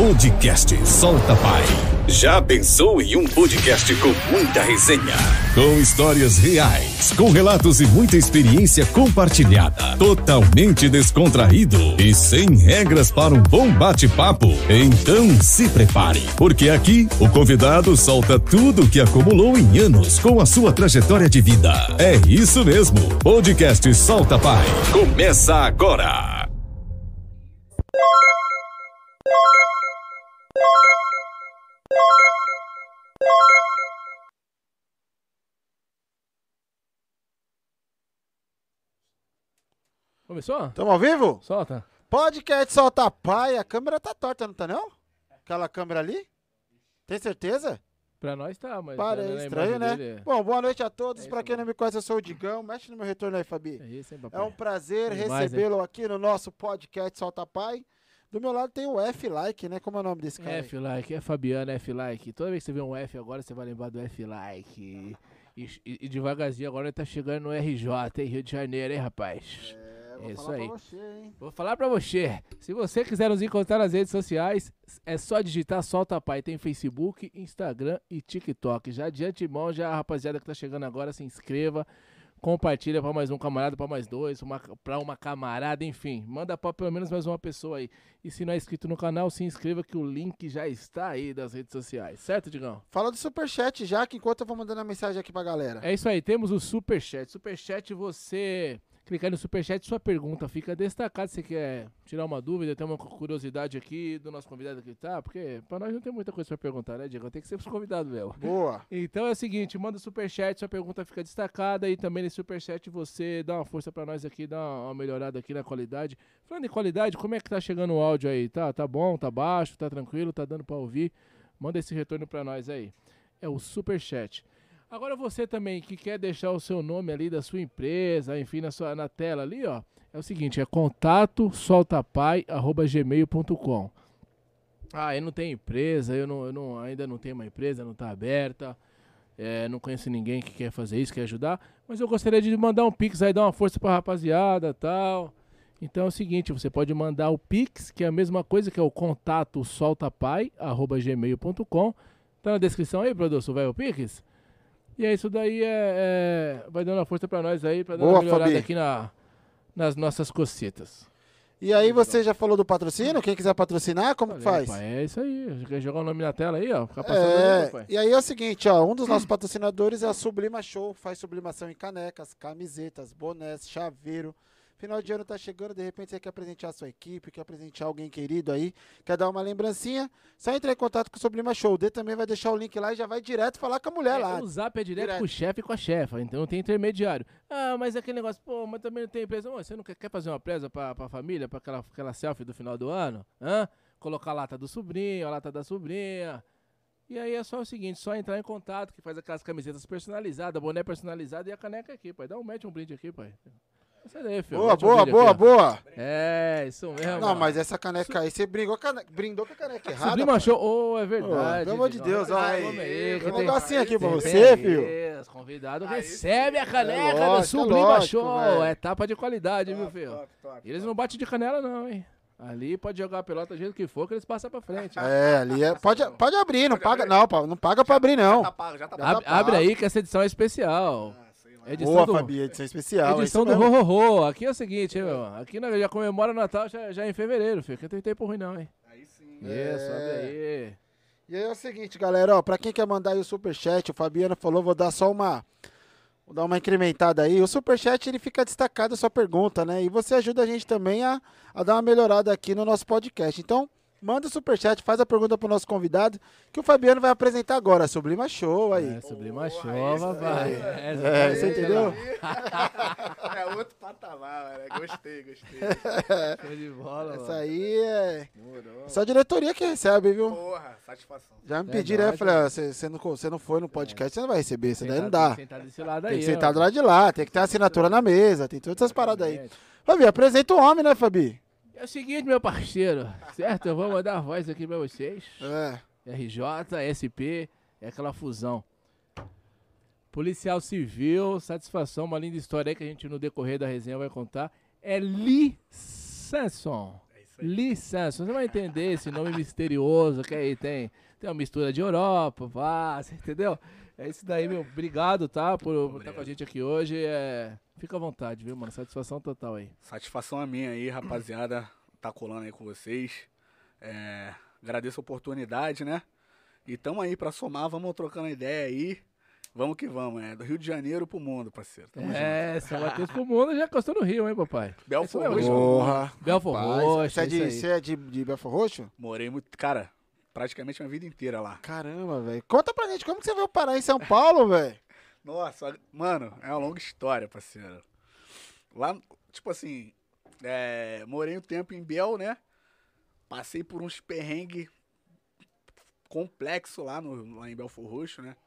Podcast Solta Pai. Já pensou em um podcast com muita resenha? Com histórias reais, com relatos e muita experiência compartilhada. Totalmente descontraído e sem regras para um bom bate-papo? Então se prepare, porque aqui o convidado solta tudo o que acumulou em anos com a sua trajetória de vida. É isso mesmo, Podcast Solta Pai. Começa agora. Começou? Tamo ao vivo? Solta. Podcast Solta Pai. A câmera tá torta, não tá não? Aquela câmera ali? Tem certeza? Pra nós tá, mas... Parece estranho, né? Dele... Bom, boa noite a todos. É pra quem não me conhece, eu sou o Digão. Mexe no meu retorno aí, Fabi. É isso, hein, papai? É um prazer Demais, recebê-lo aqui no nosso podcast Solta Pai. Do meu lado tem o F-Like, né? Como é o nome desse cara? F-Like, é Fabiano, F-Like. Toda vez que você vê um F agora, você vai lembrar do F-Like. E devagarzinho agora ele tá chegando no RJ, hein? Rio de Janeiro, hein, rapaz? Vou Isso falar aí. pra você, hein? Vou falar pra você. Se você quiser nos encontrar nas redes sociais, é só digitar Solta Pai. Tem Facebook, Instagram e TikTok. Já de antemão, já a rapaziada que tá chegando agora, se inscreva. Compartilha pra mais um camarada, pra mais dois, pra uma camarada, enfim. Manda pra pelo menos mais uma pessoa aí. E se não é inscrito no canal, se inscreva que o link já está aí das redes sociais. Certo, Digão? Fala do superchat já, que enquanto eu vou mandando a mensagem aqui pra galera. É isso aí, temos o Superchat. Superchat, você clicar no Superchat, sua pergunta fica destacada. Se você quer tirar uma dúvida, tem uma curiosidade aqui do nosso convidado que tá, porque pra nós não tem muita coisa pra perguntar, né, Diego? Tem que ser pros convidados, velho. Boa. Então é o seguinte, manda o Superchat, sua pergunta fica destacada e também nesse Superchat você dá uma força pra nós aqui, dá uma melhorada aqui na qualidade. Falando em qualidade, como é que tá chegando o áudio aí? Tá bom, tá baixo, tá tranquilo, tá dando pra ouvir? Manda esse retorno pra nós aí. É o Superchat. Agora você também que quer deixar o seu nome ali da sua empresa, enfim, na tela ali, ó. É o seguinte, é contato soltapai@gmail.com. Ah, eu não tenho empresa, ainda não tenho uma empresa, não tá aberta. Não conheço ninguém que quer fazer isso, quer ajudar. Mas eu gostaria de mandar um Pix aí, dar uma força pra rapaziada e tal. Então é o seguinte, você pode mandar o Pix, que é a mesma coisa, que é o contato soltapai@gmail.com. Tá na descrição aí, produtor, vai o Pix? E é isso daí, vai dando uma força pra nós aí, pra dar uma melhorada Fabi. aqui nas nossas cocitas. E aí você já falou do patrocínio? Quem quiser patrocinar, como que faz? Pai, é isso aí, quer jogar o nome na tela aí, ó, ficar passando aí, papai. E aí é o seguinte, ó, um dos nossos patrocinadores é a Sublima Show, faz sublimação em canecas, camisetas, bonés, chaveiro. Final de ano tá chegando, de repente você quer presentear a sua equipe, quer presentear alguém querido aí, quer dar uma lembrancinha, só entrar em contato com o Sublima Show. O D também vai deixar o link lá e já vai direto falar com a mulher lá. O zap é direto com o chefe e com a chefa, então não tem intermediário. Ah, mas aquele negócio, pô, mas também não tem empresa. Você não quer fazer uma presa pra família, pra aquela selfie do final do ano? Hã? Colocar a lata do sobrinho, a lata da sobrinha. E aí é só o seguinte, só entrar em contato, que faz aquelas camisetas personalizadas, boné personalizado e a caneca aqui, pai. Mete um brinde aqui, pai. Essa daí, filho. Boa. É, isso mesmo. Não, mas essa caneca aí, você brindou com a caneca errada. Sublima Show, é verdade. Pelo amor de Deus, olha aí. tem Um negocinho aqui pra você, filho. Os convidados recebem a caneca do lógico, Sublima lógico, Show. velho. É tapa de qualidade, viu, filho? Eles não batem de canela, não, hein? Ali pode jogar a pelota do jeito que for, que eles passam pra frente. Ali é. Pode abrir, não paga. Não, não paga pra abrir, não. Já tá Abre aí que essa edição é especial. Boa, Fabi, edição especial. Edição do Ho-Ho-Ho. Aqui é o seguinte, hein, meu? Aqui nós já comemora o Natal já em fevereiro, filho. Que não tem tempo ruim, não, hein? Aí sim. Isso, abre aí. E aí é o seguinte, galera, ó, pra quem quer mandar aí o superchat, o Fabiano falou, vou dar uma incrementada aí. O superchat, ele fica destacado a sua pergunta, né? E você ajuda a gente também a dar uma melhorada aqui no nosso podcast. Então, manda o superchat, faz a pergunta pro nosso convidado, que o Fabiano vai apresentar agora. Sublima Show aí. Sublima Show, papai. Você entendeu? É outro patamar, né? Gostei. Show de bola, Essa mano. aí é Morou. só a diretoria que recebe, viu? Porra, satisfação. Já me pediram, aí eu falei, ó, você não foi no podcast, você não vai receber, isso daí não dá. Tem que sentar desse lado aí. Tem que sentar do lado de lá, tem que ter assinatura na mesa, tem todas essas paradas aí. Fabi, apresenta o homem, né, Fabi? É o seguinte, meu parceiro, certo? Eu vou mandar a voz aqui pra vocês. RJ, SP, é aquela fusão. Policial Civil, satisfação, uma linda história aí que a gente no decorrer da resenha vai contar. É Lee Sanson. É isso Licença. Você vai entender esse nome misterioso que aí tem uma mistura de Europa, você entendeu? É isso daí, meu. Obrigado, tá? Por estar com a gente aqui hoje. Fica à vontade, viu, mano? Satisfação total aí. Satisfação a minha aí, rapaziada. Tá colando aí com vocês. Agradeço a oportunidade, né? E tamo aí pra somar, vamos trocando ideia aí. Vamos que vamos, do Rio de Janeiro pro mundo, parceiro. Tamo junto. São Mateus pro mundo já encostou no Rio, hein, papai? Belfort Roxo. Porra. Belfort Roxo. Você é de Belfort Roxo? Morei muito, cara, praticamente minha vida inteira lá. Caramba, velho. Conta pra gente, como que você veio parar em São Paulo, velho? Nossa, mano, é uma longa história, parceiro. Lá, tipo assim, morei um tempo em Bel, né? Passei por uns perrengues complexos lá em Belfort Roxo, né?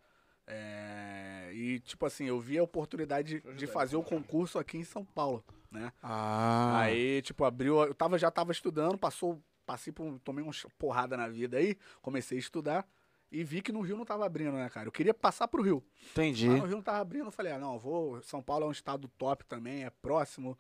E, tipo assim, eu vi a oportunidade de fazer o concurso aqui em São Paulo, né? Aí, tipo, abriu... Já tava estudando, tomei uma porrada na vida aí, comecei a estudar e vi que no Rio não tava abrindo, né, cara? Eu queria passar pro Rio. Entendi. Mas no Rio não tava abrindo, eu falei, São Paulo é um estado top também, é próximo,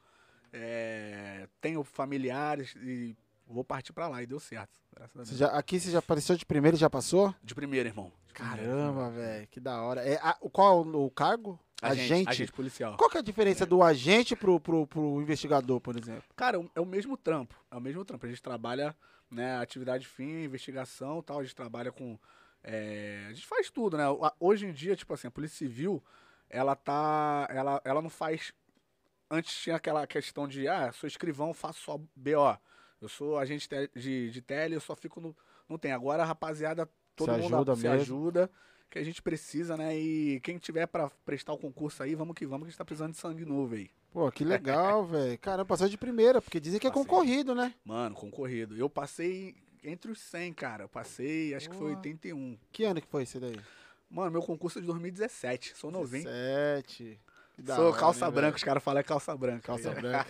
tenho familiares e vou partir pra lá. E deu certo, graças a Deus. Aqui você já apareceu de primeira e já passou? De primeira, irmão. Caramba, velho, que da hora. Qual o cargo? Agente policial. Qual que é a diferença do agente pro investigador, por exemplo? Cara, é o mesmo trampo. A gente trabalha, né, atividade fim, investigação e tal. A gente trabalha com... a gente faz tudo, né? Hoje em dia, tipo assim, a Polícia Civil, ela não faz... Antes tinha aquela questão de, sou escrivão, faço só BO. Eu sou agente de tele, eu só fico no... Não tem. Agora, a rapaziada, todo mundo se ajuda, que a gente precisa, né? E quem tiver pra prestar o concurso aí, vamos que a gente tá precisando de sangue novo aí. Pô, que legal, velho. Caramba, passou de primeira, porque dizem que é concorrido, né? Mano, concorrido. Eu passei entre os 100, cara. Eu passei, acho que foi 81. Que ano que foi esse daí? Mano, meu concurso é de 2017. Sou novinho. 17. Sou calça branca, os caras falam calça branca. Calça branca.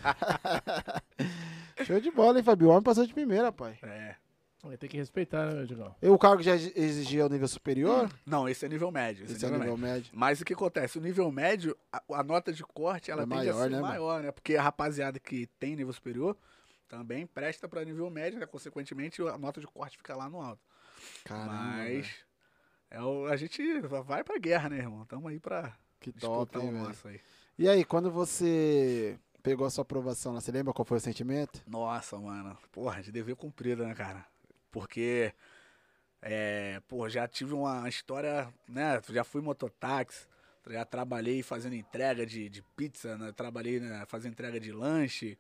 Show de bola, hein, Fabio? O homem passou de primeira, pai. Vai ter que respeitar, né, meu Digão? E o cargo já exigia o nível superior? Não, esse é nível médio. Esse é nível médio. Mas o que acontece? O nível médio, a nota de corte, ela tende a ser maior, né? Porque a rapaziada que tem nível superior também presta pra nível médio, né? Consequentemente, a nota de corte fica lá no alto. Caramba, mas a gente vai pra guerra, né, irmão? Tamo aí pra disputar o nosso aí. E aí, quando você pegou a sua aprovação lá, você lembra qual foi o sentimento? Nossa, mano. Porra, de dever cumprido, né, cara? Porque, já tive uma história, né? Já fui mototáxi, já trabalhei fazendo entrega de pizza, né? Trabalhei fazendo entrega de lanche,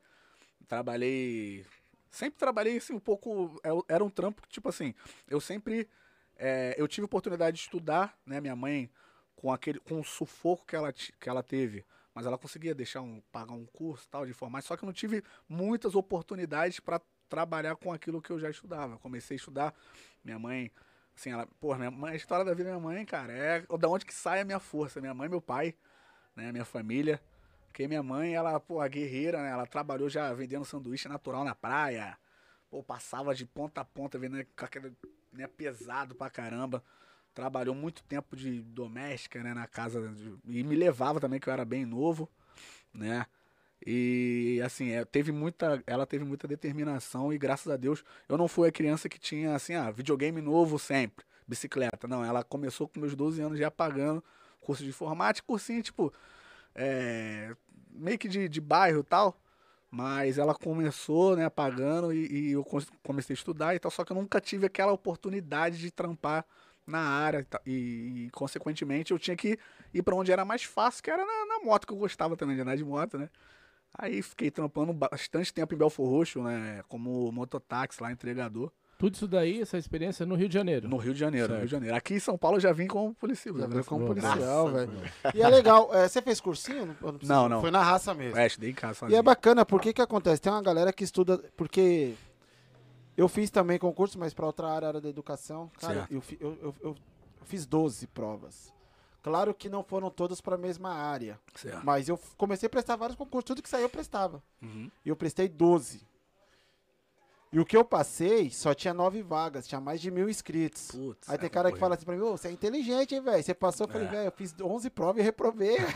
sempre trabalhei assim um pouco, era um trampo, tipo assim, eu sempre, eu tive oportunidade de estudar, né? Minha mãe, com o sufoco que ela teve, mas ela conseguia pagar um curso tal de informática, só que eu não tive muitas oportunidades para trabalhar com aquilo que eu já estudava. Comecei a estudar, minha mãe, assim, a história da vida da minha mãe, cara, da onde que sai a minha força, minha mãe e meu pai, né, minha família, porque minha mãe, ela, guerreira, né, ela trabalhou já vendendo sanduíche natural na praia, passava de ponta a ponta, vendendo aquele, né, pesado pra caramba, trabalhou muito tempo de doméstica, né, na casa, e me levava também, que eu era bem novo, né, e assim, ela teve muita determinação e graças a Deus eu não fui a criança que tinha assim, videogame novo sempre, bicicleta, não, ela começou com meus 12 anos já pagando curso de informática, cursinho tipo, meio que de bairro e tal, mas ela começou, né, pagando e eu comecei a estudar e tal, só que eu nunca tive aquela oportunidade de trampar na área e consequentemente eu tinha que ir pra onde era mais fácil, que era na moto, que eu gostava também de andar de moto, né. Aí fiquei trampando bastante tempo em Belfort Roxo, né, como mototáxi lá, entregador. Tudo isso daí, essa experiência no Rio de Janeiro? No Rio de Janeiro, Aqui em São Paulo eu já vim como policial. Já veio como policial, velho. E é legal, você fez cursinho? Não. Foi na raça mesmo. Estudei em casa sozinho. E é bacana, porque que acontece? Tem uma galera que estuda, porque eu fiz também concurso, mas para outra área da educação. Cara, eu fiz 12 provas. Claro que não foram todas para a mesma área. Certo. Mas eu comecei a prestar vários concursos. Tudo que saiu eu prestava. Uhum. E eu prestei 12. E o que eu passei só tinha 9 vagas. Tinha mais de 1.000 inscritos. Aí tem cara que fala assim pra mim, você é inteligente, hein, velho? Você passou, eu falei, velho, eu fiz 11 provas e reprovei.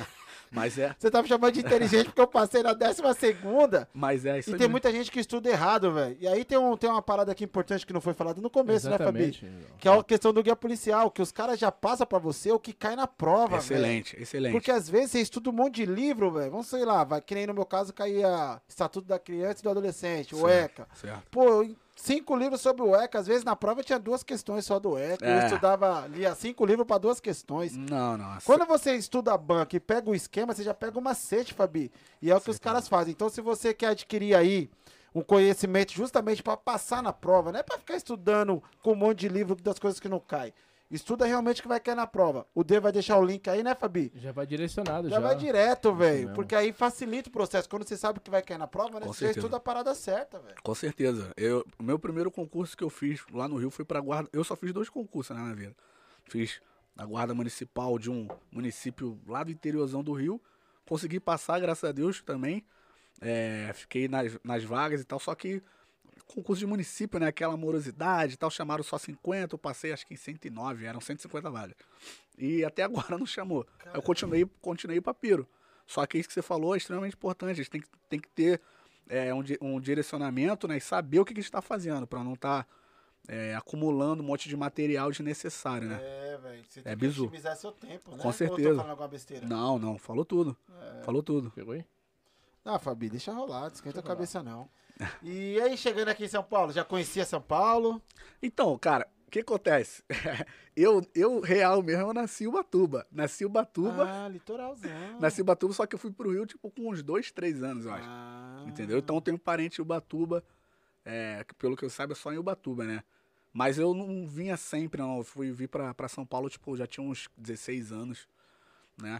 Mas é. Você tá me chamando de inteligente porque eu passei na 12ª. Mas é isso E aí tem mesmo. muita gente que estuda errado, velho. E aí tem uma parada aqui importante que não foi falada no começo, né, Exatamente. Fabi? Que é a questão do guia policial, que os caras já passam pra você o que cai na prova, velho. Excelente, excelente. Porque às vezes você estuda um monte de livro, velho. Vamos, sei lá, vai, que nem no meu caso caía Estatuto da Criança e do Adolescente, o ECA. Certo. Pô, 5 livros sobre o ECA, às vezes na prova tinha 2 questões só do ECA. Eu estudava, lia 5 livros pra 2 questões. Não. Quando você estuda banco e pega o esquema, você já pega um macete, Fabi. E é o que os caras fazem. Então, se você quer adquirir aí um conhecimento justamente pra passar na prova, não é pra ficar estudando com um monte de livro das coisas que não caem. Estuda realmente o que vai cair na prova. O D vai deixar o link aí, né, Fabi? Já vai direcionado, Já vai direto, velho. mesmo. Porque aí facilita o processo. Quando você sabe o que vai cair na prova, né? Com Você certeza. estuda a parada certa, velho. Com certeza. O meu primeiro concurso que eu fiz lá no Rio foi pra guarda. Eu só fiz 2 concursos, né, na vida. Fiz a guarda municipal de um município lá do interiorzão do Rio. Consegui passar, graças a Deus, também. Fiquei nas vagas e tal, só que concurso de município, né, aquela morosidade e tal, chamaram só 50, eu passei acho que em 109, eram 150 vagas. E até agora não chamou. Eu continuei o papiro. Só que isso que você falou é extremamente importante, a gente tem que ter um direcionamento, né, e saber o que a gente está fazendo, para não estar acumulando um monte de material desnecessário, né. Velho. Você tem que bizu. otimizar seu tempo, né? Com Ou eu certeza. tô falando alguma besteira? Não, falou tudo. Falou tudo. Pegou aí? Não, Fabi, deixa rolar, não esquenta a cabeça não. E aí, chegando aqui em São Paulo, já conhecia São Paulo? Então, cara, o que acontece? eu real mesmo, eu nasci em Ubatuba. Ah, litoralzão. Nasci em Ubatuba, só que eu fui pro Rio, tipo, com uns 2, 3 anos, eu acho. Entendeu? Então eu tenho parente em Ubatuba, que, pelo que eu saiba, é só em Ubatuba, né? Mas eu não vinha sempre, não. Eu vi pra São Paulo, tipo, já tinha uns 16 anos, né?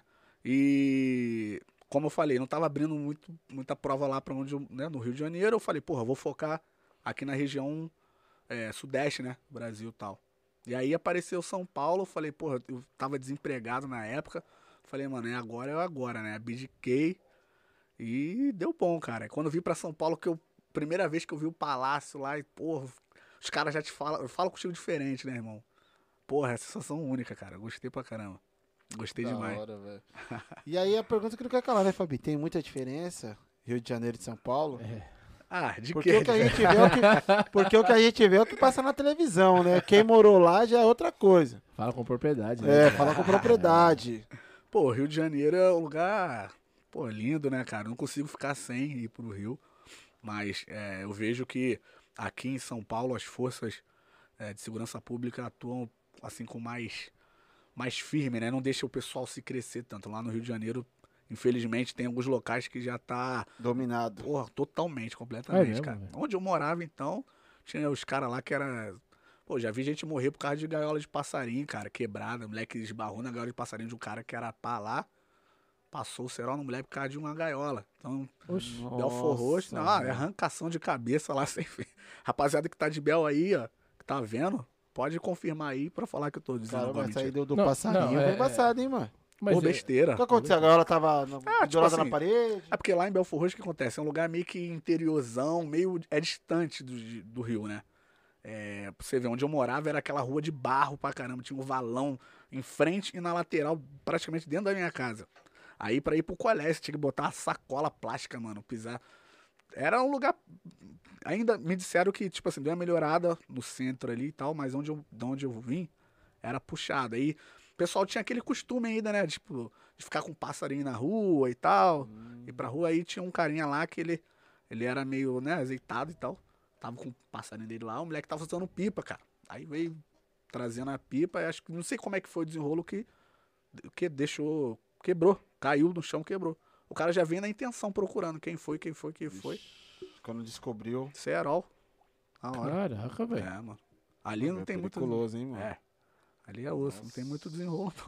E, como eu falei, não tava abrindo muita prova lá pra onde, né, no Rio de Janeiro. Eu falei, porra, vou focar aqui na região sudeste, né, Brasil e tal. E aí apareceu São Paulo, eu falei, porra, eu tava desempregado na época. Falei, mano, é agora, né? Abdiquei e deu bom, cara. Quando eu vim pra São Paulo, primeira vez que eu vi o palácio lá, e, porra, os caras já te falam, eu falo contigo diferente, né, irmão? Porra, é sensação única, cara. Gostei pra caramba. Gostei demais. Hora, velho. E aí a pergunta que não quer calar, né, Fabi? Tem muita diferença Rio de Janeiro e São Paulo? Porque quê? o que a gente vê porque o que a gente vê é o que passa na televisão, né? Quem morou lá já é outra coisa. Fala com propriedade, né? Fala com propriedade. Pô, Rio de Janeiro é um lugar, pô, lindo, né, cara? Não consigo ficar sem ir pro Rio. Mas eu vejo que aqui em São Paulo as forças de segurança pública atuam assim com mais firme, né? Não deixa o pessoal se crescer tanto. Lá no Rio de Janeiro, infelizmente, tem alguns locais que já tá... Dominado. Porra, totalmente, completamente, mesmo, cara. velho? Onde eu morava, então, tinha os caras lá que era... Pô, já vi gente morrer por causa de gaiola de passarinho, cara, quebrada. Moleque esbarrou na gaiola de passarinho de um cara que era pá lá. Passou o cerol no moleque por causa de uma gaiola. Então, Oxi. Belfor Roxo, não, é arrancação de cabeça lá sem fim. Rapaziada que tá de Bel aí, ó, que tá vendo, pode confirmar aí pra falar que eu tô dizendo Cara, alguma mas aí mentira. do Não, passarinho não, foi embaçado, hein, mano? Mas Pô, besteira. O que aconteceu? A gaiola tava tipo pendurada assim, na parede? É porque lá em Belfor Roxo o que acontece? É um lugar meio que interiorzão, distante do Rio, né? Pra você ver, onde eu morava era aquela rua de barro pra caramba, tinha um valão em frente e na lateral, praticamente dentro da minha casa. Aí pra ir pro colégio, tinha que botar uma sacola plástica, mano, pisar. Era um lugar... Ainda me disseram que, tipo assim, deu uma melhorada no centro ali e tal, mas de onde eu vim, era puxado. Aí o pessoal tinha aquele costume ainda, né, tipo, de ficar com um passarinho na rua e tal. E pra rua aí tinha um carinha lá que ele era meio, né, azeitado e tal. Tava com o passarinho dele lá, o moleque tava usando pipa, cara. Aí veio trazendo a pipa, e acho que, não sei como é que foi o desenrolo que quebrou. Caiu no chão, quebrou. O cara já veio na intenção procurando quem foi. Quando descobriu. Cerol. Na hora. Caraca, velho. Mano. Ali não tem muito... periculoso, hein, mano? Ali é osso, não tem muito desenrolo, não.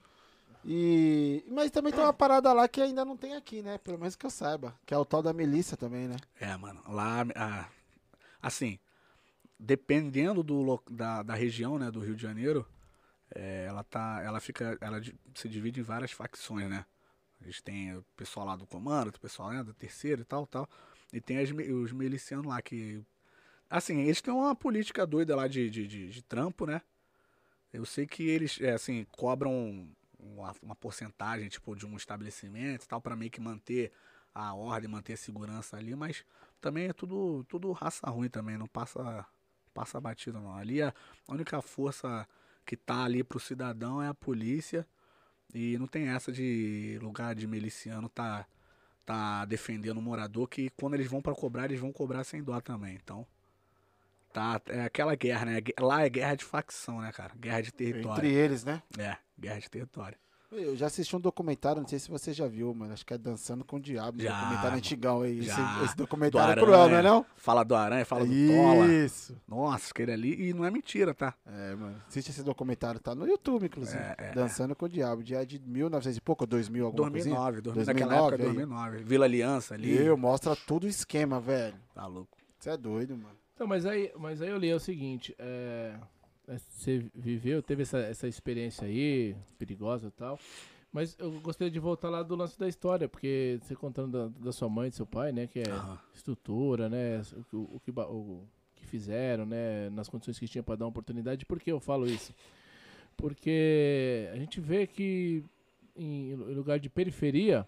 Mas também tem uma parada lá que ainda não tem aqui, né? Pelo menos que eu saiba. Que é o tal da milícia também, né? Mano. Lá, assim, dependendo da região, né, do Rio de Janeiro, ela se divide em várias facções, né? A gente tem o pessoal lá do comando, o pessoal, né, do terceiro e tal. E tem os milicianos lá que... Assim, eles têm uma política doida lá de trampo, né? Eu sei que eles, assim, cobram uma porcentagem, tipo, de um estabelecimento e tal, para meio que manter a ordem, manter a segurança ali, mas também é tudo raça ruim também, não passa batido não. Ali a única força que tá ali pro cidadão é a polícia, e não tem essa de lugar de miliciano tá defendendo o morador, que quando eles vão para cobrar, eles vão cobrar sem dó também. Então, é aquela guerra, né? Lá é guerra de facção, né, cara? Guerra de território. Entre eles, né? É, guerra de território. Eu já assisti um documentário, não sei se você já viu, mano. Acho que é Dançando com o Diabo. Já, Documentário antigão aí. já. Esse documentário é Do cruel, Aranha, não é não? Fala do Aranha, fala do Tola. Isso. Nossa, aquele ali. E não é mentira, tá? É, mano. Assiste esse documentário, tá no YouTube, inclusive. Dançando com o Diabo. Dia de 1900 e pouco, 2000, alguma 2009, coisinha? naquela época, 2009. Vila Aliança ali. Mostra tudo o esquema, velho. Tá louco. Você é doido, mano. Então, mas aí eu li o seguinte, você viveu, teve essa experiência aí, perigosa e tal, mas eu gostaria de voltar lá do lance da história, porque você contando da sua mãe e do seu pai, né, que é estrutura, né, o que fizeram, né, nas condições que tinha para dar uma oportunidade. Por que eu falo isso? Porque a gente vê que em lugar de periferia,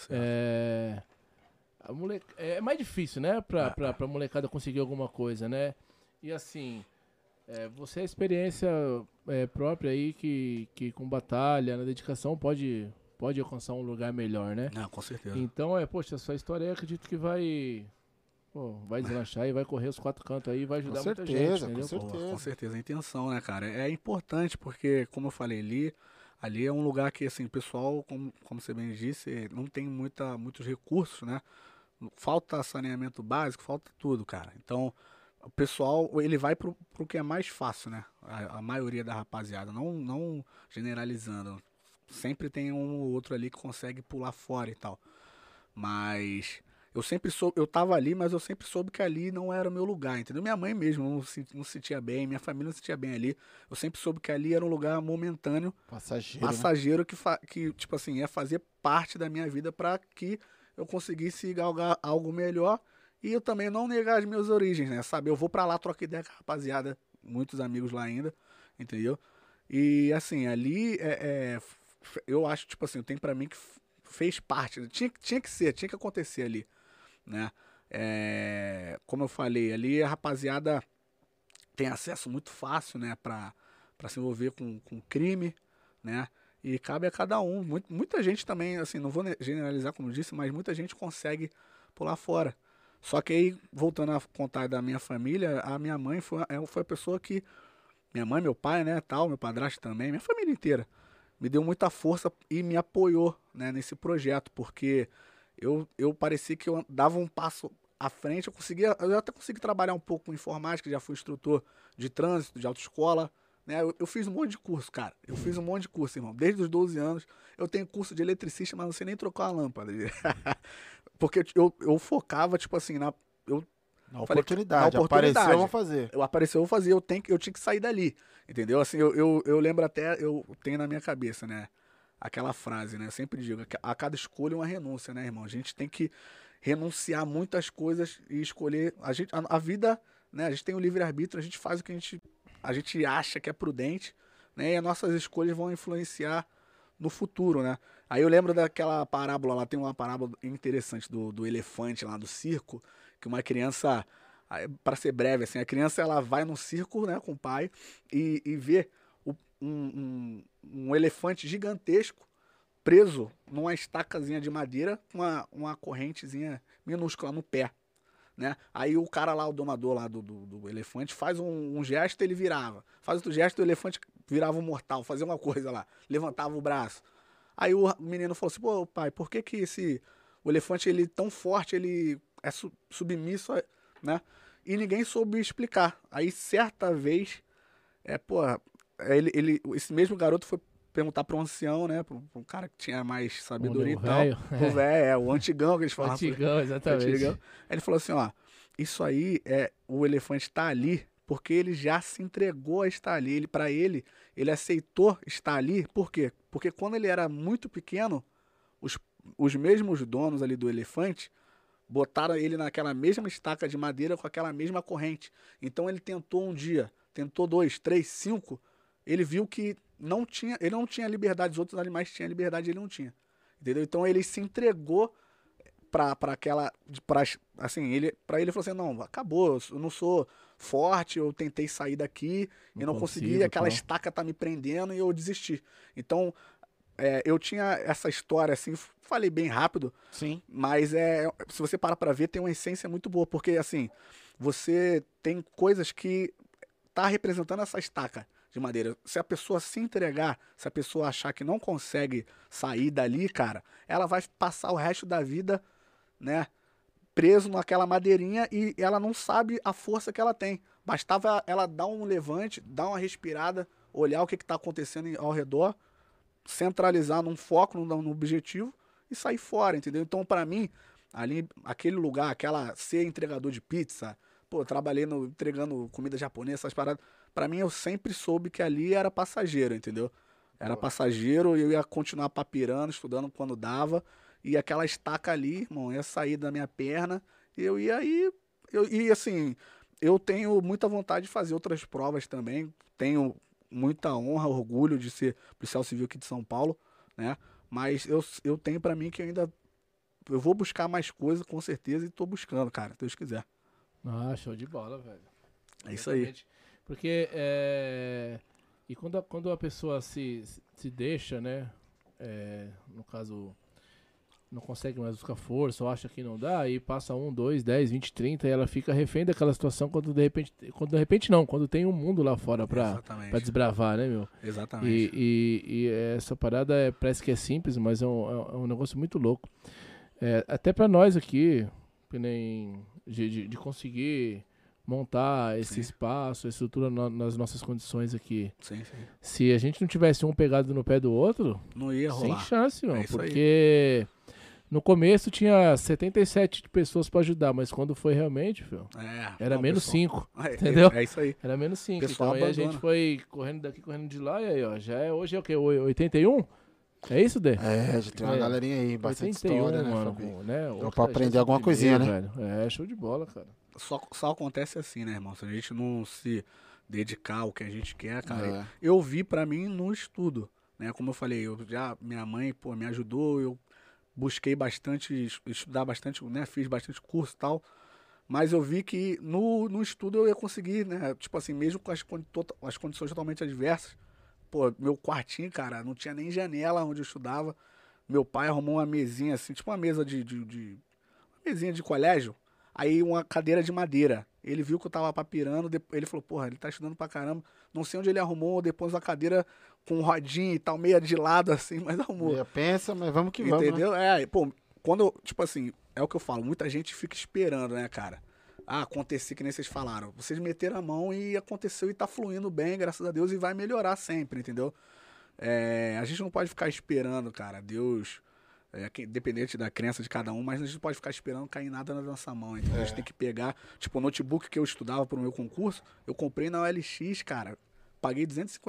é mais difícil, né, pra molecada conseguir alguma coisa, né? E assim, você é experiência própria aí que com batalha, na dedicação, pode alcançar um lugar melhor, né? Não, com certeza. Então, poxa, essa história aí, acredito que vai deslanchar e vai correr os 4 cantos aí e vai ajudar muita gente, entendeu? Com certeza. Com certeza, a intenção, né, cara? É importante porque, como eu falei, ali é um lugar que, assim, o pessoal, como você bem disse, não tem muitos recursos, né? Falta saneamento básico, falta tudo, cara. Então, o pessoal, ele vai pro que é mais fácil, né? A maioria da rapaziada, não generalizando. Sempre tem um ou outro ali que consegue pular fora e tal. Mas eu tava ali, mas eu sempre soube que ali não era o meu lugar, entendeu? Minha mãe mesmo não se sentia bem, minha família não se sentia bem ali. Eu sempre soube que ali era um lugar momentâneo, passageiro, né? que, tipo assim, ia fazer parte da minha vida para que eu conseguisse galgar algo melhor, e eu também não negar as minhas origens, né? Sabe? Eu vou pra lá, troco ideia com a rapaziada, muitos amigos lá ainda, entendeu? E assim, ali eu acho, tipo assim, tem pra mim que fez parte, tinha que acontecer ali, né? Como eu falei, ali a rapaziada tem acesso muito fácil, né, pra se envolver com crime, né? E cabe a cada um. Muita gente também, assim, não vou generalizar como disse, mas muita gente consegue pular fora. Só que aí, voltando a contar da minha família, a minha mãe foi a pessoa que... Minha mãe, meu pai, né, tal, meu padrasto também, minha família inteira, me deu muita força e me apoiou, né, nesse projeto, porque eu parecia que eu dava um passo à frente, eu até consegui trabalhar um pouco com informática, já fui instrutor de trânsito, de autoescola, né? Eu fiz um monte de curso, cara. Eu fiz um monte de curso, irmão. Desde os 12 anos. Eu tenho curso de eletricista, mas não sei nem trocar uma lâmpada. Porque eu focava, tipo assim, na oportunidade. Apareceu, eu vou fazer. Apareceu, eu vou fazer. Eu tinha que sair dali. Entendeu? Assim, eu lembro até, eu tenho na minha cabeça, né? Aquela frase, né? Eu sempre digo, a cada escolha é uma renúncia, né, irmão? A gente tem que renunciar a muitas coisas e escolher. A vida, né? A gente tem o livre-arbítrio, a gente faz o que a gente acha que é prudente, né? E as nossas escolhas vão influenciar no futuro, né? Aí eu lembro daquela parábola lá, tem uma parábola interessante do elefante lá do circo, que uma criança, para ser breve, assim, a criança ela vai no circo, né, com o pai e vê um elefante gigantesco preso numa estacazinha de madeira com uma correntezinha minúscula no pé, né? Aí o cara lá, o domador lá do elefante, faz um gesto, ele virava. Faz outro gesto, o elefante virava um mortal, fazia uma coisa lá, levantava o braço. Aí o menino falou assim, pô, pai, por que o elefante, ele tão forte, ele é submisso, né? E ninguém soube explicar. Aí, certa vez, esse mesmo garoto foi perguntar para um ancião, né? Para um cara que tinha mais sabedoria e tal. O velho, o antigão que eles falavam. O antigão, exatamente. Antigão. Aí ele falou assim, ó, isso aí, o elefante tá ali porque ele já se entregou a estar ali. Para ele aceitou estar ali. Por quê? Porque quando ele era muito pequeno, os mesmos donos ali do elefante botaram ele naquela mesma estaca de madeira com aquela mesma corrente. Então ele tentou um dia, tentou 2, 3, 5, ele viu que ele não tinha liberdade, os outros animais tinham liberdade, ele não tinha. Entendeu? Então ele se entregou assim, ele falou assim, não, acabou, eu não sou forte, eu tentei sair daqui e não consegui, aquela estaca tá me prendendo e eu desisti. Então, eu tinha essa história, assim, falei bem rápido, Sim. Mas se você parar pra ver, tem uma essência muito boa, porque assim, você tem coisas que tá representando essa estaca de madeira. Se a pessoa se entregar, se a pessoa achar que não consegue sair dali, cara, ela vai passar o resto da vida, né, preso naquela madeirinha e ela não sabe a força que ela tem. Bastava ela dar um levante, dar uma respirada, olhar o que tá acontecendo ao redor, centralizar num foco, num objetivo e sair fora, entendeu? Então, pra mim, ali, aquele lugar, ser entregador de pizza, pô, eu trabalhei entregando comida japonesa, essas paradas. Pra mim, eu sempre soube que ali era passageiro, entendeu? Era passageiro e eu ia continuar papirando, estudando quando dava. E aquela estaca ali, irmão, ia sair da minha perna. E eu ia aí. E assim, eu tenho muita vontade de fazer outras provas também. Tenho muita honra, orgulho de ser policial civil aqui de São Paulo, né? Mas eu tenho pra mim que ainda. Eu vou buscar mais coisas, com certeza, e tô buscando, cara, se Deus quiser. Ah, show de bola, velho. É isso aí. Porque, e quando a pessoa se deixa, né, no caso, não consegue mais buscar força, ou acha que não dá, aí passa 1, 2, 10, 20, 30, e ela fica refém daquela situação quando de repente não, quando tem um mundo lá fora pra desbravar, né, meu? Exatamente. E essa parada parece que é simples, mas é um negócio muito louco. Até pra nós aqui, que nem de conseguir montar esse espaço, a estrutura nas nossas condições aqui. Sim. Se a gente não tivesse um pegado no pé do outro, não ia rolar. Sem chance, mano. Porque no começo tinha 77 pessoas pra ajudar, mas quando foi realmente, filho, era menos 5. Entendeu? É isso aí. Era menos 5. Pessoal, então aí a gente foi correndo daqui, correndo de lá, e aí, ó, hoje é o quê? 81? É isso, Dê? Já tem uma galerinha aí, bastante 81, história, né, mano, Fabi? né? Deu pra aprender alguma coisinha, né? Velho. Show de bola, cara. Só acontece assim, né, irmão? Se a gente não se dedicar ao que a gente quer, cara. Eu vi pra mim no estudo, né? Como eu falei, minha mãe, pô, me ajudou, eu busquei bastante, estudar bastante, né? Fiz bastante curso e tal. Mas eu vi que no estudo eu ia conseguir, né? Tipo assim, mesmo com as condições totalmente adversas. Pô, meu quartinho, cara, não tinha nem janela onde eu estudava. Meu pai arrumou uma mesinha assim, tipo uma mesa uma mesinha de colégio. Aí uma cadeira de madeira. Ele viu que eu tava papirando, ele falou, porra, ele tá estudando pra caramba. Não sei onde ele arrumou, depois uma cadeira com rodinha e tal, meia de lado assim, mas arrumou. Pensa, mas vamos que vamos, entendeu? né? Pô, quando, tipo assim, é o que eu falo, muita gente fica esperando, né, cara? Acontecer que nem vocês falaram. Vocês meteram a mão e aconteceu e tá fluindo bem, graças a Deus, e vai melhorar sempre, entendeu? A gente não pode ficar esperando, cara, Deus... independente da crença de cada um, mas a gente não pode ficar esperando cair nada na nossa mão. Então a gente tem que pegar, tipo, o notebook que eu estudava pro meu concurso, eu comprei na OLX, cara, paguei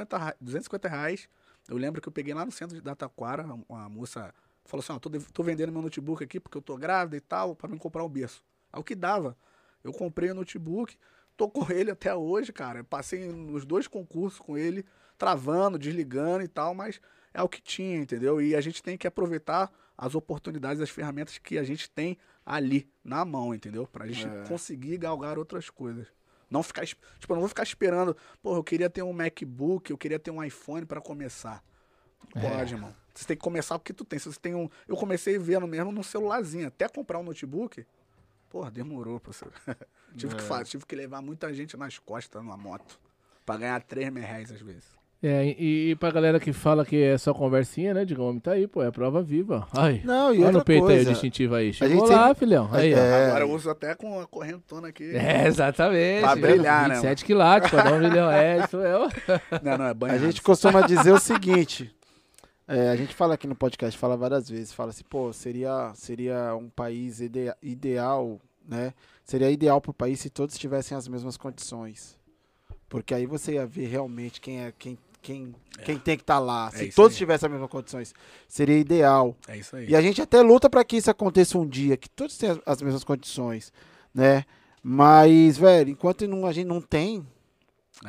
R$250. Eu lembro que eu peguei lá no centro de Taquara, uma moça falou assim, tô vendendo meu notebook aqui porque eu tô grávida e tal, pra mim comprar um berço. Aí o que dava? Eu comprei o notebook, tô com ele até hoje, cara, eu passei nos 2 concursos com ele, travando, desligando e tal, mas é o que tinha, entendeu? E a gente tem que aproveitar as oportunidades, as ferramentas que a gente tem ali, na mão, entendeu? Pra gente conseguir galgar outras coisas. Não ficar, tipo, eu não vou ficar esperando, eu queria ter um MacBook, eu queria ter um iPhone pra começar. Pode, irmão. Você tem que começar porque tu tem. Se você tem eu comecei vendo mesmo num celularzinho, até comprar um notebook, demorou, professor. Tive que levar muita gente nas costas numa moto, pra ganhar R$3.000 às vezes. E pra galera que fala que é só conversinha, né, de homem, tá aí, pô, é prova viva. Ai, não, e olha outra no peito coisa, aí o distintivo aí. Chegou lá, filhão. Aí, ó. Agora eu uso até com a correntona aqui. Exatamente. Pra brilhar, 27 quilates, pra dar 1 milhão. Isso é o... Não, é banhado. A gente costuma dizer o seguinte, a gente fala aqui no podcast, fala várias vezes, fala assim, seria um país ideal, né? Seria ideal pro país se todos tivessem as mesmas condições. Porque aí você ia ver realmente quem tem que estar lá. Se todos tivessem as mesmas condições, seria ideal. É isso aí. E a gente até luta para que isso aconteça um dia, que todos tenham as mesmas condições, né? Mas, velho, enquanto a gente não tem,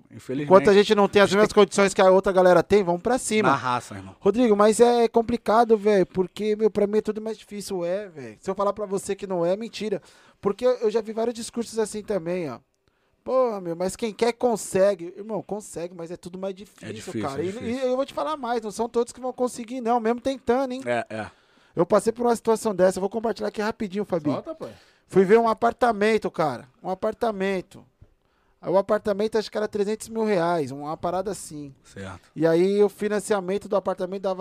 Infelizmente. Enquanto a gente não tem as mesmas condições que a outra galera tem, vamos pra cima. Na raça, irmão. Rodrigo, mas é complicado, velho, porque, meu, pra mim é tudo mais difícil, velho. Se eu falar pra você que não é, mentira. Porque eu já vi vários discursos assim também, ó. Pô, meu, mas quem quer consegue. Irmão, consegue, mas é tudo mais difícil, cara. E eu vou te falar mais, não são todos que vão conseguir, não, mesmo tentando, hein? Eu passei por uma situação dessa, eu vou compartilhar aqui rapidinho, Fabinho. Solta, pai. Fui ver um apartamento, cara. Um apartamento. Aí o apartamento acho que era 300 mil reais, uma parada assim. Certo. E aí o financiamento do apartamento dava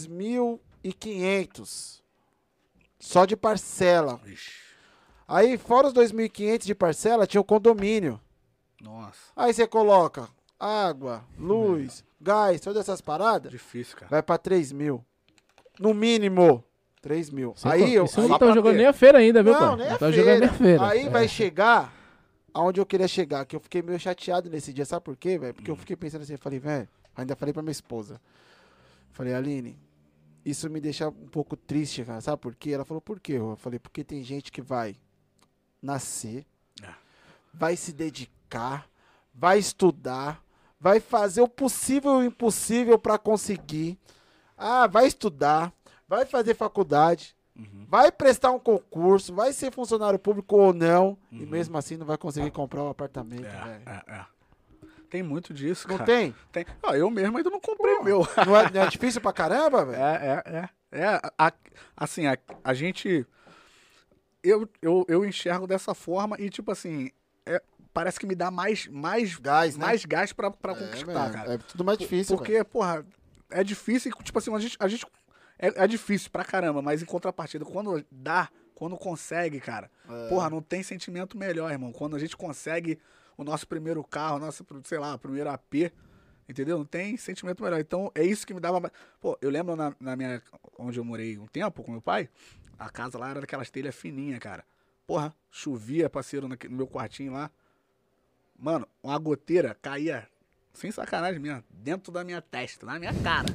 2.500. Só de parcela. Ixi. Aí fora os 2.500 de parcela, tinha o condomínio. Nossa. Aí você coloca água, luz, gás, todas essas paradas. Difícil, cara. Vai pra 3 mil. No mínimo, 3 mil. Aí eu... Isso aí- não tá jogando nem a feira ainda, viu, Não, pai? nem Não a tá jogando nem a feira. Aí vai chegar aonde eu queria chegar, que eu fiquei meio chateado nesse dia. Sabe por quê, velho? Porque eu fiquei pensando assim, eu falei, velho, ainda falei pra minha esposa. Falei, Aline, isso me deixa um pouco triste, cara. Sabe por quê? Ela falou, por quê? Eu falei, porque tem gente que vai nascer, vai se dedicar, vai estudar, vai fazer o possível e o impossível pra conseguir. Ah, vai estudar, vai fazer faculdade, vai prestar um concurso, vai ser funcionário público ou não, e mesmo assim não vai conseguir comprar um apartamento, velho. Tem muito disso, Não cara. tem? Tem. Ah, eu mesmo ainda não comprei o meu. Não é difícil pra caramba, velho? Assim, a gente... Eu enxergo dessa forma e, tipo assim, parece que me dá mais Gás, né? mais gás pra conquistar, cara. É tudo mais difícil, Porque, porra, é difícil, e, tipo assim, a gente é difícil pra caramba, mas em contrapartida, quando consegue, cara, porra, não tem sentimento melhor, irmão. Quando a gente consegue o nosso primeiro carro, nosso, sei lá, primeiro AP, entendeu? Não tem sentimento melhor. Então, é isso que me dava... Pô, eu lembro na minha... Onde eu morei um tempo com meu pai, a casa lá era daquelas telhas fininhas, cara. Porra, chovia, parceiro, no meu quartinho lá. Mano, uma goteira caía, sem sacanagem mesmo, dentro da minha testa, na minha cara.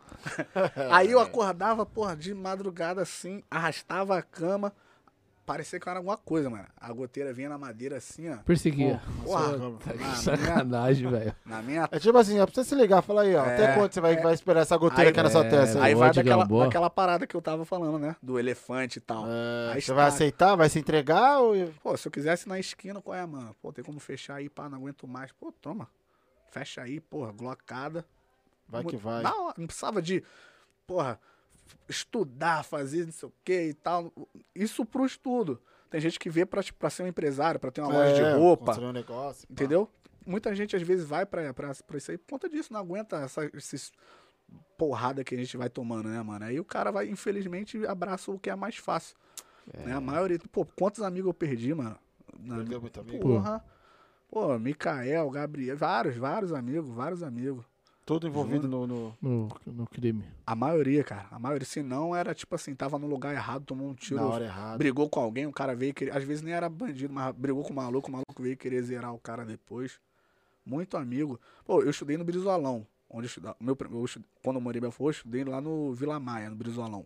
Aí eu acordava, porra, de madrugada assim, arrastava a cama, parecia que era alguma coisa, mano. A goteira vinha na madeira assim, ó. Perseguia. Porra, Que sacanagem, velho. na minha... É tipo assim, ó, pra você se ligar, fala aí, ó, até quando você vai esperar essa goteira Aí- aqui na sua testa? Aí boa vai de Gamboa. daquela parada que eu tava falando, né? Do elefante e tal. Aí Você vai aceitar? Vai se entregar? Ou... Pô, se eu quisesse na esquina, qual é, mano? Pô, tem como fechar aí, pá, não aguento mais. Pô, toma. Fecha aí, porra, glocada. Vai que vai. Não precisava de, porra, estudar, fazer não sei o que e tal. Isso pro estudo. Tem gente que vê pra ser um empresário, pra ter uma loja de roupa, construir um negócio. pá. entendeu? Muita gente às vezes vai pra isso aí por conta disso, não aguenta esses porrada que a gente vai tomando, né, mano? Aí o cara vai, infelizmente, abraça o que é mais fácil. Né? A maioria, pô, quantos amigos eu perdi, mano? Perdeu muito amigo? Porra. Pô, Micael, Gabriel, vários amigos. Tudo envolvido no... No crime. A maioria, cara. A maioria. Se não, era tipo assim, tava no lugar errado, tomou um tiro, Na hora errada. brigou com alguém, o cara veio querer. Às vezes nem era bandido, mas brigou com o maluco veio querer zerar o cara depois. Muito amigo. Pô, eu estudei no Brizolão. Onde eu estudava. Quando eu morei em Belfort, eu estudei lá no Vila Maia, no Brizolão.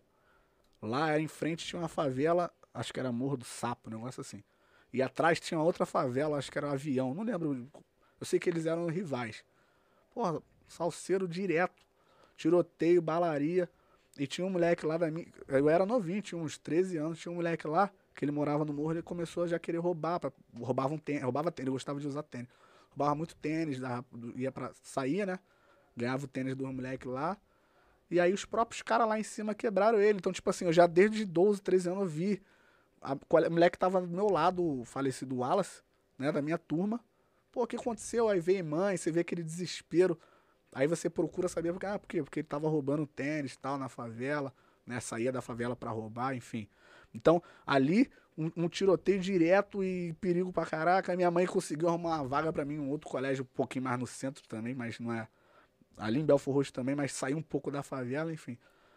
Lá em frente tinha uma favela, acho que era Morro do Sapo, um negócio assim. E atrás tinha outra favela, acho que era um Avião, não lembro. Eu sei que eles eram rivais. Porra, salseiro direto. Tiroteio, balaria. E tinha um moleque lá da minha... Eu era novinho, tinha uns 13 anos. Tinha um moleque lá, que ele morava no morro, ele começou a já querer roubar. Roubava tênis, ele gostava de usar tênis. Roubava muito tênis, saía, né? Ganhava o tênis do moleque lá. E aí os próprios caras lá em cima quebraram ele. Então, tipo assim, eu já desde 12, 13 anos eu vi. O moleque tava do meu lado, o falecido Wallace, né? Da minha turma. Pô, o que aconteceu? Aí veio mãe, você vê aquele desespero. Aí você procura saber, por quê? Porque ele tava roubando tênis e tal na favela, né? Saía da favela pra roubar, enfim. Então, ali, um tiroteio direto e perigo pra caraca. Minha mãe conseguiu arrumar uma vaga pra mim em um outro colégio, um pouquinho mais no centro também, mas não é... Ali em Belfort Roxo também, mas saiu um pouco da favela, enfim.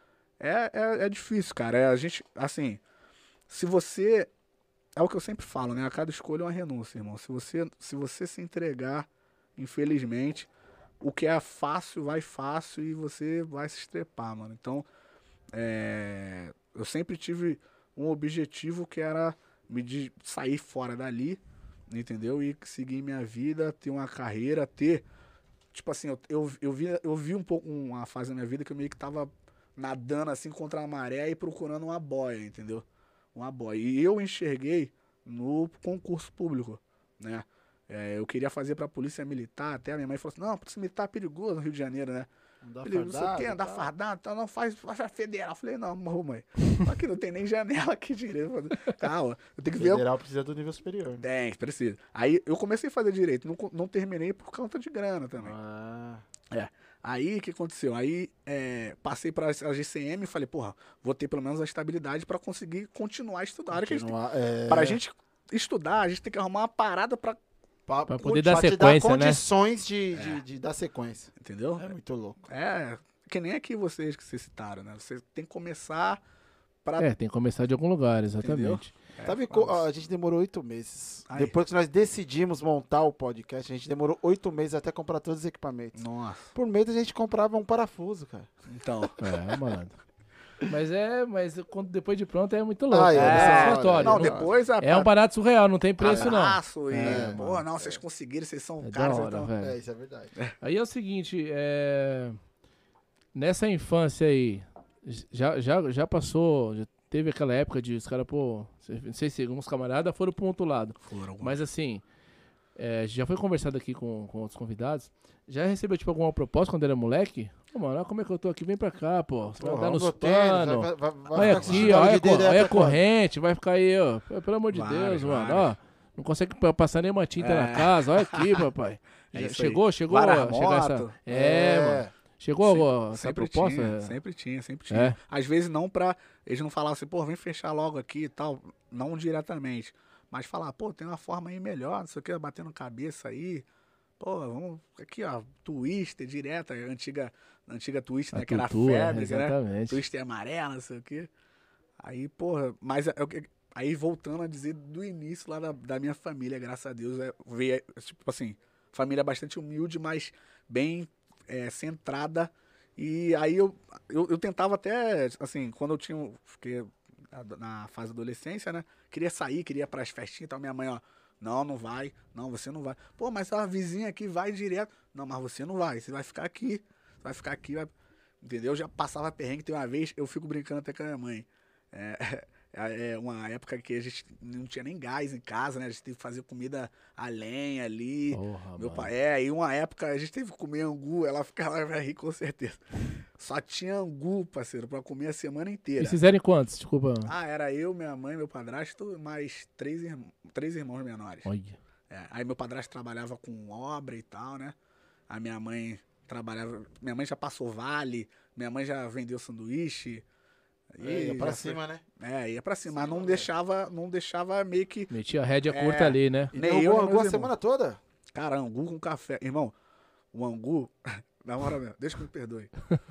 É difícil, cara. A gente, assim, se você... É o que eu sempre falo, né? A cada escolha é uma renúncia, irmão. Se você se entregar, infelizmente, o que é fácil vai fácil e você vai se estrepar, mano. Então, eu sempre tive um objetivo que era sair fora dali, entendeu? E seguir minha vida, ter uma carreira, ter tipo assim, eu vi um pouco uma fase da minha vida que eu meio que tava nadando assim contra a maré e procurando uma boia, entendeu? Uma boia. E eu enxerguei no concurso público, né? Eu queria fazer pra polícia militar, até a minha mãe falou assim, não, polícia militar é perigoso no Rio de Janeiro, né? Não sei o que, andar fardado, então não faz federal. Eu falei, não, mãe, aqui não tem nem janela aqui direito. Calma, eu tenho que ver. Federal precisa do nível superior. Tem, precisa. Aí eu comecei a fazer direito, não terminei por conta de grana também. Aí o que aconteceu? Aí passei para a GCM e falei, porra, vou ter pelo menos a estabilidade para conseguir continuar a estudar. Para a gente estudar, a gente tem que arrumar uma parada para poder dar sequência, dar condições de dar sequência. Entendeu? É muito louco. Que nem aqui vocês que vocês citaram, né? Você tem que começar para... tem que começar de algum lugar, exatamente. Sabe, a gente demorou 8 meses. Depois que nós decidimos montar o podcast, a gente demorou 8 meses até comprar todos os equipamentos. Nossa. Por mês a gente comprava um parafuso, cara. Então. Mano. Mas depois de pronto é muito louco. É satisfatório. Não, depois... É um barato surreal, não tem preço, não. Porra, não, vocês conseguiram, vocês são caros. Então. Isso é verdade. Aí é o seguinte, nessa infância aí, já passou, já teve aquela época de os caras, pô, não sei se alguns camaradas foram pro outro lado. Mas assim, já foi conversado aqui com outros convidados, já recebeu tipo alguma proposta quando era moleque? Pô, mano, olha como é que eu tô aqui, vem pra cá, pô. Você vai dar nos panos. Olha aqui, olha a corrente, vai ficar aí, ó. Pelo amor de Deus, mano, ó. Não consegue passar nenhuma tinta na casa, olha aqui, papai. Chegou essa... mano. Chegou essa proposta? Sempre tinha. Às vezes não pra... Eles não falavam assim, pô, vem fechar logo aqui e tal. Não diretamente. Mas falar, pô, tem uma forma aí melhor, não sei o que, batendo cabeça aí. Pô, vamos aqui, ó, Twister direta, antiga Twister, né, que era febre, né? Twister amarela, não sei o que. Aí, porra, mas aí voltando a dizer do início lá da minha família, graças a Deus, veio, tipo assim, família bastante humilde, mas bem centrada. E aí eu tentava até, assim, quando eu fiquei na fase da adolescência, né, queria sair, queria ir pras festinhas e tal, minha mãe, ó, não vai, não, você não vai. Pô, mas a vizinha aqui vai direto. Não, mas você não vai, você vai ficar aqui. Entendeu? Já passava perrengue, tem uma vez, eu fico brincando até com a minha mãe. Uma época que a gente não tinha nem gás em casa, né? A gente teve que fazer comida a lenha ali. Porra, meu pai, e uma época a gente teve que comer angu, ela vai rir com certeza. Só tinha angu, parceiro, pra comer a semana inteira. E fizeram quantos? Desculpa. Era eu, minha mãe, meu padrasto, mais três irmãos menores. Olha. Aí meu padrasto trabalhava com obra e tal, né? A minha mãe trabalhava... Minha mãe já passou vale, minha mãe já vendeu sanduíche. Ia pra cima, né? Ia pra cima, mas não deixava meio que... Metia a rédea curta ali, né? E nem eu, angu a semana toda? Cara, angu com café. Irmão, o angu... Na hora mesmo, deixa que me perdoe.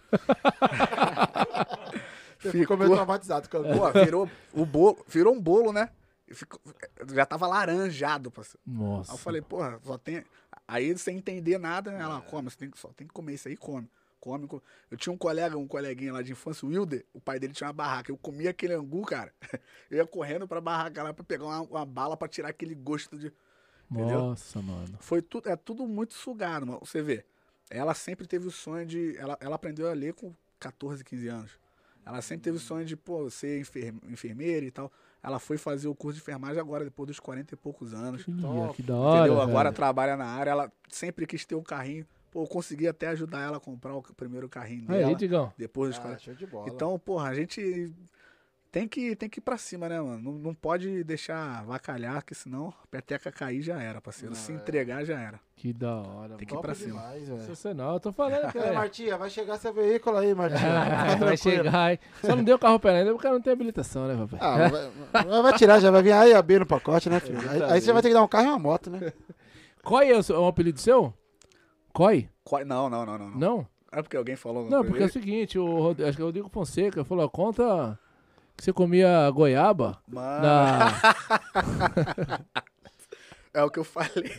Ficou meio traumatizado com o angu. Virou um bolo, né? Já tava laranjado, parceiro. Nossa. Aí eu falei, porra, só tem... Aí, sem entender nada, ela come, só tem que comer isso aí, come. Eu tinha um coleguinha lá de infância, o Wilder, o pai dele tinha uma barraca. Eu comia aquele angu, cara. Eu ia correndo pra barraca lá pra pegar uma bala pra tirar aquele gosto de... Entendeu? Nossa, mano. É tudo muito sugado, mano. Você vê, ela sempre teve o sonho de... Ela aprendeu a ler com 14, 15 anos. Ela sempre teve o sonho de, pô, ser enfermeira e tal. Ela foi fazer o curso de enfermagem agora, depois dos 40 e poucos anos. Que da hora, entendeu? Agora trabalha na área. Ela sempre quis ter um carrinho. Pô, eu consegui até ajudar ela a comprar o primeiro carrinho dela. Aí, Digão. Depois dos 40. Show de bola. Então, porra, a gente tem que ir pra cima, né, mano? Não pode deixar avacalhar, que senão a peteca cair já era, parceiro. Se entregar já era. Que da hora. Tem que ir pra cima. Sensacional, eu tô falando, cara. Martinha, vai chegar seu veículo aí, Martinha. Vai chegar aí. Só não deu carro pra ela ainda, porque ela não tem habilitação, né, papai? Vai tirar, já vai vir A e a B no pacote, né, filho? Aí você vai ter que dar um carro e uma moto, né? Coi é o apelido seu? Coi? Não. Não? É porque alguém falou. Não, porque é o seguinte, acho que é o Rodrigo Fonseca falou, conta que você comia goiaba. Mano. É o que eu falei.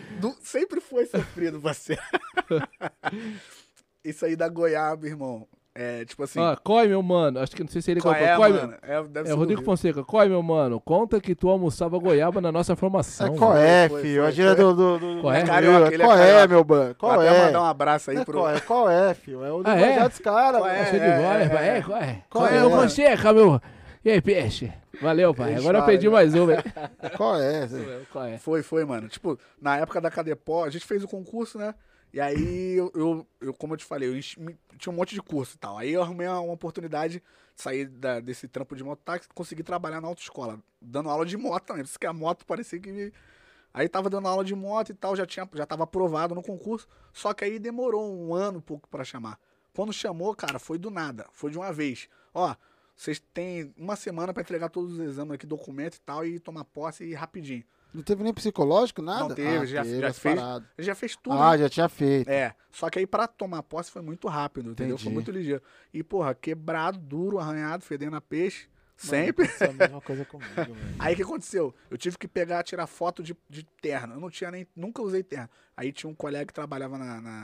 Sempre foi sofrido, parceiro. Isso aí da goiaba, irmão. tipo assim... Coi, meu mano. Acho que não sei se ele Qual colocou. é, Coi, mano? Deve ser Rodrigo do Rio. Fonseca. Coi, meu mano. Conta que tu almoçava goiaba na nossa formação. É qual é, Foi, filho? foi, A gira foi. do Qual é? Carioca, ele é Qual é, carioca. meu banco? Qual Vou até é? mandar um abraço aí pro... Qual é, filho? É o Ah, é? linguajar dos caras, Qual mano. Show de bola, pai. Qual é? Qual é, Qual é, mano? Fonseca, meu? E aí, peixe? Valeu, pai. Deixa Agora eu eu perdi falar, mais um, velho. Qual é? Zé? Qual é? Foi, mano. Tipo, na época da Cadepó, a gente fez o concurso, né? E aí, eu como eu te falei, tinha um monte de curso e tal. Aí eu arrumei uma oportunidade de sair desse trampo de mototáxi e conseguir trabalhar na autoescola, dando aula de moto também. Por isso que a moto parecia que... Aí tava dando aula de moto e tal, já tava aprovado no concurso. Só que aí demorou um ano e pouco pra chamar. Quando chamou, cara, foi do nada. Foi de uma vez. Ó, vocês têm uma semana pra entregar todos os exames aqui, documento e tal, e tomar posse e rapidinho. Não teve nem psicológico, nada? Não teve, já as fez. paradas. Já fez tudo. Ah, já tinha feito. Só que aí pra tomar posse foi muito rápido, entendeu? Foi Entendi. muito ligeiro. E, porra, quebrado, duro, arranhado, fedendo a peixe. Sempre. Mano, aconteceu a mesma coisa comigo, velho. Aí o que aconteceu? Eu tive que tirar foto de terno. Eu não tinha nunca usei terno. Aí tinha um colega que trabalhava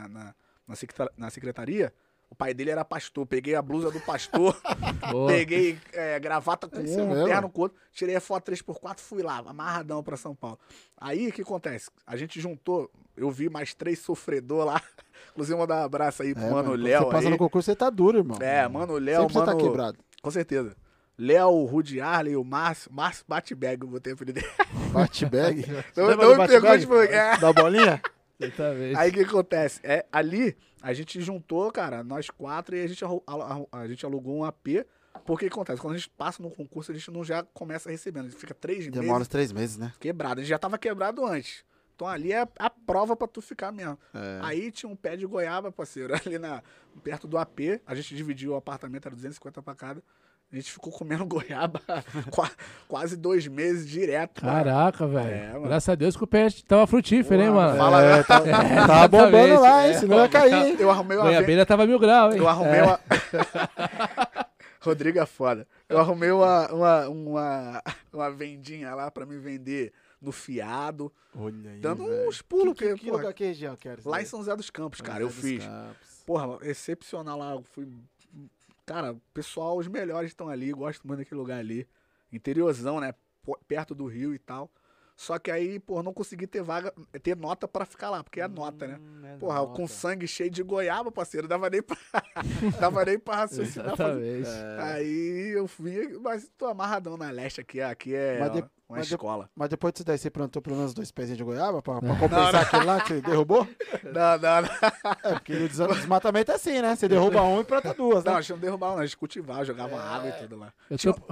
na secretaria. O pai dele era pastor. Peguei a blusa do pastor, Boa. peguei gravata com isso um, mesmo? terno com outro, tirei a foto 3x4, fui lá, amarradão pra São Paulo. Aí o que acontece? A gente juntou, eu vi mais 3 sofredor lá. Inclusive, mandar um abraço aí pro Mano Quando Léo. Você passa aí. no concurso, você tá duro, irmão. Mano Léo, Sempre você tá quebrado. Com certeza. Léo, Rudy Arley, o Márcio Batbag, eu botei apelido dele. Bate-bag. Não Lembra me do bate-bag? pergunte por quê. Da bolinha? Exatamente. Aí o que acontece? Ali, a gente juntou, cara, nós 4 e a gente alugou um AP. Porque o que acontece? Quando a gente passa no concurso, a gente não já começa recebendo. A gente fica 3 meses Demora uns 3 meses, né? quebrado. A gente já tava quebrado antes. Então ali é a prova pra tu ficar mesmo. É. Aí tinha um pé de goiaba, parceiro, ali perto do AP. A gente dividiu o apartamento, era 250 pra cada. A gente ficou comendo goiaba quase 2 meses direto. mano. Caraca, velho. mano. Graças a Deus que o pé tava frutífero, hein, mano? Fala, É, tá bombando lá, hein? é. Senão vai cair, hein? Eu arrumei uma Goiabeira tava 1000 graus, hein? Eu arrumei uma. Rodrigo é foda. Eu arrumei uma vendinha lá pra me vender no fiado, Olha aí, dando velho. uns pulos. Que porra, lugar que região que era? lá em São José dos Campos, cara, eu fiz. Porra, excepcional lá. Fui. Cara, o pessoal, os melhores estão ali, gosto muito daquele lugar ali. Interiorzão, né? Perto do rio e tal. Só que aí, pô, não consegui ter nota pra ficar lá, porque é a nota, né? Porra, com sangue cheio de goiaba, parceiro, dava nem pra raciocinar. Exatamente. Aí eu fui, mas tô amarradão na leste aqui é uma escola. Mas depois disso daí, você plantou pelo menos 2 pezinhos de goiaba pra compensar aquele lá que você derrubou? Não. É, porque o desmatamento é assim, né? Você derruba um e planta 2, né? Não, a gente não derrubava, não. A gente cultivava, jogava água e tudo lá.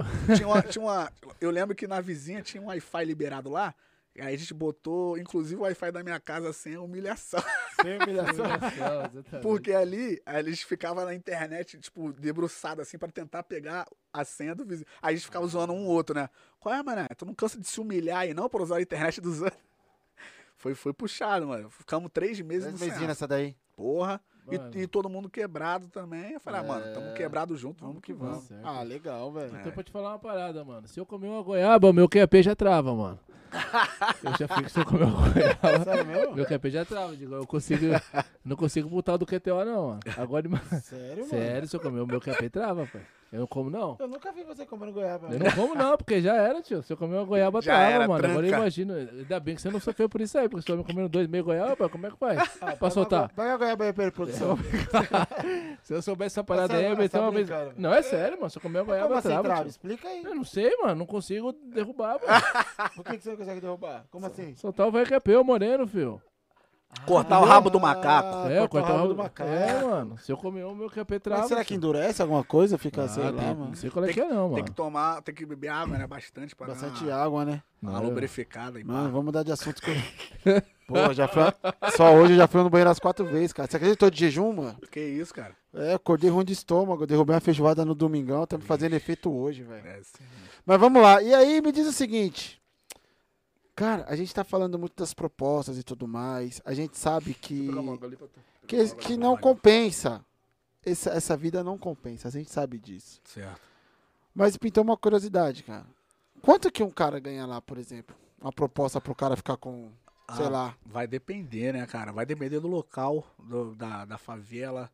Eu Eu lembro que na vizinha tinha um Wi-Fi liberado lá. Aí a gente botou, inclusive, o Wi-Fi da minha casa sem humilhação. Sem humilhação. Porque ali, eles ficavam na internet, tipo, debruçado assim, pra tentar pegar a senha do vizinho. Aí a gente ficava zoando um outro, né? Qual é, mané? Tu não cansa de se humilhar aí, não, por usar a internet dos outros? Foi puxado, mano. Ficamos 3 meses 3 no mesinhos centro. nessa daí. Porra. Mano. E todo mundo quebrado também. Eu falei, mano, tamo quebrado junto, vamos que vamos. Certo. Ah, legal, velho. Então, pra te falar uma parada, mano. Se eu comer uma goiaba, meu QAP já trava, mano. Eu já fico se eu comer uma goiaba. Sério mesmo? Meu QAP já trava. Digo, não consigo botar o do QTO, não, mano. Agora, Sério, mano? sério, se eu comer o meu QAP trava, pai. Eu não como, não. Eu nunca vi você comendo goiaba. Eu não como, não, porque já era, tio. Se eu comer uma goiaba, Já trava, era, mano. Agora eu tranca. imagino. Ainda bem que você não sofreu por isso aí, porque se eu me comendo 2 meio goiaba, como é que faz? Pra soltar. Pega a goiaba aí pra ele, produção. Se eu soubesse essa parada sério, aí, eu ia mas meter tá uma vez. brincando. Não, é sério, mano. Se eu comer uma goiaba, Como assim trava. trava? Tio. Explica aí. Eu não sei, mano. Não consigo derrubar, mano. Por que você não consegue derrubar? Como assim? Soltar o velho QAP, o moreno, filho. Cortar o rabo do macaco. Cortar o rabo do macaco. É, mano. Se eu comer o meu QAP trava. Mas será que filho. endurece alguma coisa? Fica, sei lá, tem- mano. Não sei qual é que é, não, Tem mano. que tomar, tem que beber água, né? Bastante pra Bastante dar água, né? uma lubrificada. E Mano, pá. vamos mudar de assunto. Pô, já fui... Só hoje eu já fui no banheiro as 4 vezes, cara. Você acredita que eu tô de jejum, mano? Que isso, cara? É, acordei ruim de estômago. Derrubei uma feijoada no domingão. Tá me fazendo efeito hoje, velho. É, sim. Mas vamos lá. E aí, me diz o seguinte. Cara, a gente tá falando muito das propostas e tudo mais. A gente sabe que não compensa. Essa vida não compensa. A gente sabe disso. Certo. Mas pintou uma curiosidade, cara. Quanto que um cara ganha lá, por exemplo? Uma proposta pro cara ficar com, sei lá. Vai depender, né, cara? Vai depender do local, da favela,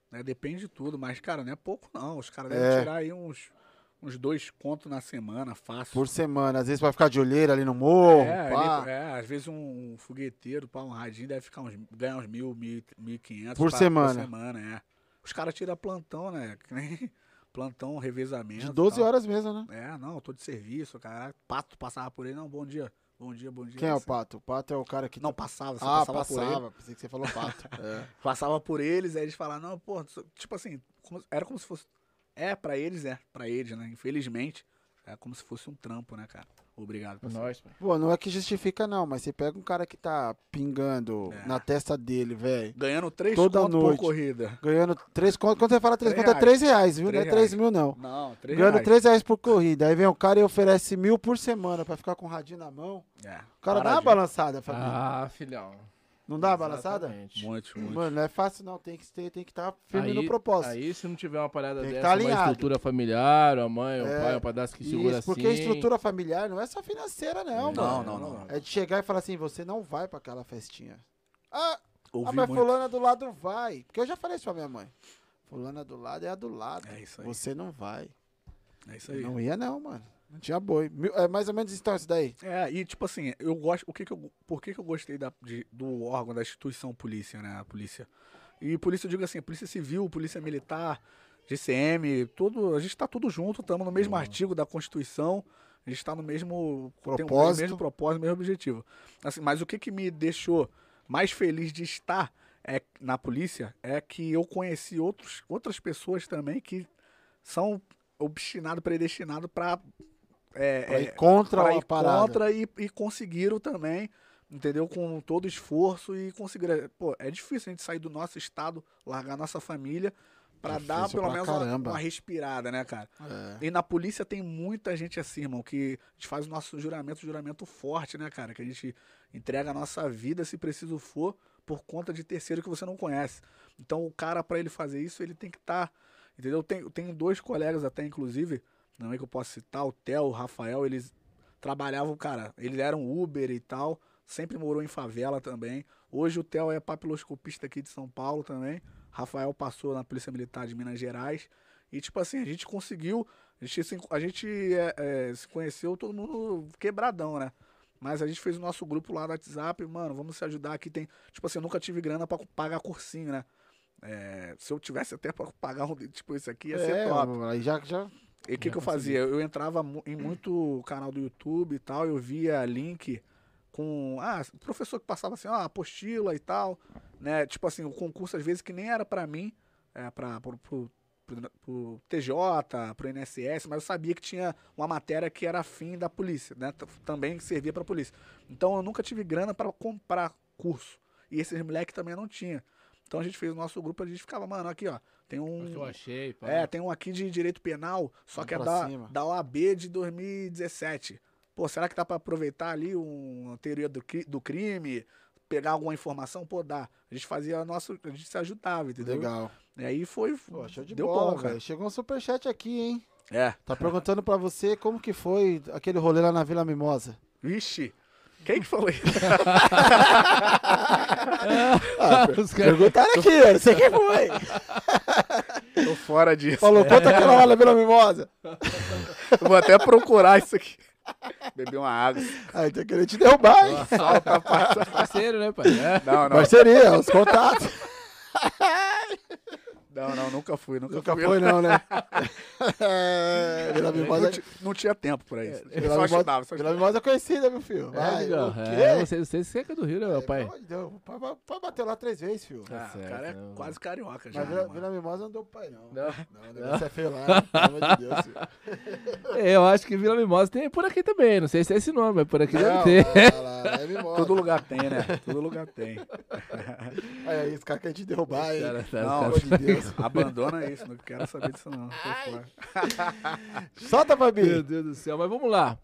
né? Depende de tudo, mas, cara, não é pouco não. Os caras devem tirar aí uns 2 contos na semana, fácil. Por semana, às vezes vai ficar de olheira ali no morro, pá. Às vezes um fogueteiro, pá, um radinho deve ganhar uns 1.000, 1.500 Por semana. Por semana, Os caras tiram plantão, né? Que nem plantão, revezamento. De 12 tal. horas mesmo, né? Não, eu tô de serviço, cara. Pato passava por ele, não, bom dia. Bom dia. Quem é o Pato? O Pato é o cara que... Não, passava, você passava por ele. Pensei que você falou Pato. Passava por eles, aí eles falavam, não, pô, tipo assim, era como se fosse... pra eles, né? Infelizmente, é como se fosse um trampo, né, cara? Obrigado, pessoal. Nós, pai. Pô, não é que justifica não, mas você pega um cara que tá pingando na testa dele, velho. Ganhando 3 toda conto noite por corrida. Ganhando 3 conto. Quando você fala 3 conto, é R$3, 3 reais, viu? Não é 3 mil, não. Não, 3 Ganhando reais. 3 reais por corrida. Aí vem um cara e oferece 1.000 por semana pra ficar com o radinho na mão. O cara dá uma balançada, Fabinho. Ah, filhão. Não dá uma balançada? Exatamente. Muito. Mano, não é fácil não. Tem que estar firme no propósito. Aí, se não tiver uma parada Tem que dessa, tá uma alinhado. estrutura familiar, a mãe, o pai, o padrasto que segura Isso, assim. porque a estrutura familiar não é só financeira, não, mano. Não. É de chegar e falar assim, você não vai pra aquela festinha. Ouvi Mas muito. fulana do lado vai. Porque eu já falei isso pra minha mãe. Fulana do lado é a do lado. É isso aí. Você não vai. É isso aí. Não ia não, mano. Não tinha boi. É mais ou menos então isso daí. E tipo assim, eu gosto. Por que eu gostei do órgão, da instituição polícia, né? A polícia. E polícia, eu digo assim, polícia civil, polícia militar, GCM, tudo. A gente tá tudo junto, estamos no mesmo artigo da Constituição. A gente tá no mesmo Propósito. Tem o mesmo propósito, mesmo objetivo. Assim, mas o que me deixou mais feliz de estar na polícia é que eu conheci outras pessoas também que são obstinados, predestinados para ir contra pra a ir parada. contra e conseguiram também, entendeu? Com todo esforço e conseguiram. Pô, é difícil a gente sair do nosso estado, largar nossa família pra Difícil dar pelo pra menos caramba. uma respirada, né, cara? E na polícia tem muita gente assim, irmão, que a gente faz o nosso juramento forte, né, cara? Que a gente entrega a nossa vida, se preciso for, por conta de terceiro que você não conhece. Então o cara, pra ele fazer isso, ele tem que estar, entendeu? Tenho 2 colegas até, inclusive, não é que eu posso citar, o Theo, o Rafael, eles trabalhavam, cara, eles eram Uber e tal, sempre morou em favela também. Hoje o Theo é papiloscopista aqui de São Paulo também. Rafael passou na Polícia Militar de Minas Gerais. E, tipo assim, a gente conseguiu, a gente se conheceu todo mundo quebradão, né? Mas a gente fez o nosso grupo lá no WhatsApp, mano, vamos se ajudar aqui. Tem, tipo assim, eu nunca tive grana pra pagar cursinho, né? Se eu tivesse até pra pagar tipo isso aqui, ia ser top. Aí já... E o que eu fazia? Eu entrava em muito canal do YouTube e tal, eu via link com... professor que passava assim, apostila e tal, né? Tipo assim, o concurso às vezes que nem era pra mim, pro TJ, pro INSS, mas eu sabia que tinha uma matéria que era afim da polícia, né? Também servia pra polícia. Então eu nunca tive grana pra comprar curso. E esses moleques também não tinha. Então a gente fez o nosso grupo, a gente ficava, mano, aqui ó, tem um... Eu achei, pá. tem um aqui de direito penal, só que é da OAB de 2017. Pô, será que dá pra aproveitar ali uma teoria do crime, pegar alguma informação? Pô, dá. A gente fazia a gente se ajudava, entendeu? Legal. E aí foi, Pô, show de deu bola, bom, cara. velho. Chegou um superchat aqui, hein? É. Tá perguntando pra você como que foi aquele rolê lá na Vila Mimosa. Vixe, quem que falou isso? Perguntaram aqui, eu não sei quem foi. Tô fora disso. Falou, conta aquela lá na Vila Mimosa. Vou até procurar isso aqui. Beber uma água. Aí tá querendo te derrubar, hein? Solta, Parceiro, né, pai? Não. Parceria, os contatos. Não, nunca fui. Nunca foi não, né? Vila Mimosa... Não tinha tempo pra isso. Vila Só Mimosa, ajudava. Vila Mimosa é conhecida, meu filho. Vai, Miguel. o quê? Você seca do Rio, né, meu pai? Pelo amor de Deus, pode bater lá 3 vezes, filho. O certo, cara é não. quase carioca já. Mas mano. Vila Mimosa não deu pro pai, não. Não. Não, o negócio é feio lá, pelo amor de Deus, filho. Eu acho que Vila Mimosa tem por aqui também. Não sei se é esse nome, mas por aqui Não, deve ter. lá é Mimosa. Todo lugar tem, né? Todo lugar tem. Aí, esse cara quer te derrubar, hein? Cara, Pelo Não, amor de Deus. abandona isso. Não quero saber disso, não. Tô fora. Solta, Meu Fabi. Deus do céu, mas vamos lá.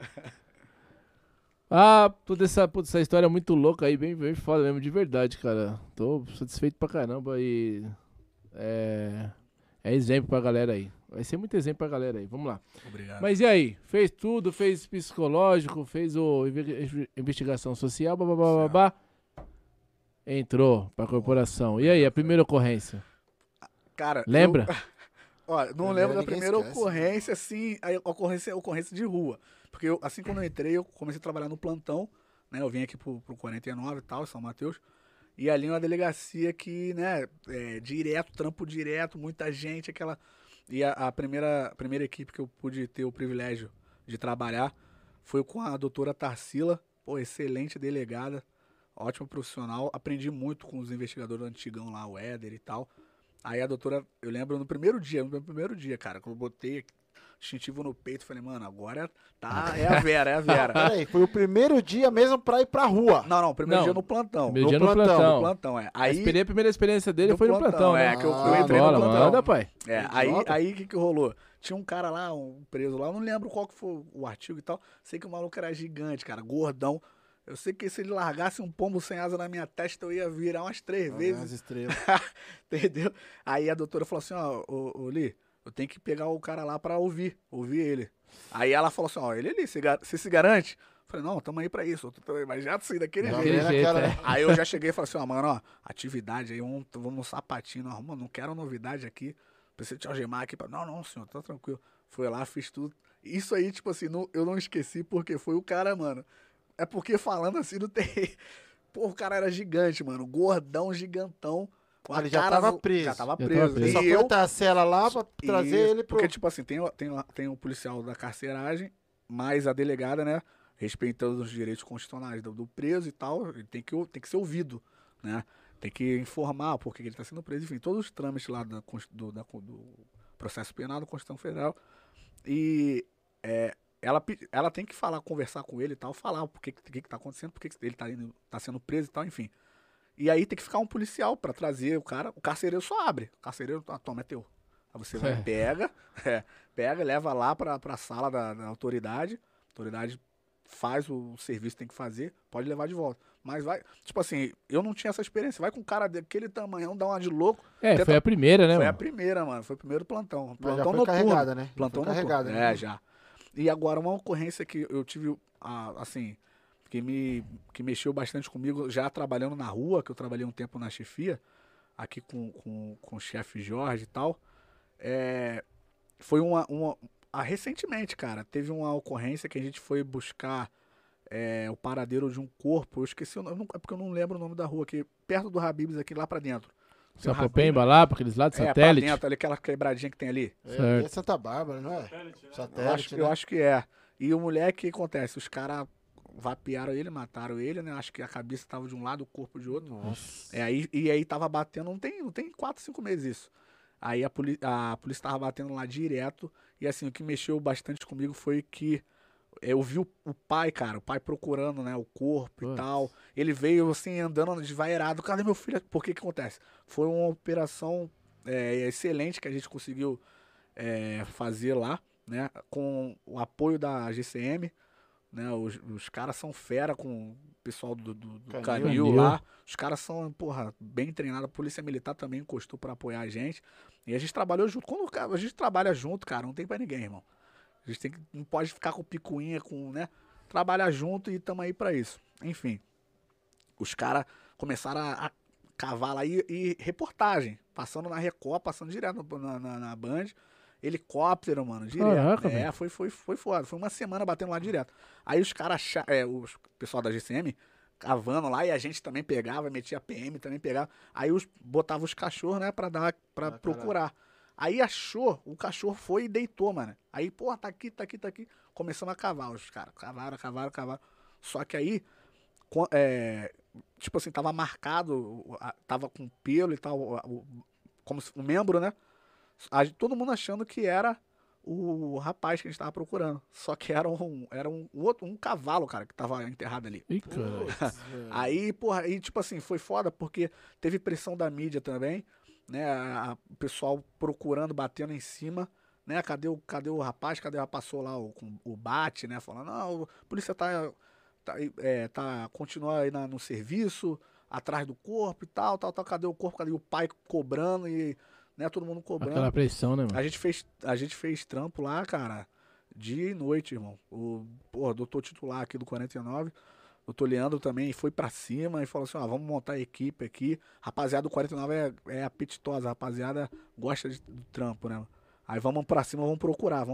Toda essa história é muito louca aí, bem, bem foda mesmo, de verdade, cara. Tô satisfeito pra caramba e é exemplo pra galera aí. Vai ser muito exemplo pra galera aí, vamos lá. Obrigado. Mas e aí? Fez tudo, fez psicológico, fez investigação social, babá. Entrou pra corporação. E aí, a primeira ocorrência? Cara, Lembra? Ó, não lembro da ninguém primeira esquece. ocorrência, assim, a ocorrência de rua. Porque assim quando eu entrei, eu comecei a trabalhar no plantão, né? Eu vim aqui pro 49 e tal, São Mateus. E ali uma delegacia que, né, direto, trampo direto, muita gente, aquela... E a primeira equipe que eu pude ter o privilégio de trabalhar foi com a doutora Tarsila, pô, excelente delegada, ótima profissional. Aprendi muito com os investigadores antigão lá, o Éder e tal. Aí a doutora, eu lembro no meu primeiro dia, cara, quando eu botei distintivo no peito, falei, mano, agora tá, é a Vera. Peraí, foi o primeiro dia mesmo pra ir pra rua. Não, primeiro Não, dia no plantão. Primeiro dia no no plantão, plantão. No plantão, A primeira experiência dele no foi no plantão, plantão, né? que eu Ah, entrei no bola, plantão. manda, pai. Aí o que rolou? Tinha um cara lá, um preso lá, eu não lembro qual que foi o artigo e tal. Sei que o maluco era gigante, cara, gordão. Eu sei que se ele largasse um pombo sem asa na minha testa, eu ia virar umas 3 As vezes. estrelas. Entendeu? Aí a doutora falou assim, ó, ô Li, eu tenho que pegar o cara lá pra ouvir ele. Aí ela falou assim, ó, ele, você se garante? Eu falei, não, tamo aí pra isso, mas já assim, daquele Já jeito. vem naquela, é. né? Aí eu já cheguei e falei assim, ó, mano, ó, atividade aí, vamos no sapatinho, não quero novidade aqui, preciso te algemar aqui. Não, senhor, tá tranquilo. Foi lá, fiz tudo. Isso aí, tipo assim, eu não esqueci porque foi o cara, mano. É porque falando assim, não tem... Pô, o cara era gigante, mano, gordão, gigantão. Com a Ele já cara tava preso. Já tava Já tava preso. preso. Só E foi eu... a Tarsila lá pra trazer ele pro... Porque, tipo assim, tem um policial da carceragem, mais a delegada, né? Respeitando os direitos constitucionais do preso e tal, ele tem que ser ouvido, né? Tem que informar por que ele está sendo preso, enfim, todos os trâmites lá do processo penal da Constituição Federal. E ela tem que conversar com ele e tal, falar o que tá acontecendo, por que ele tá sendo preso e tal, enfim. E aí tem que ficar um policial pra trazer o cara. O carcereiro só abre. O carcereiro, toma, é teu. Aí você vai, pega, leva lá pra sala da autoridade. A autoridade faz o serviço que tem que fazer, pode levar de volta. Mas vai, tipo assim, eu não tinha essa experiência. Vai com um cara daquele tamanhão, dá uma de louco. Foi a primeira, né, Foi a mano? primeira, mano. Foi o primeiro plantão. Mas Plantão já foi noturno. carregada, né? Plantão foi carregada, noturno. né? Já. E agora uma ocorrência que eu tive, assim, que mexeu bastante comigo, já trabalhando na rua, que eu trabalhei um tempo na chefia, aqui com o chefe Jorge e tal. Foi recentemente, cara, teve uma ocorrência que a gente foi buscar o paradeiro de um corpo. Eu esqueci, é porque eu não lembro o nome da rua aqui, perto do Habib's aqui, lá pra dentro. Tem o Sapopemba lá, pra aqueles lados, pra satélite. dentro, ali, aquela quebradinha que tem ali. É Santa Bárbara, não é? Satélite, Eu acho que é. E o moleque, o que acontece? Os caras vapearam ele, mataram ele, né? Acho que a cabeça tava de um lado, o corpo de outro. Nossa. E aí tava batendo, não tem 4, 5 meses isso. Aí a polícia tava batendo lá direto. E assim, o que mexeu bastante comigo foi que eu vi o pai, cara, o pai procurando, né, o corpo e tal. Ele veio, assim, andando desvairado. Cadê meu filho? Por que acontece? Foi uma operação excelente que a gente conseguiu fazer lá, né, com o apoio da GCM, né, os caras são fera com o pessoal do Canil lá. Os caras são, porra, bem treinados. A Polícia Militar também encostou pra apoiar a gente. E a gente trabalhou junto. Quando a gente trabalha junto, cara, não tem pra ninguém, irmão. A gente não pode ficar com picuinha, né? Trabalhar junto e tamo aí pra isso. Enfim, os caras começaram a cavar lá e reportagem. Passando na Record, passando direto na Band. Helicóptero, mano, direto. Caraca, foi foda. Foi uma semana batendo lá direto. Aí os caras, o pessoal da GCM, cavando lá, e a gente também pegava, metia PM, também pegava. Aí botava os cachorros, né, pra procurar. Caralho. Aí achou, o cachorro foi e deitou, mano. Aí, porra, tá aqui. Começamos a cavar, os caras. Cavaram. Só que aí, tipo assim, tava marcado, tava com pelo e tal, como um membro, né? Todo mundo achando que era o rapaz que a gente tava procurando. Só que era um cavalo, cara, que tava enterrado ali. Ih, caralho. Aí, porra, tipo assim, foi foda porque teve pressão da mídia também, né? O pessoal procurando, batendo em cima, né? Cadê o rapaz? Passou lá o bate, né? Falando, não, a polícia continua aí no serviço, atrás do corpo e tal. Cadê o corpo? Cadê o pai cobrando e, né, todo mundo cobrando. Aquela pressão, né, mano? A gente fez trampo lá, cara, dia e noite, irmão. O doutor titular aqui do 49 Doutor Leandro também foi pra cima e falou assim, ó, vamos montar a equipe aqui. Rapaziada do 49 é apetitosa, a rapaziada gosta do trampo, né? Aí vamos pra cima, vamos procurar.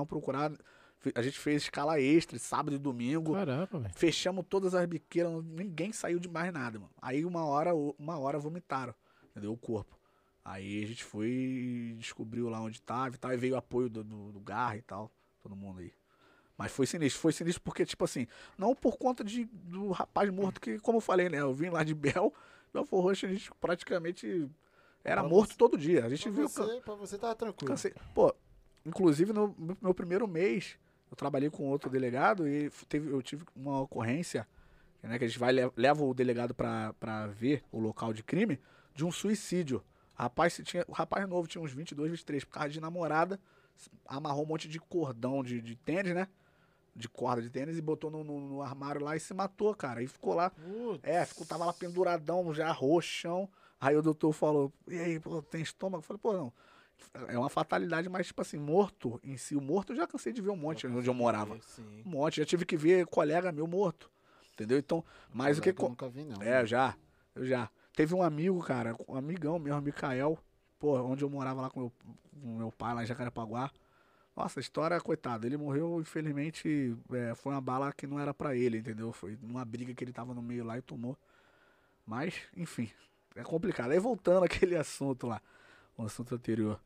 A gente fez escala extra, sábado e domingo. Caraca, velho. Fechamos todas as biqueiras, ninguém saiu de mais nada, mano. Aí uma hora vomitaram, entendeu? O corpo. Aí a gente foi e descobriu lá onde tava e tal, e veio o apoio do Garra e tal, todo mundo aí. Mas foi sinistro porque, tipo assim, não por conta do rapaz morto, que, como eu falei, né, eu vim lá de Belfort Roxo, a gente praticamente era morto todo dia. A gente viu... Pra você tava tranquilo. Cansei. Pô, inclusive no meu primeiro mês, eu trabalhei com outro delegado e eu tive uma ocorrência, né, que a gente leva o delegado pra ver o local de crime, de um suicídio. O rapaz novo tinha uns 22, 23, por causa de namorada, amarrou um monte de cordão de tênis, né? De corda de tênis e botou no armário lá e se matou, cara. E ficou lá. Tava lá penduradão, já roxão. Aí o doutor falou, e aí, pô, tem estômago? Eu falei, pô, não. É uma fatalidade, mas, tipo assim, morto em si. O morto eu já cansei de ver um monte onde eu morava. Sim. Um monte. Já tive que ver colega meu morto. Entendeu? Então, mas o que... Eu nunca vi, não. Eu já. Teve um amigo, cara, um amigão mesmo, Micael, pô, onde eu morava lá com meu pai, lá em Jacarepaguá. Nossa, a história, coitado, ele morreu, infelizmente, foi uma bala que não era pra ele, entendeu? Foi numa briga que ele tava no meio lá e tomou. Mas, enfim, é complicado. Aí voltando àquele assunto lá, o assunto anterior.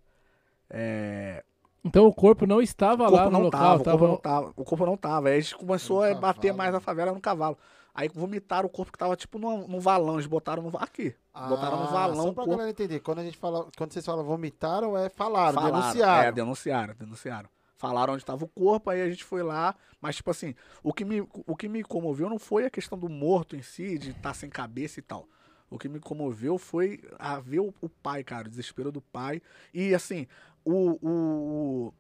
Então o corpo não estava lá no local? O corpo não tava. Aí a gente começou a bater cavalo. mais na favela no cavalo. Aí vomitaram o corpo que tava tipo num valão, eles botaram aqui. Botaram no valão. Só pra galera entender, quando vocês falam vomitaram, falaram, denunciaram. Falaram onde tava o corpo, aí a gente foi lá, mas tipo assim, o que me comoveu não foi a questão do morto em si, de estar sem cabeça e tal. O que me comoveu foi a ver o pai, cara, o desespero do pai. E assim, o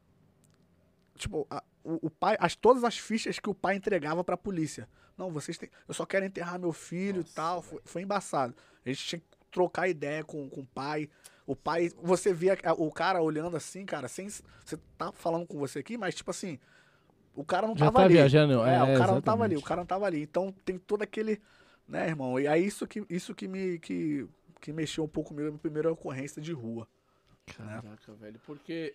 pai, todas as fichas que o pai entregava pra polícia. Não, eu só quero enterrar meu filho e tal. Foi embaçado. A gente tinha que trocar ideia com o pai. O pai, você via o cara olhando assim, cara, sem você tá falando com você aqui, mas tipo assim, o cara não tava ali. Viajando, o cara exatamente. não tava ali. Então tem todo aquele, né, irmão? E aí isso que mexeu um pouco comigo, a minha primeira ocorrência de rua. Caraca, velho, porque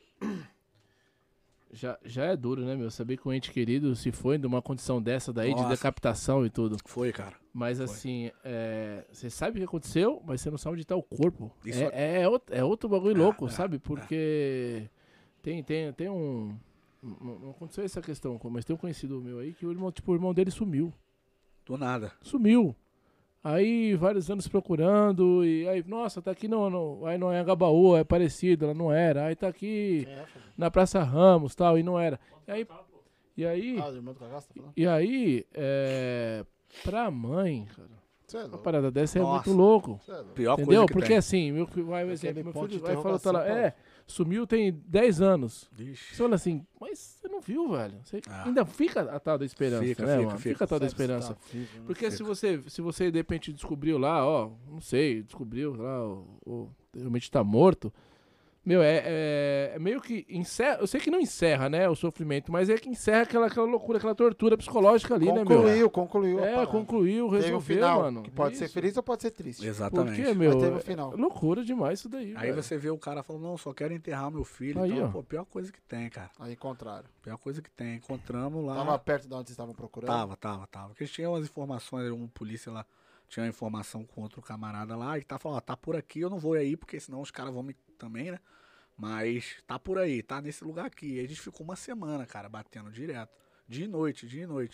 já é duro, né, meu? Saber que um ente querido se foi numa condição dessa daí, de decapitação e tudo. Foi, cara. Mas assim, você sabe o que aconteceu, mas você não sabe onde tá o corpo. Isso É outro bagulho louco, sabe? Porque tem um... Não aconteceu essa questão, mas tem um conhecido meu aí que o irmão dele sumiu. Do nada. Sumiu. Aí, vários anos procurando, e aí, nossa, tá aqui aí não é Agabaú, é parecido, ela não era. Aí tá aqui na Praça Ramos, tal, e não era. E aí, pra mãe, cara, uma parada dessa é muito louco. Pior entendeu? coisa que Porque tem. assim, meu filho vai falar, tá lá, sumiu tem 10 anos. Ixi. Você olha assim, mas você não viu, velho. Você ainda fica a tal da esperança, né, mano? Fica a tal da esperança. Porque se você de repente descobriu lá, ó, não sei, descobriu lá, realmente tá morto, meu, é meio que encerra, eu sei que não encerra, né, o sofrimento, mas é que encerra aquela loucura, aquela tortura psicológica ali, né, meu? Concluiu. Concluiu, Teve resolveu, um final, mano. que pode ser feliz ou pode ser triste. Exatamente. Porque, meu, Mas teve um final. Loucura demais isso daí, Aí velho. você vê o cara falando, não, só quero enterrar meu filho. Aí, Então, ó. pô, pior coisa que tem, cara. Aí encontraram. Pior coisa que tem. Encontramos lá. Tava perto de onde vocês estavam procurando? Tava. Porque eles tinham umas informações, um polícia lá tinha uma informação com outro camarada lá e tá falando, ó, tá por aqui, eu não vou aí, porque senão os caras vão me também, né? Mas tá por aí, tá nesse lugar aqui. E a gente ficou uma semana, cara, batendo direto. Dia e noite.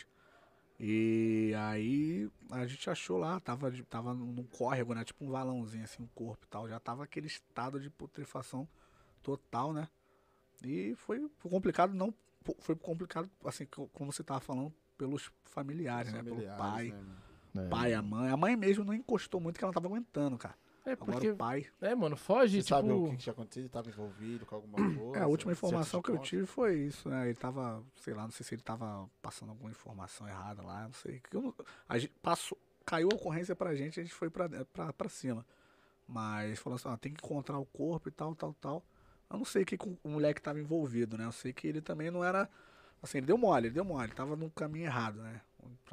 E aí a gente achou lá, tava num córrego, né? Tipo um valãozinho, assim, um corpo e tal. Já tava aquele estado de putrefação total, né? E foi complicado, não. Foi complicado, assim, como você tava falando, pelos familiares, né? Pelo pai. Né, Pai, a mãe. A mãe mesmo não encostou muito, que ela não tava aguentando, cara. Porque, agora o pai. mano, foge, Você sabe o tipo... que tinha acontecido? Estava envolvido com alguma coisa? A última informação que eu Você tive foi isso, né? Ele tava, sei lá, não sei se ele tava passando alguma informação errada lá, não sei. A gente caiu a ocorrência pra gente, a gente foi pra cima. Mas falou assim, ó, tem que encontrar o corpo e tal. Eu não sei o que o moleque tava envolvido, né? Eu sei que ele também não era, assim, ele deu mole, tava no caminho errado, né?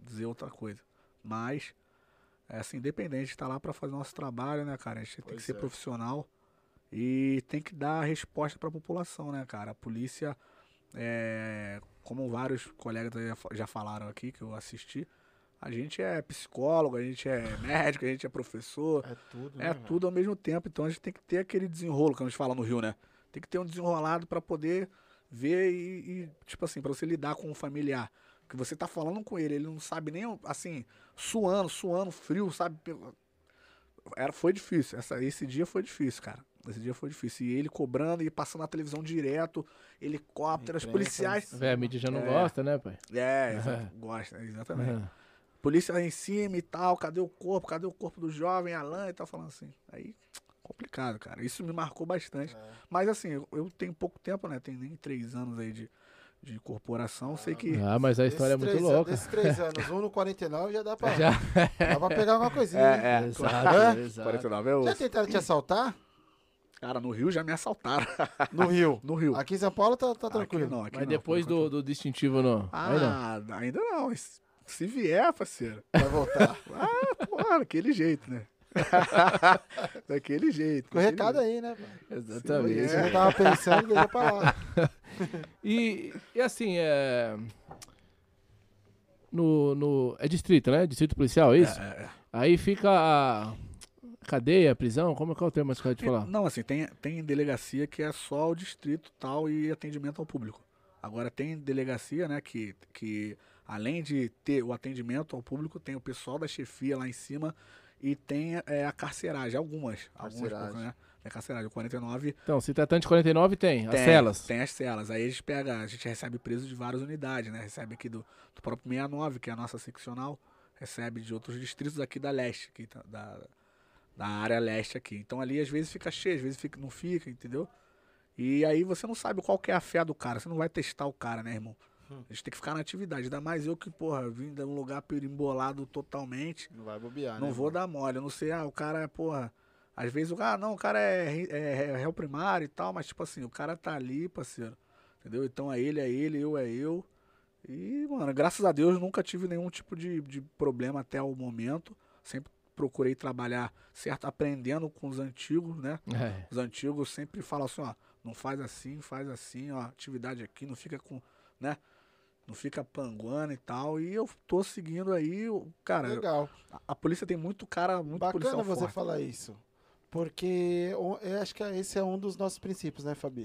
dizer outra coisa. Mas, é assim, independente, a gente tá lá pra fazer nosso trabalho, né, cara? A gente tem que ser profissional e tem que dar a resposta pra população, né, cara? A polícia, como vários colegas já falaram aqui, que eu assisti, a gente é psicólogo, a gente é médico, a gente é professor. É tudo, É tudo ao mesmo tempo. Então a gente tem que ter aquele desenrolo, que a gente fala no Rio, né? Tem que ter um desenrolado pra poder ver e, tipo assim, pra você lidar com um familiar. Que você tá falando com ele não sabe nem, assim, suando, frio, sabe? Foi difícil. Esse dia foi difícil, cara. Esse dia foi difícil. E ele cobrando e passando na televisão direto, helicópteros, policiais. A mídia já não gosta, né, pai? Gosta, exatamente. Polícia lá em cima e tal, cadê o corpo? Cadê o corpo do jovem Alan? E tal, falando assim. Aí, complicado, cara. Isso me marcou bastante. Mas assim, eu tenho pouco tempo, né? Tenho nem 3 anos aí de corporação. Sei que... mas a história é muito louca. Desses 3 anos, 1 no 49 já dá pra... Já. Dá pra pegar alguma coisinha. Exato. 49 é o... Já tentaram te assaltar? Cara, no Rio já me assaltaram. No Rio? No Rio. Aqui em São Paulo tá tranquilo. Aqui não, aqui Mas não, depois do distintivo, não. Aí não. ainda não. Se vier, parceiro. Vai voltar. Daquele jeito, né? Daquele jeito. Com o recado aí, né? Exatamente. Você não tava pensando, deixa pra lá. E assim, é distrito, né? Distrito policial, é isso? Aí fica a cadeia, a prisão, como é que é o termo mais correto de falar? Não, assim, tem delegacia que é só o distrito tal e atendimento ao público. Agora tem delegacia, né, que além de ter o atendimento ao público, tem o pessoal da chefia lá em cima e tem a carceragem, algumas poucas, né? É carceragem, o 49... Então, se tratando de 49, tem as celas. Tem as celas. Aí a gente recebe presos de várias unidades, né? Recebe aqui do próprio 69, que é a nossa seccional, recebe de outros distritos aqui da leste, aqui, da área leste aqui. Então ali às vezes fica cheio, às vezes não fica, entendeu? E aí você não sabe qual que é a fé do cara, você não vai testar o cara, né, irmão? A gente tem que ficar na atividade, ainda mais eu que, porra, vim de um lugar perimbolado totalmente. Não vai bobear, né? Não vou dar mole, eu não sei, o cara, porra, às vezes o cara é réu primário e tal, mas tipo assim, o cara tá ali, parceiro, entendeu? Então ele, eu é eu. E, mano, graças a Deus nunca tive nenhum tipo de problema até o momento, sempre procurei trabalhar certo, aprendendo com os antigos, né? Os antigos sempre falam assim, ó, não faz assim, ó, atividade aqui, não fica com, né? Não fica panguando e tal, e eu tô seguindo aí, cara. Legal. A polícia tem muito cara, muito policial Bacana você forte. falar isso, porque eu acho que esse é um dos nossos princípios, né, Fabi?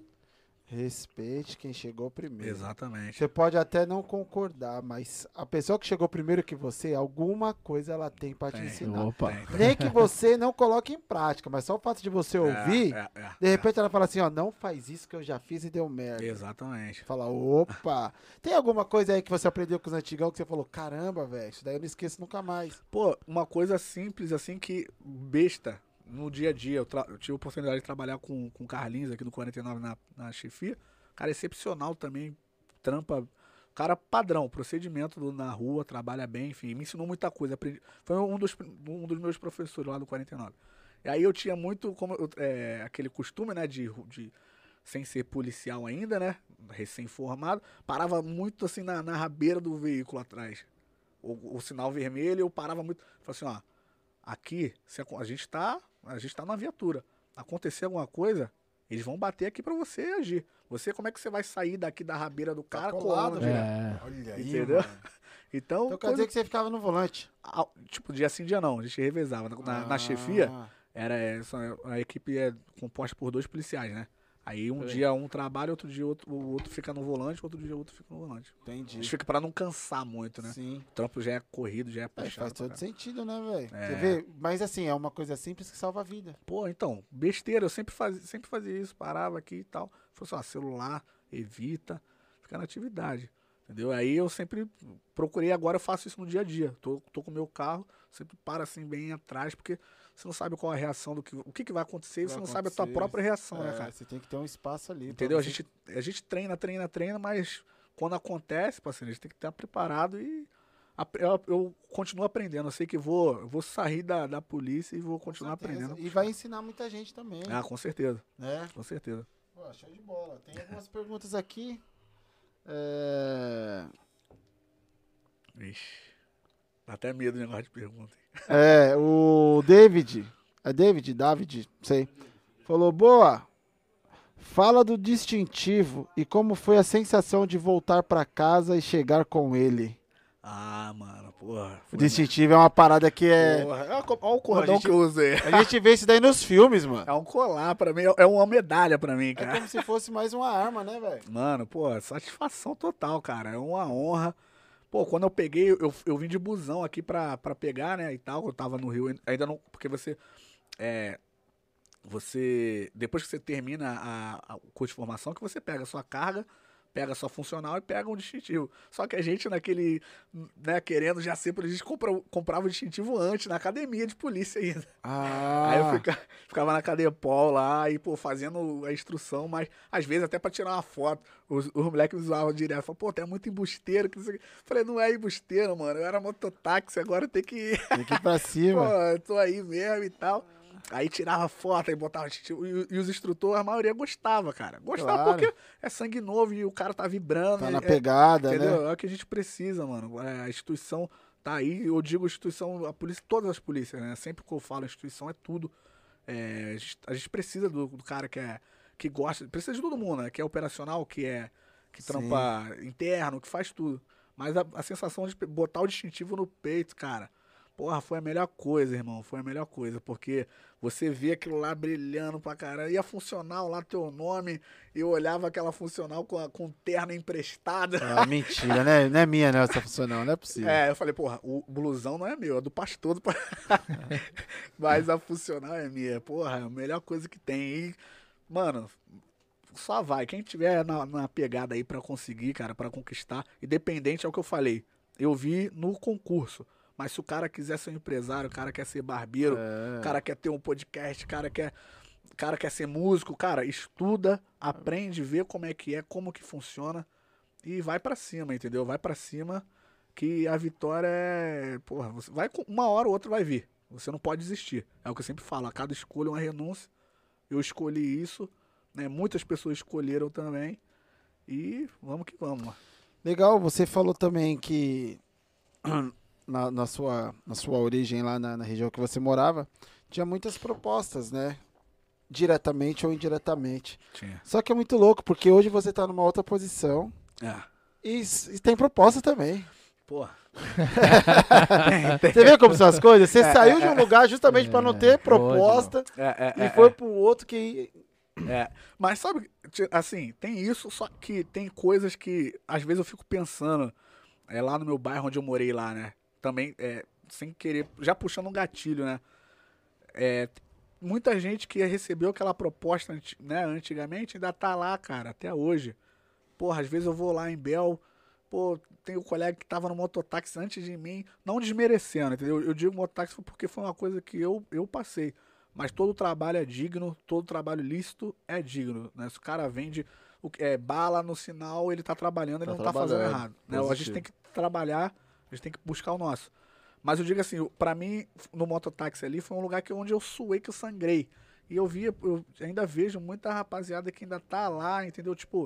Respeite quem chegou primeiro. Exatamente. Você pode até não concordar, mas a pessoa que chegou primeiro que você, alguma coisa ela tem pra te ensinar. Opa. Nem que você não coloque em prática, mas só o fato de você ouvir, de repente ela fala assim, ó, não faz isso que eu já fiz e deu merda. Exatamente. Fala, opa, tem alguma coisa aí que você aprendeu com os antigão que você falou, caramba, velho, isso daí eu não esqueço nunca mais. Pô, uma coisa simples assim que besta. No dia a dia, eu tive a oportunidade de trabalhar com o Carlinhos aqui no 49 na chefia. Cara excepcional também, trampa, cara padrão, procedimento na rua, trabalha bem, enfim, me ensinou muita coisa. Aprendi, foi um dos meus professores lá do 49. E aí eu tinha muito aquele costume, né, de sem ser policial ainda, né, recém-formado, parava muito assim na rabeira do veículo atrás. O sinal vermelho, eu parava muito, falei assim, ó, aqui, a gente tá na viatura. Acontecer alguma coisa, eles vão bater aqui pra você agir. Você, como é que você vai sair daqui da rabeira do cara colado, Olha aí, entendeu? mano. Então Quer dizer que você ficava no volante. Tipo, dia sim, dia não. A gente revezava. Na chefia, a equipe é composta por 2 policiais, né? Aí dia um trabalha, outro dia o outro fica no volante, outro dia o outro fica no volante. Entendi. A gente fica pra não cansar muito, né? Sim. O trampo já é corrido, já é puxado. Faz todo sentido, né, velho? Você vê, mas assim, é uma coisa simples que salva a vida. Pô, então, besteira, eu sempre fazia isso, parava aqui e tal. Fosse celular, evita, fica na atividade. Entendeu? Aí eu sempre procurei, agora eu faço isso no dia a dia. Tô com o meu carro, sempre paro assim bem atrás, porque você não sabe qual a reação o que vai acontecer, e você não sabe a tua própria reação, né, cara? Você tem que ter um espaço ali. Entendeu? A gente treina, mas quando acontece, parceiro, a gente tem que estar preparado e eu continuo aprendendo. Eu sei que eu vou sair da polícia e vou continuar aprendendo. E vai ensinar muita gente também. Com certeza. Né? Com certeza. Pô, show de bola. Tem algumas perguntas aqui. Vixe. Dá até medo do negócio de pergunta. O David. É David? David? Sei. Falou, boa. Fala do distintivo e como foi a sensação de voltar pra casa e chegar com ele. Ah, mano, porra. O distintivo é uma parada que é... Porra, olha o cordão que eu usei. A gente vê isso daí nos filmes, mano. É um colar pra mim, é uma medalha pra mim, É cara. como se fosse mais uma arma, né, velho? Mano, pô, satisfação total, cara. É uma honra. Pô, quando eu peguei, eu vim de busão aqui pra pegar, né, e tal. Eu tava no Rio, ainda não... Porque você... Depois que você termina o curso de formação, que você pega a sua carga, pega a sua funcional e pega um distintivo. Só que a gente naquele, né, querendo já ser polícia, a gente comprava o distintivo antes, na academia de polícia ainda. Aí eu ficava na Cadepol lá e, pô, fazendo a instrução, mas às vezes até pra tirar uma foto. Os moleques me zoavam direto. Falavam, pô, tu é muito embusteiro. Que não sei o quê. Falei, não é embusteiro, mano. Eu era mototáxi, agora tem que ir. Tem que ir pra cima. Pô, eu tô aí mesmo e tal. Aí tirava foto, aí botava distintivo. E os instrutores, a maioria gostava, cara. Gostava Claro. porque é sangue novo e o cara tá vibrando. Tá na pegada, entendeu? né? É o que a gente precisa, mano. A instituição tá aí. Eu digo instituição, a polícia, todas as polícias, né? Sempre que eu falo instituição é tudo. A gente precisa do cara que gosta. Precisa de todo mundo, né? Que é operacional, que trampa interno, que faz tudo. Mas a sensação de botar o distintivo no peito, cara. Porra, foi a melhor coisa, irmão. Foi a melhor coisa. Porque você vê aquilo lá brilhando pra caramba. E a funcional lá, teu nome. Eu olhava aquela funcional com terno emprestada. Ah, mentira, né? Não é minha, né? Essa funcional, não é possível. Eu falei, porra, o blusão não é meu, é do pastor. Mas a funcional é minha. Porra, é a melhor coisa que tem. E, mano, só vai. Quem tiver na pegada aí pra conseguir, cara, pra conquistar, independente é o que eu falei. Eu vi no concurso. Mas se o cara quiser ser um empresário, o cara quer ser barbeiro, o cara quer ter um podcast, o cara quer ser músico, cara, estuda, aprende, vê como é, como que funciona e vai pra cima, entendeu? Vai pra cima que a vitória é... Porra, você vai, uma hora ou outra vai vir. Você não pode desistir. É o que eu sempre falo, a cada escolha é uma renúncia. Eu escolhi isso, né? Muitas pessoas escolheram também e vamos que vamos. Legal, você falou também que... Na sua origem lá na região que você morava, tinha muitas propostas, né? Diretamente ou indiretamente. Tinha. Só que é muito louco, porque hoje você tá numa outra posição e tem proposta também. Porra. Você vê como são as coisas? Você saiu de um lugar justamente para não ter proposta e foi pro outro que... Mas sabe, assim, tem isso, só que tem coisas que às vezes eu fico pensando, lá no meu bairro onde eu morei lá, né? Também, sem querer, já puxando um gatilho, né? Muita gente que recebeu aquela proposta, né, antigamente ainda tá lá, cara, até hoje. Porra, às vezes eu vou lá em Bel, pô, tem um colega que tava no mototáxi antes de mim, não desmerecendo, entendeu? Eu digo mototáxi porque foi uma coisa que eu passei. Mas todo trabalho é digno, todo trabalho lícito é digno, né? Se o cara vende bala no sinal, ele tá trabalhando, ele não tá fazendo errado, né? A gente tem que trabalhar, a gente tem que buscar o nosso. Mas eu digo assim, pra mim, no mototáxi ali, foi um lugar onde eu suei, que eu sangrei. E eu ainda vejo muita rapaziada que ainda tá lá, entendeu? Tipo,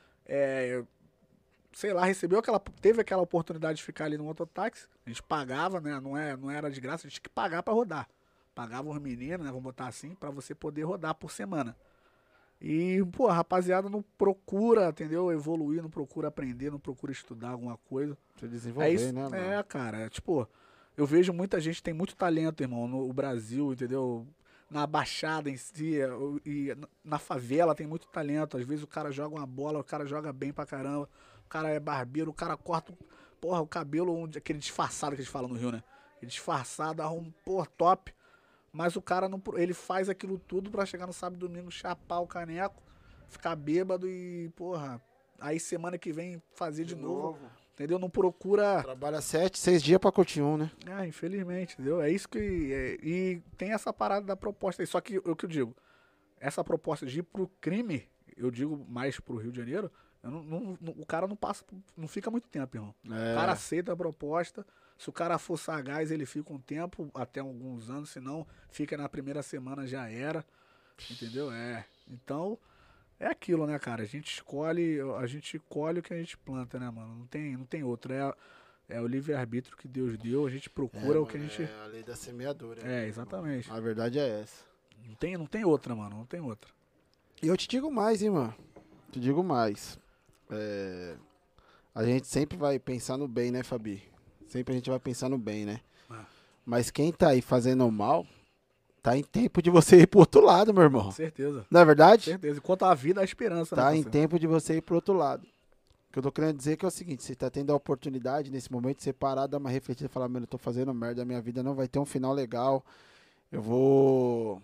sei lá, teve aquela oportunidade de ficar ali no mototáxi, a gente pagava, né? Não era de graça, a gente tinha que pagar pra rodar. Pagava os meninos, né? Vamos botar assim, pra você poder rodar por semana. E, pô, a rapaziada não procura, entendeu? Evoluir, não procura aprender, não procura estudar alguma coisa. Se desenvolver, isso, né, mano? Cara, tipo, eu vejo muita gente, tem muito talento, irmão, no Brasil, entendeu? Na Baixada em si, e na favela tem muito talento. Às vezes o cara joga uma bola, o cara joga bem pra caramba, o cara é barbeiro, o cara corta, porra, o cabelo, aquele disfarçado que a gente fala no Rio, né? Aquele disfarçado, arruma, porra, top. Mas o cara não, ele faz aquilo tudo pra chegar no sábado e domingo, chapar o caneco, ficar bêbado e, porra, aí semana que vem fazer de novo. Entendeu? Não procura... Trabalha 7, 6 dias pra curtir um, né? Infelizmente, entendeu? É isso que... E tem essa parada da proposta aí. Só que, o que eu digo, essa proposta de ir pro crime, eu digo mais pro Rio de Janeiro, o cara não fica muito tempo, irmão. O cara aceita a proposta... Se o cara for sagaz, ele fica um tempo, até alguns anos, senão fica na primeira semana, já era, entendeu? Então, é aquilo, né, cara? A gente colhe o que a gente planta, né, mano? Não tem outro. É o livre-arbítrio que Deus deu, a gente procura o que a gente... É a lei da semeadura. Exatamente. A verdade é essa. Não tem outra, mano, não tem outra. E eu te digo mais, hein, mano. Te digo mais. A gente sempre vai pensar no bem, né, Fabi? Sempre a gente vai pensar no bem, né? Mas quem tá aí fazendo mal, tá em tempo de você ir pro outro lado, meu irmão. Com certeza. Não é verdade? Com certeza. Enquanto a vida, a esperança, né, Tá em parceiro? tempo de você ir pro outro lado. O que eu tô querendo dizer é que é o seguinte, você tá tendo a oportunidade nesse momento de você parar, dar uma refletida e falar, mano, eu tô fazendo merda, a minha vida não vai ter um final legal, eu vou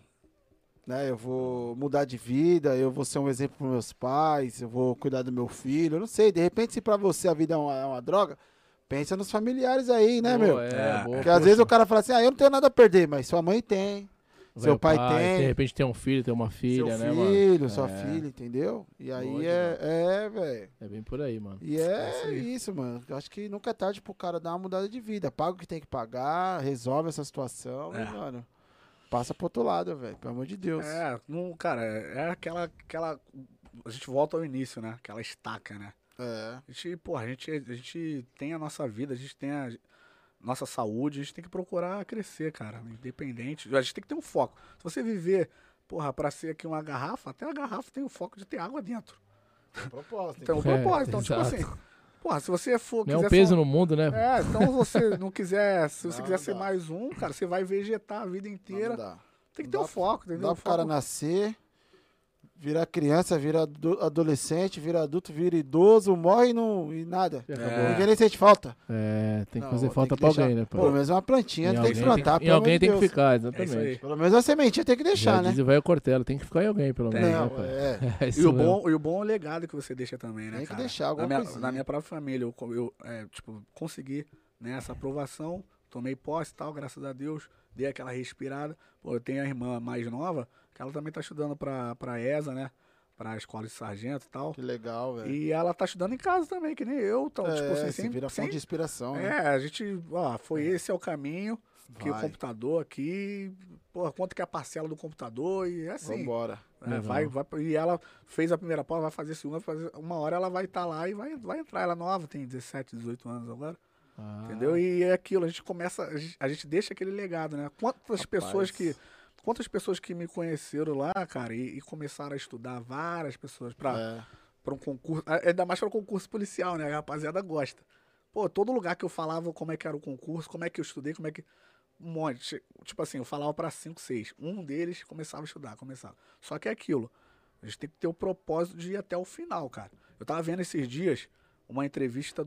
mudar de vida, eu vou ser um exemplo pros meus pais, eu vou cuidar do meu filho, eu não sei, de repente se pra você a vida é uma droga, pensa nos familiares aí, né, meu? Boa, Porque às vezes o cara fala assim, eu não tenho nada a perder, mas sua mãe tem. Seu pai tem. De repente tem um filho, tem uma filha, seu né, mano? filho, sua filha, entendeu? E aí Boa, velho. É bem por aí, mano. E isso, mano. Eu acho que nunca é tarde pro cara dar uma mudada de vida. Paga o que tem que pagar, resolve essa situação e, mano, passa pro outro lado, velho. Pelo amor de Deus. Cara, é aquela... A gente volta ao início, né? Aquela estaca, né? A gente tem a nossa vida, a gente tem a nossa saúde, a gente tem que procurar crescer, cara, independente. A gente tem que ter um foco. Se você viver, pra ser aqui uma garrafa, até a garrafa tem o foco de ter água dentro. Tem propósito. Então, então tipo assim, se você for... Não é um peso no mundo, né? Então você não quiser, se você quiser ser mais um, cara, você vai vegetar a vida inteira. Não dá. Tem que ter um foco, entendeu? Dá pro cara nascer, virar criança, virar adolescente, virar adulto, vira idoso, morre e nada. Ninguém nem sente falta. Tem que fazer falta pra alguém, né, pô? Pelo menos uma plantinha tem que plantar. E alguém tem que ficar, exatamente. Pelo menos a sementinha tem que deixar, né? Diz o velho Cortella, tem que ficar em alguém, pelo menos. Não, E o bom é o legado que você deixa também, né, tem cara? que deixar alguma coisa. Na minha própria família, eu consegui, né, essa aprovação, tomei posse e tal, graças a Deus, dei aquela respirada. Eu tenho a irmã mais nova, que ela também tá estudando pra ESA, né? Pra escola de sargento e tal. Que legal, velho. E ela tá estudando em casa também, que nem eu. Então, você vira fonte de inspiração, né? A gente, esse é o caminho, que o computador aqui, quanto que é a parcela do computador e é assim. Vambora. E ela fez a primeira prova, vai fazer a segunda, uma hora ela vai estar lá e vai entrar. Ela é nova, tem 17, 18 anos agora. Entendeu? E é aquilo, a gente deixa aquele legado, né? Quantas pessoas que me conheceram lá, cara, e começaram a estudar, várias pessoas pra um concurso, ainda mais para concurso policial, né? A rapaziada gosta. Todo lugar que eu falava como é que era o concurso, como é que eu estudei, um monte. Tipo assim, eu falava pra 5, 6. Um deles começava a estudar, Só que é aquilo, a gente tem que ter o propósito de ir até o final, cara. Eu tava vendo esses dias uma entrevista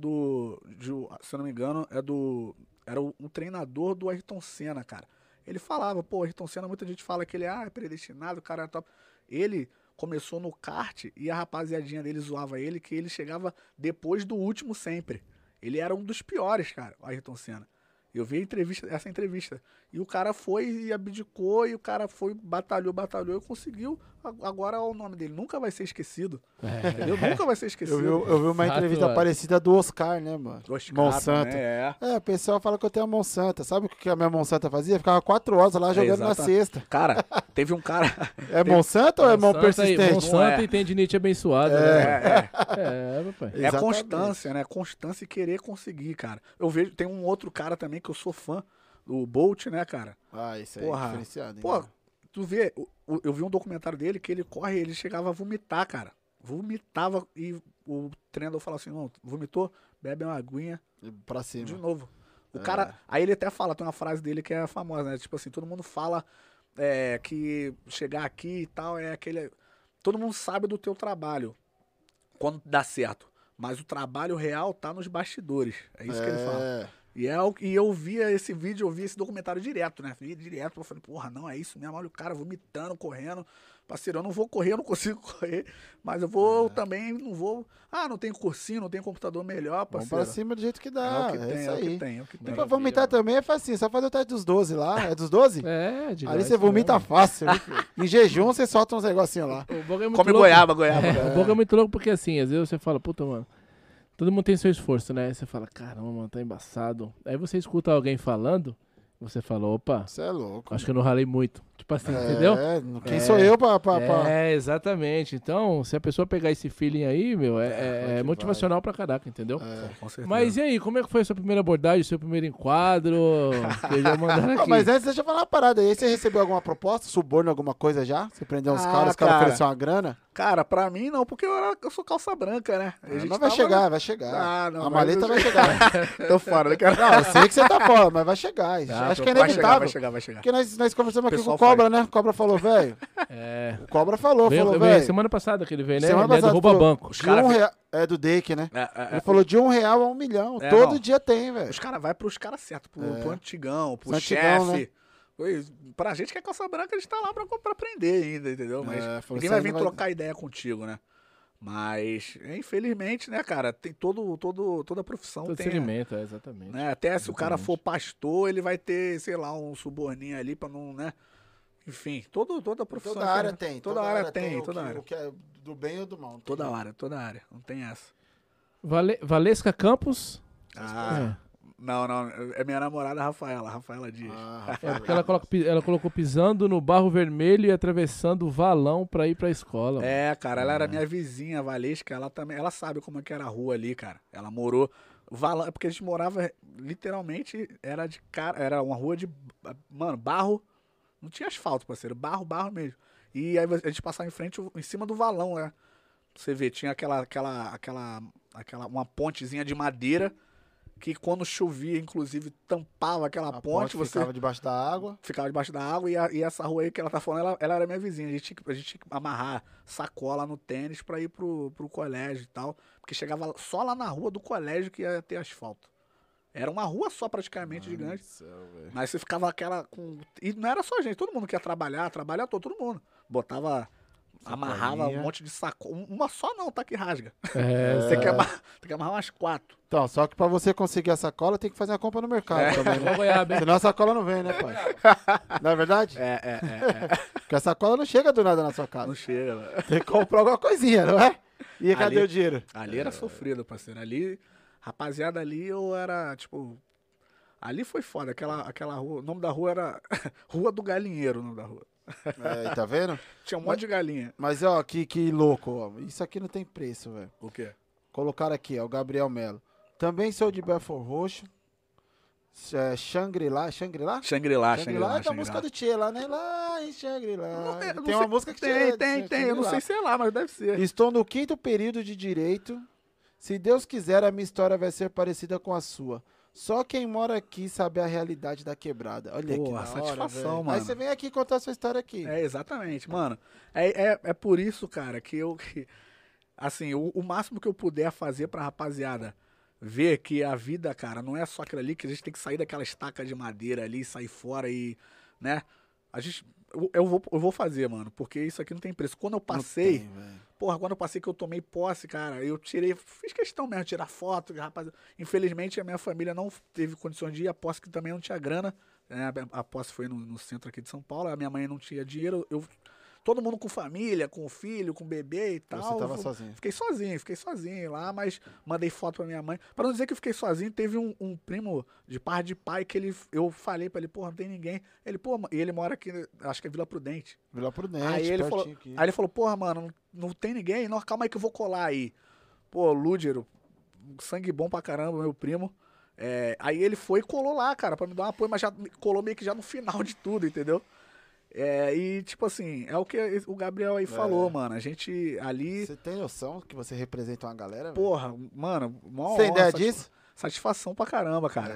se eu não me engano, era um treinador do Ayrton Senna, cara. Ele falava, Ayrton Senna, muita gente fala que ele é predestinado, o cara é top. Ele começou no kart e a rapaziadinha dele zoava ele, que ele chegava depois do último sempre. Ele era um dos piores, cara, o Ayrton Senna. Eu vi essa entrevista. E o cara foi e abdicou, e o cara foi, batalhou e conseguiu. Agora o nome dele nunca vai ser esquecido. Entendeu? Nunca vai ser esquecido. Eu vi uma entrevista parecida do Oscar, né, mano? Monsanto. Né? O pessoal fala que eu tenho a Monsanto. Sabe o que a minha Monsanto fazia? Ficava 4 horas lá jogando na cesta. Cara, teve um cara... Monsanto ou é mão persistente? Monsanto e tendinite abençoada. Né? Papai. É a constância, né? Constância e querer conseguir, cara. Eu vejo, tem um outro cara também que eu sou fã, o Bolt, né, cara? Isso aí é diferenciado, hein? Tu vê, eu vi um documentário dele que ele chegava a vomitar, cara. Vomitava e o treinador falava assim, não, vomitou, bebe uma aguinha. Pra cima. De novo. O cara, aí ele até fala, tem uma frase dele que é famosa, né? Tipo assim, todo mundo fala que chegar aqui e tal é aquele... Todo mundo sabe do teu trabalho, quando dá certo. Mas o trabalho real tá nos bastidores. É isso que ele fala. E eu via esse vídeo, eu via esse documentário direto, né? Via direto, eu falei, não, é isso mesmo, olha o cara vomitando, correndo. Parceiro, eu não vou correr, eu não consigo correr, mas eu vou também, não vou... não tem cursinho, não tem computador melhor, parceiro. Vamos pra cima do jeito que dá, é o que tem. E pra vomitar também é facinho, só fazer o teste dos 12 lá, é dos 12? Ali você vomita mesmo. Fácil. Em jejum você solta uns negocinhos lá. Come goiaba. O boca é muito louco porque assim, às vezes você fala, puta, mano, todo mundo tem seu esforço, né? Aí você fala, caramba, mano, tá embaçado. Aí você escuta alguém falando, você fala, opa, você é louco. Acho que eu não ralei muito. Tipo assim, entendeu? Quem sou eu pra... É, exatamente. Então, se a pessoa pegar esse feeling aí, meu, é motivacional pra caraca, entendeu? Com certeza. Mas e aí, como é que foi a sua primeira abordagem, seu primeiro enquadro? Que já mandaram aqui. Mas antes, deixa eu falar uma parada aí. Você recebeu alguma proposta, suborno, alguma coisa já? Você prendeu uns caras, os caras ofereceram uma grana? Cara, pra mim não, porque eu sou calça branca, né? Mas vai chegar, vai chegar. Não, a maleta vai chegar. Tô fora, né, cara? Não, eu sei que você tá fora, mas vai chegar. Acho que é inevitável. Vai chegar. Porque nós conversamos aqui com o Cobra, né? O Cobra falou, velho. O Cobra falou, velho. Semana passada que ele veio, né? Semana Ele é do passada, Rouba Banco. É do Dake, né? Ele falou de R$1 a 1 milhão. Todo dia tem, velho. Os caras vão pros caras certos, pro antigão, pro Antigão, chefe. Né? Pra gente que é calça branca, a gente tá lá pra aprender ainda, entendeu? Mas ninguém vai vir trocar ideia contigo, né? Mas, infelizmente, né, cara, tem toda a profissão Todo tem. segmento, exatamente. Né? Até se o cara for pastor, ele vai ter, sei lá, um suborninho ali pra não, né? Enfim, toda a profissão. Toda área tem. Toda área tem. O que é do bem ou do mal. Toda área. Não tem essa. Valesca Campos. Não, é minha namorada Rafaela Dias. Porque ela colocou pisando no barro vermelho e atravessando o valão pra ir pra escola. Cara, ela era minha vizinha, a Valesca, ela sabe como é que era a rua ali, cara. Ela morou, valão, porque a gente morava, literalmente, era uma rua de, mano, barro, não tinha asfalto, parceiro, barro mesmo. E aí a gente passava em cima do valão, né? Você vê, tinha uma pontezinha de madeira, que quando chovia, inclusive, tampava aquela ponte. Você ficava debaixo da água. Ficava debaixo da água e essa rua aí que ela tá falando, ela era minha vizinha. A gente tinha que amarrar sacola no tênis pra ir pro colégio e tal. Porque chegava só lá na rua do colégio que ia ter asfalto. Era uma rua só praticamente gigante. Mas você ficava E não era só a gente, todo mundo que ia trabalhar todo mundo. Amarrava um monte de sacola. Uma só não, tá que rasga. Tem que amarrar umas 4. Então, só que pra você conseguir a sacola, tem que fazer a compra no mercado também, né? Senão a sacola não vem, né, pai? Não é verdade? Porque a sacola não chega do nada na sua casa. Não chega, mano. Tem que comprar alguma coisinha, não é? E cadê o dinheiro? Ali era sofrido, parceiro. Ali, rapaziada, ali eu era, tipo... Ali foi foda. Aquela rua... O nome da rua era Rua do Galinheiro, o nome da rua. Tá vendo? Tinha um monte de galinha. Mas, ó, que louco, ó. Isso aqui não tem preço, velho. O quê? Colocaram aqui, ó, o Gabriel Melo. Também sou de Belfort Roxo. Shangri-La. Shangri-La é da música do Tchê lá, né? Lá em Shangri-La. Tem uma música que tem. Eu não sei se é lá, mas deve ser. Estou no 5º período de Direito. Se Deus quiser, a minha história vai ser parecida com a sua. Só quem mora aqui sabe a realidade da quebrada. Olha que da satisfação, hora, mano. Aí você vem aqui contar a sua história aqui. Exatamente, mano. É por isso, cara, que assim, o máximo que eu puder fazer pra rapaziada ver que a vida, cara, não é só aquilo ali, que a gente tem que sair daquela estaca de madeira ali, sair fora e, né? Eu vou fazer, mano, porque isso aqui não tem preço. Quando eu passei, quando eu passei que eu tomei posse, cara, fiz questão mesmo de tirar foto, rapaz. Infelizmente a minha família não teve condições de ir, a posse que também não tinha grana, né? A posse foi no centro aqui de São Paulo, a minha mãe não tinha dinheiro, todo mundo com família, com filho, com bebê e tal. Você tava sozinho? Fiquei sozinho lá, mas mandei foto pra minha mãe. Pra não dizer que eu fiquei sozinho, teve um primo de par de pai que eu falei pra ele, porra, não tem ninguém. Ele, e ele mora aqui, acho que é Vila Prudente. Vila Prudente, aí ele falou, porra, mano, não tem ninguém? Não, calma aí que eu vou colar aí. Pô, Lúdero, sangue bom pra caramba, meu primo. Aí ele foi e colou lá, cara, pra me dar um apoio, mas já colou meio que já no final de tudo, entendeu? E tipo assim, é o que o Gabriel aí falou, mano. A gente ali... Você tem noção que você representa uma galera? Porra, mano, você tem ideia disso? Satisfação pra caramba, cara.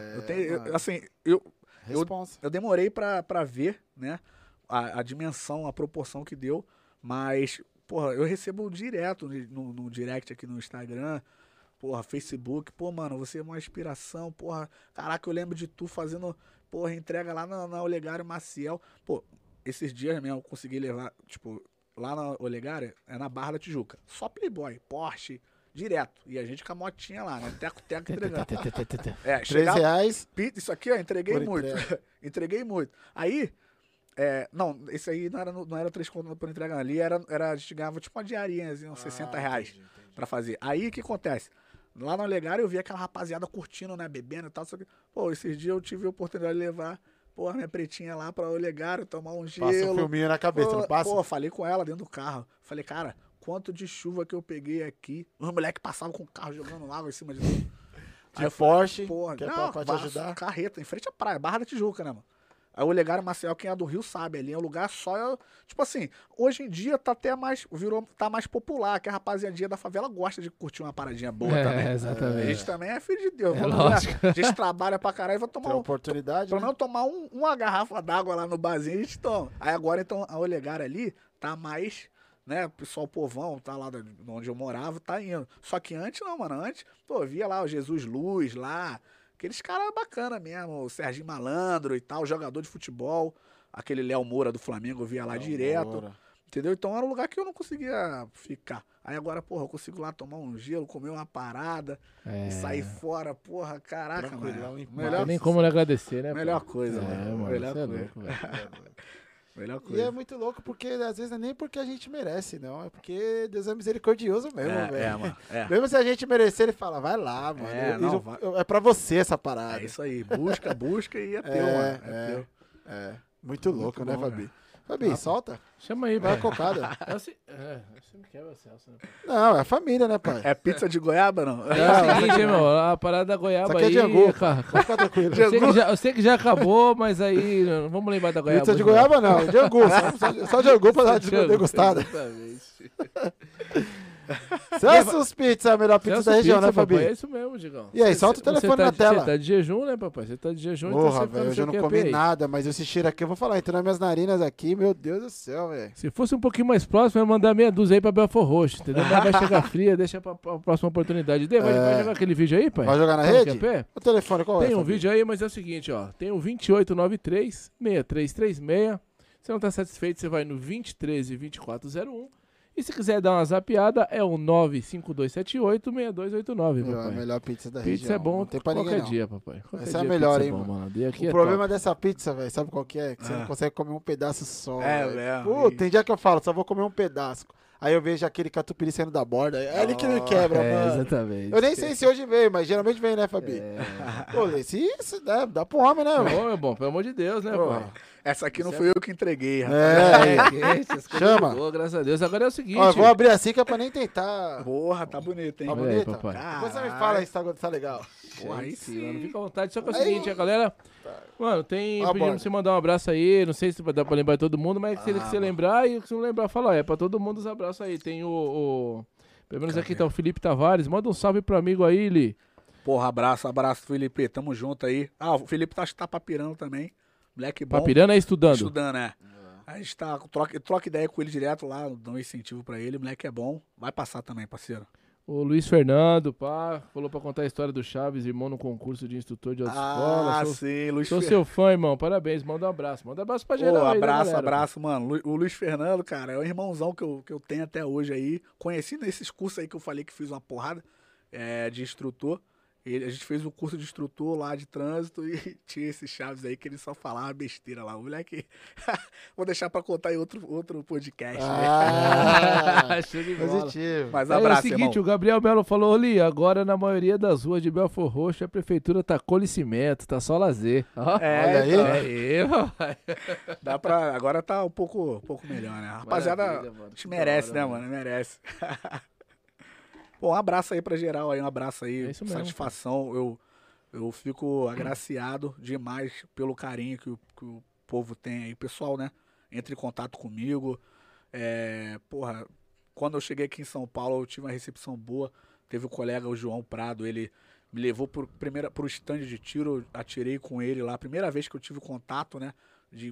Eu demorei pra ver, né, a dimensão, a proporção que deu, mas, porra, eu recebo direto no direct aqui no Instagram, porra, Facebook, pô, mano, você é uma inspiração, porra, caraca, eu lembro de tu fazendo, porra, entrega lá na Olegário Maciel, pô, esses dias mesmo eu consegui levar, tipo, lá na Olegário, é na Barra da Tijuca. Só Playboy, Porsche, direto. E a gente com a motinha lá, né? Teco entregando. R$3. Isso aqui, ó, entreguei muito. Entreguei muito. Aí, não, esse aí não era 3 contos por entrega, ali a gente ganhava tipo uma diarinha, assim, uns R$60 entendi. Pra fazer. Aí, o que acontece? Lá na Olegário eu vi aquela rapaziada curtindo, né, bebendo e tal. Só que, pô, esses dias eu tive a oportunidade de levar porra, minha pretinha lá pra Olegário tomar um gelo. Passa um filminho na cabeça, não passa? Pô, falei com ela dentro do carro. Falei, cara, quanto de chuva que eu peguei aqui. Os moleques passavam com o carro jogando água em cima de mim. De Porsche, porra, que é não, pra te ajudar. Carreta, em frente à praia, Barra da Tijuca, né, mano? Aí o Olegário Maceió, quem é do Rio sabe, ali é um lugar só, tipo assim, hoje em dia tá até mais, tá mais popular, que a rapaziadinha da favela gosta de curtir uma paradinha boa também. Exatamente. A gente também é filho de Deus, É vamos lógico. lá. A gente trabalha pra caralho e vai tomar Tem oportunidade, pelo né? menos tomar uma garrafa d'água lá no barzinho, a gente toma. Aí agora, então, a Olegário ali tá mais, né, o pessoal povão, tá lá de onde eu morava, tá indo. Só que antes não, mano, antes, pô, via lá o Jesus Luz lá, aqueles caras bacana mesmo, o Serginho Malandro e tal, jogador de futebol, aquele Léo Moura do Flamengo, eu via lá direto, Moura. entendeu? Então era um lugar que eu não conseguia ficar. Aí agora, porra, eu consigo lá tomar um gelo, comer uma parada e sair fora, porra, caraca, Tranquilão, mano. em Não Melhor, tem nem como lhe agradecer, né? melhor pô? coisa, mano. mano. Melhor Você é coisa. louco, velho. Melhor E coisa. é muito louco porque às vezes não é nem porque a gente merece, não. É porque Deus é misericordioso mesmo, velho. mano. É. Mesmo se a gente merecer, ele fala, vai lá, mano. É pra você essa parada. É isso aí. Busca e é teu, mano. É teu. É. Muito louco, né, bom, Fabi? Fabi, solta. Chama aí, Vai a pai. cocada. Você me quebra, Celso, né? Não, é a família, né, pai? É pizza de goiaba, não? É o seguinte, irmão, a parada da goiaba Isso aqui é aí... de angu. cara, Fica tranquilo. eu sei que já acabou, mas aí... Não vamos lembrar da goiaba. Pizza de hoje, goiaba não, de angu. Só de angu pra dar Não. uma degustada. Exatamente. Celso Pizza, a melhor pizza Celso da região, né, Pizza, Fabi? papai, é isso mesmo, Digão. E aí, solta o telefone na tela. Você tá de jejum, né, papai? Você tá de jejum, então Porra, você fica velho, no hoje eu seu não QP comi aí. nada, mas esse cheiro aqui, eu vou falar, entrou nas minhas narinas aqui, meu Deus do céu, velho. Se fosse um pouquinho mais próximo, eu ia mandar meia dúzia aí pra Belfor Roxo, entendeu? Mas vai chegar fria, deixa pra próxima oportunidade. Vai jogar aquele vídeo aí, pai? Vai jogar na Tá no rede? QP? O telefone qual é, Tem um Fabi? vídeo aí, mas é o seguinte, ó. Tem o 2893-6336. Se não tá satisfeito, você vai no 2013-2401. E se quiser dar uma zapiada, é o 95278-6289, Meu, a papai. melhor pizza da região. Pizza é bom não tem pra qualquer ninguém, não. dia, papai. Qualquer Essa é a dia melhor, pizza hein, bom, mano. E aqui O é problema top. dessa pizza, velho, sabe qual que é? Que você não consegue comer um pedaço só. É, velho. velho. Pô, tem dia que eu falo, só vou comer um pedaço. Aí eu vejo aquele catupiry saindo da borda. É ali que me quebra, mano. Exatamente. Eu nem sei se hoje veio, mas geralmente vem, né, Fabi? Pô, isso dá pro homem, né, velho? Bom, meu bom, pelo amor de Deus, né, Pô. pai? Essa aqui não fui eu que entreguei, rapaz. Chama. Boa, graças a Deus. Agora é o seguinte. Ó, eu vou abrir assim que é pra nem tentar. Porra, tá bonito, hein? Tá Olha aí, bonita? papai. Depois você me fala aí se tá legal. Porra, aí Sim, sim. mano, fica à vontade. Só que é o Aí- seguinte, a galera. Mano, tem. Ó a Pedindo borda. pra você mandar um abraço aí. Não sei se dá pra lembrar de todo mundo, mas se você lembrar e se não lembrar, fala, ó, é pra todo mundo os abraços aí. Tem pelo menos aqui tá o Felipe Tavares. Manda um salve pro amigo aí, Li. Porra, abraço, Felipe. Tamo junto aí. Ah, o Felipe tá papirando também. Moleque bom. Papirana aí estudando. Estudando, né? A gente tá, troca ideia com ele direto lá, dá um incentivo pra ele. O moleque é bom. Vai passar também, parceiro. O Luiz Fernando, pá, falou pra contar a história do Chaves, irmão no concurso de instrutor de autoescola. Sim, Luiz Sou seu fã, irmão. Parabéns. Manda um abraço. Manda um abraço pra geral. aí, né, galera? Abraço, mano. O Luiz Fernando, cara, é o irmãozão que eu tenho até hoje aí. Conheci nesses cursos aí que eu falei que fiz uma porrada de instrutor. A gente fez o curso de instrutor lá de trânsito e tinha esses Chaves aí que ele só falava besteira lá. O moleque. Vou deixar pra contar em outro podcast, né? Show de bola. Positivo. Mas Aí abraço, é o seguinte, irmão. o Gabriel Melo falou, Li, agora na maioria das ruas de Belfor Roxo a prefeitura tacou licimento, tá só lazer. Ó, Olha aí. então, aí, papai. dá pra, agora tá um pouco melhor, né? Rapaziada, Maravilha, mano. a gente merece, Da né, hora, mano? Merece. Bom, um abraço aí pra geral aí, um abraço aí. É isso mesmo, satisfação. Eu fico agraciado demais pelo carinho que o povo tem aí. Pessoal, né? Entre em contato comigo. Porra, quando eu cheguei aqui em São Paulo, eu tive uma recepção boa. Teve o colega, o João Prado, ele me levou pro stand de tiro, eu atirei com ele lá. Primeira vez que eu tive contato, né?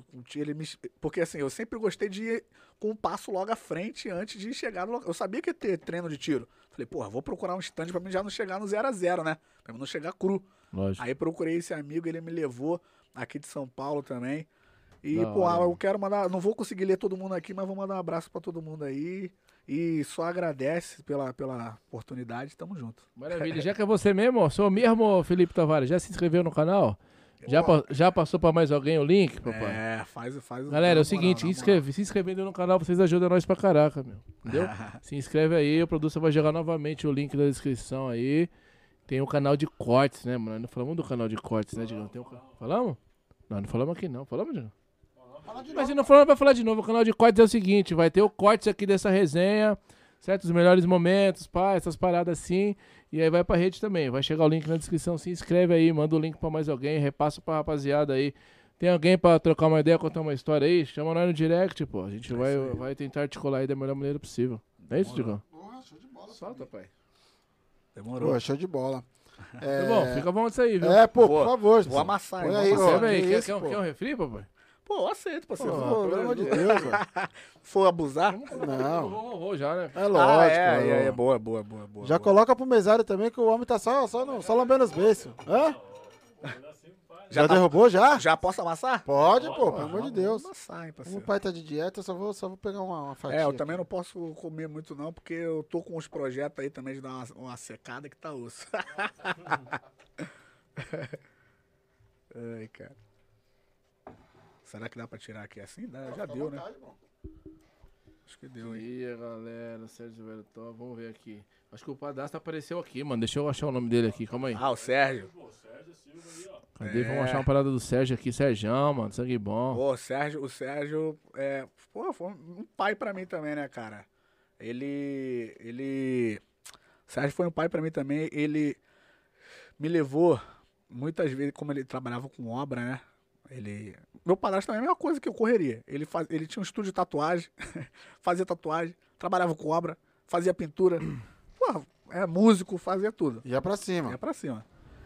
Porque assim, eu sempre gostei de ir com um passo logo à frente antes de chegar no local. Eu sabia que ia ter treino de tiro. Falei, porra, vou procurar um stand pra mim já não chegar no 0-0, né? Pra mim não chegar cru. Lógico. Aí procurei esse amigo, ele me levou aqui de São Paulo também. E, Da pô, hora. eu quero mandar, não vou conseguir ler todo mundo aqui, mas vou mandar um abraço pra todo mundo aí. E só agradece pela oportunidade, tamo junto. Maravilha. Já que é você mesmo, ó, sou mesmo, Felipe Tavares, já se inscreveu no canal? Já passou pra mais alguém o link, papai? Faz. Galera, é o na seguinte, moral. se inscrevendo no canal, vocês ajudam nós pra caraca, meu. Entendeu? Se inscreve aí, o produtor vai jogar novamente o link da descrição aí. Tem o canal de cortes, né, mano? Não falamos do canal de cortes, né, Digão? Falamos? Não falamos aqui não. Falamos, Diego? Mas se não falamos, vai falar de novo. O canal de cortes é o seguinte, vai ter o cortes aqui dessa resenha, certo? Os melhores momentos, pá, essas paradas assim. E aí vai pra rede também. Vai chegar o link na descrição, se inscreve aí, manda o link pra mais alguém, repassa pra rapaziada aí. Tem alguém pra trocar uma ideia, contar uma história aí? Chama nós no direct, pô. A gente vai tentar articular aí da melhor maneira possível. É isso, Digão? Porra, show de bola. Solta, pai. Demorou. Pô, show de bola. Tá bom, fica bom disso aí, viu? Pô, por favor. Vou amassar, Põe hein? aí, Vou amassar. ó. Serve aí, que quer, isso, quer um refri, papai? Pô, eu aceito, parceiro. Pelo amor de Deus, velho. For abusar? Não. Vou já, né? É lógico. É boa. Já coloca pro mesário também que o homem tá só lambendo os beiços. Hã? Já derrubou já? Já posso amassar? Pode, pô, pelo amor de Deus. Vou amassar, hein, Como parceiro. o pai tá de dieta, eu só vou pegar uma fatia. Eu também não posso comer muito não, porque eu tô com uns projetos aí também de dar uma secada que tá osso. Ai, cara. Será que dá pra tirar aqui assim? Já deu, né? Acho que deu, hein? E aí, galera, Sérgio Velho Top, vamos ver aqui. Acho que o Padastro apareceu aqui, mano. Deixa eu achar o nome dele aqui, calma aí. Ah, o Sérgio. Cadê? Vamos achar uma parada do Sérgio aqui. Serjão, mano, sangue bom. Pô, o Sérgio foi um pai pra mim também, né, cara? O Sérgio foi um pai pra mim também. Ele me levou, muitas vezes, como ele trabalhava com obra, né? Meu padrasto também é a mesma coisa que eu correria. Ele tinha um estúdio de tatuagem, fazia tatuagem, trabalhava com obra, fazia pintura. Pô, músico, fazia tudo. Ia pra cima. Ia pra cima.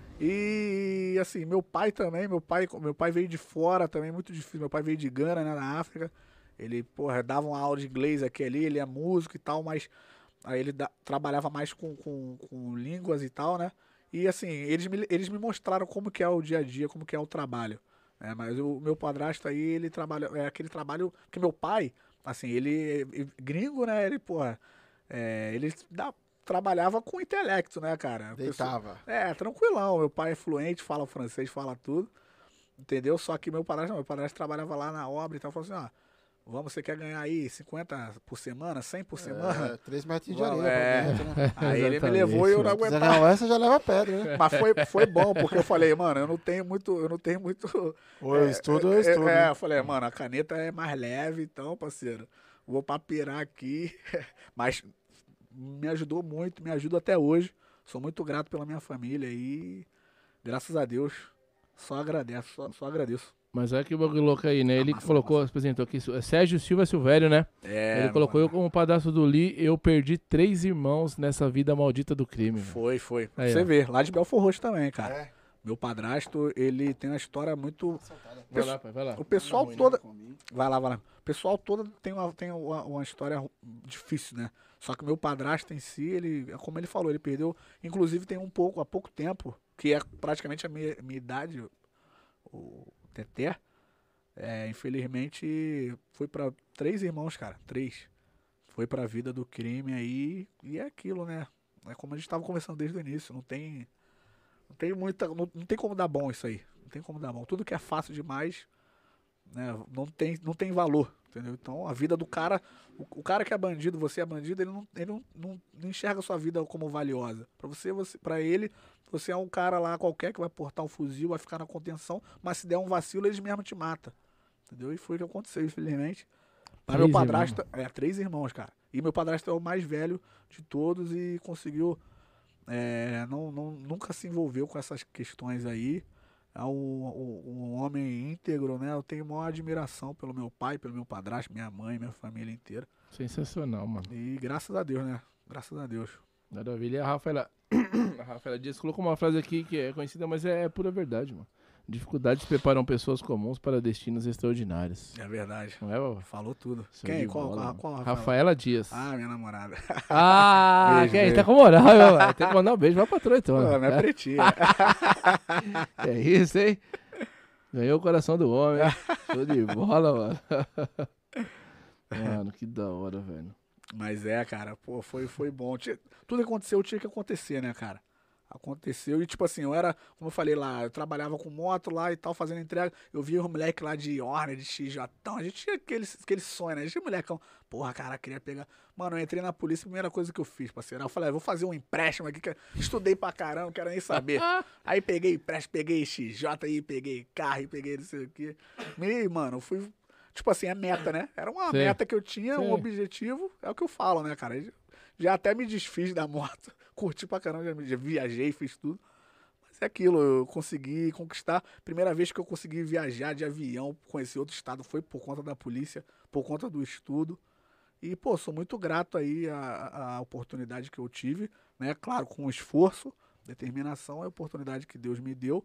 E assim, meu pai também, meu pai veio de fora também, muito difícil. Meu pai veio de Gana, né, na África. Ele, porra, dava uma aula de inglês aqui ali, ele é músico e tal, mas aí ele trabalhava mais com línguas e tal, né? E assim, eles me mostraram como que é o dia a dia, como que é o trabalho. Mas o meu padrasto aí, ele trabalha, aquele trabalho, porque meu pai, assim, ele é gringo, né, ele, porra, ele trabalhava com intelecto, né, cara? Deitava. Tranquilão, meu pai é fluente, fala francês, fala tudo, entendeu? Só que meu padrasto trabalhava lá na obra e tal, falou assim, você quer ganhar aí 50 por semana, 100 por semana? 3 metros de areia pra dentro, né? Aí ele me levou e eu não Se quiser aguentava. ganhar essa, já leva pedra, né? Mas foi bom, porque eu falei, mano, eu não tenho muito. Ou estudo, ou estudo. Eu falei, mano, a caneta é mais leve, então, parceiro, vou papirar aqui. Mas me ajudou muito, me ajuda até hoje. Sou muito grato pela minha família e, graças a Deus, só agradeço. Mas olha que bagulho louco aí, né? Ele colocou, apresentou aqui, Sérgio Silva Silvério, né? Ele colocou eu como Padastro do Li, eu perdi 3 irmãos nessa vida maldita do crime. Foi. Aí, Você ó. vê, lá de Belfort Roxo também, cara. Meu padrasto, ele tem uma história muito... Vai lá, pai, vai lá. O pessoal todo... Vai lá. O pessoal todo tem uma história difícil, né? Só que meu padrasto em si, como ele falou, ele perdeu... Inclusive tem há pouco tempo, que é praticamente a minha idade, o Teté, infelizmente foi pra 3 irmãos, cara. 3. Foi pra vida do crime aí, e é aquilo, né? É como a gente tava conversando desde o início, não tem como dar bom isso aí. Não tem como dar bom. Tudo que é fácil demais, né, não tem valor, entendeu? Então a vida do cara, o cara que é bandido, você é bandido, ele não enxerga a sua vida como valiosa. Pra ele, você é um cara lá qualquer que vai portar um fuzil, vai ficar na contenção, mas se der um vacilo, eles mesmo te matam. Entendeu? E foi o que aconteceu, infelizmente. Mas meu padrasto... 3 irmãos, cara. E meu padrasto é o mais velho de todos e conseguiu... nunca se envolveu com essas questões aí. É um homem íntegro, né? Eu tenho maior admiração pelo meu pai, pelo meu padrasto, minha mãe, minha família inteira. Sensacional, mano. E graças a Deus, né? Graças a Deus. Maravilha. E a Rafaela Dias colocou uma frase aqui que é conhecida, mas é pura verdade, mano. Dificuldades preparam pessoas comuns para destinos extraordinários. É verdade. Não é, Baba? Falou tudo. Show Quem? de Qual bola, Rafaela? Rafaela Dias. Ah, minha namorada. Ah, Beijo. tá com moral, meu, velho. Tem que mandar um beijo pra patroa, então. Pô, né? minha pretinha. É isso, hein? Ganhou o coração do homem, hein? Show de bola, mano. Mano, que da hora, velho. Mas cara, pô, foi bom. Tudo que aconteceu tinha que acontecer, né, cara? Aconteceu e, tipo assim, eu era, como eu falei lá, eu trabalhava com moto lá e tal, fazendo entrega. Eu via um moleque lá de Horner, de XJ. A gente tinha aquele sonho, né? A gente tinha molecão. Porra, cara, queria pegar. Mano, eu entrei na polícia, a primeira coisa que eu fiz, parceiro. Eu falei, vou fazer um empréstimo aqui, que estudei pra caramba, não quero nem saber. Aí peguei empréstimo, peguei XJ aí, peguei carro, peguei não sei o quê. E, mano, eu fui. Tipo assim, é meta, né? Era uma meta que eu tinha, um objetivo. É o que eu falo, né, cara? Já até me desfiz da moto. Curti pra caramba, já viajei, fiz tudo. Mas é aquilo, eu consegui conquistar. Primeira vez que eu consegui viajar de avião, conhecer outro estado, foi por conta da polícia, por conta do estudo. E, pô, sou muito grato aí à oportunidade que eu tive, né? Claro, com esforço, determinação, é a oportunidade que Deus me deu.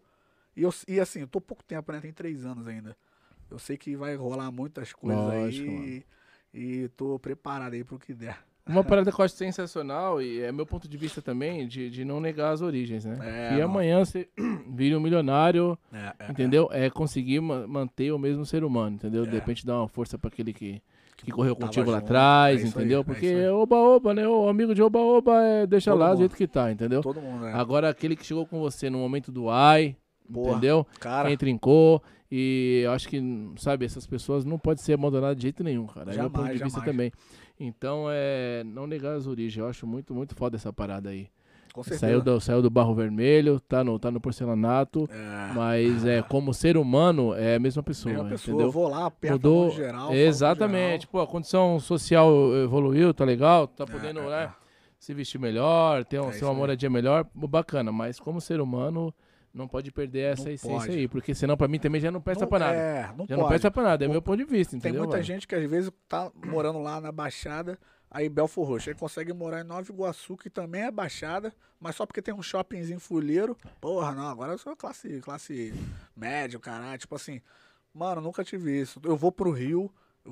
E assim, eu tô pouco tempo, né? Tem 3 anos ainda. Eu sei que vai rolar muitas coisas. Lógico, aí. Mano. E tô preparado aí pro que der. Uma parada que eu acho sensacional, e é meu ponto de vista também, de não negar as origens, né? E amanhã você vira um milionário, entendeu? É conseguir manter o mesmo ser humano, entendeu? De repente dar uma força pra aquele que correu contigo lá atrás, entendeu? Porque oba-oba, né? O amigo de oba-oba deixa todo lá mundo. Do jeito que tá, entendeu? Todo mundo, né? Agora aquele que chegou com você no momento do ai, entendeu? Cara. Quem trincou. E eu acho que, sabe, essas pessoas não podem ser abandonadas de jeito nenhum, cara. É meu ponto de vista também. Então, não negar as origens. Eu acho muito, muito foda essa parada aí. Com certeza. Saiu do barro vermelho, tá no porcelanato, mas como ser humano é a mesma pessoa, entendeu? Eu vou lá, perto do geral. Exatamente. Pô, a condição social evoluiu, tá legal, tá podendo, né, se vestir melhor, ter uma moradia melhor, bacana. Mas como ser humano... Não pode perder essa essência aí, porque senão pra mim também já não presta pra nada. Não presta pra nada, é meu ponto de vista, entendeu? Tem muita gente que às vezes tá morando lá na Baixada, aí Belfor Roxo, aí consegue morar em Nova Iguaçu, que também é Baixada, mas só porque tem um shoppingzinho fuleiro, porra, não, agora eu sou classe média, caralho, tipo assim, mano, nunca tive isso. Eu vou pro Rio,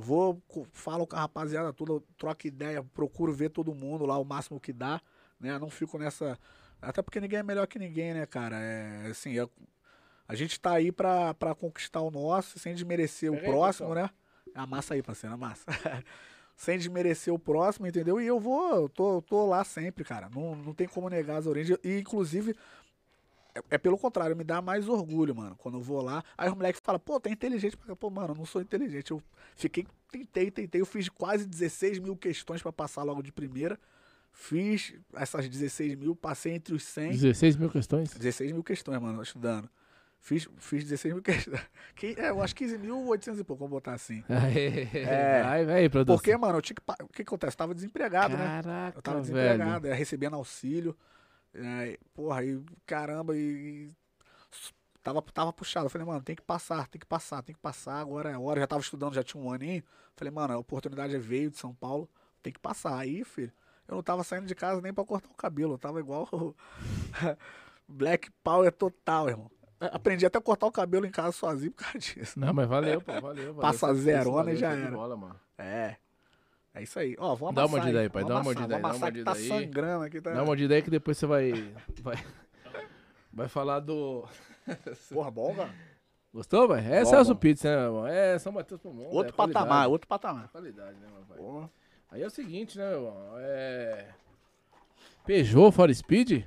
falo com a rapaziada toda, troco ideia, procuro ver todo mundo lá o máximo que dá, né, não fico nessa... Até porque ninguém é melhor que ninguém, né, cara? Assim, a gente tá aí pra conquistar o nosso, sem desmerecer o próximo, né? Amassa aí, parceiro, amassa. Sem desmerecer o próximo, entendeu? E eu tô lá sempre, cara. Não tem como negar as origens. E, inclusive, pelo contrário, me dá mais orgulho, mano. Quando eu vou lá, aí os moleques falam, pô, tá inteligente. Pô, mano, eu não sou inteligente. Eu tentei. Eu fiz quase 16 mil questões pra passar logo de primeira. Fiz essas 16 mil, passei entre os 100. 16 mil questões? 16 mil questões, mano, estudando. Fiz 16 mil questões. Eu acho 15.800 e pouco, vamos botar assim. Vai, produção. Porque, mano, o que acontece? Eu tava desempregado, Caraca, né? Eu tava desempregado, recebendo auxílio. Porra, aí, caramba, tava puxado. Eu falei, mano, tem que passar, agora é a hora. Eu já tava estudando, já tinha um aninho. Falei, mano, a oportunidade veio de São Paulo, tem que passar. Aí, filho, eu não tava saindo de casa nem pra cortar o cabelo. Eu tava igual Black Power total, irmão. Aprendi até a cortar o cabelo em casa sozinho por causa disso. Não, mas valeu, pô, valeu. Passa zerona e já era. Bola, mano. É isso aí. Ó, vamos amassar. Dá uma mordida aí, pai. Dá uma mordida aí. Vamos amassar que tá sangrando aqui. Tá... Dá uma mordida aí que depois você vai falar do... Porra, bom, cara. Gostou, velho? É Celso Pizza, né, meu irmão? São Mateus pro mundo. Outro patamar. Qualidade, né, meu pai? Porra. Aí é o seguinte, né, meu irmão? Peugeot For Speed?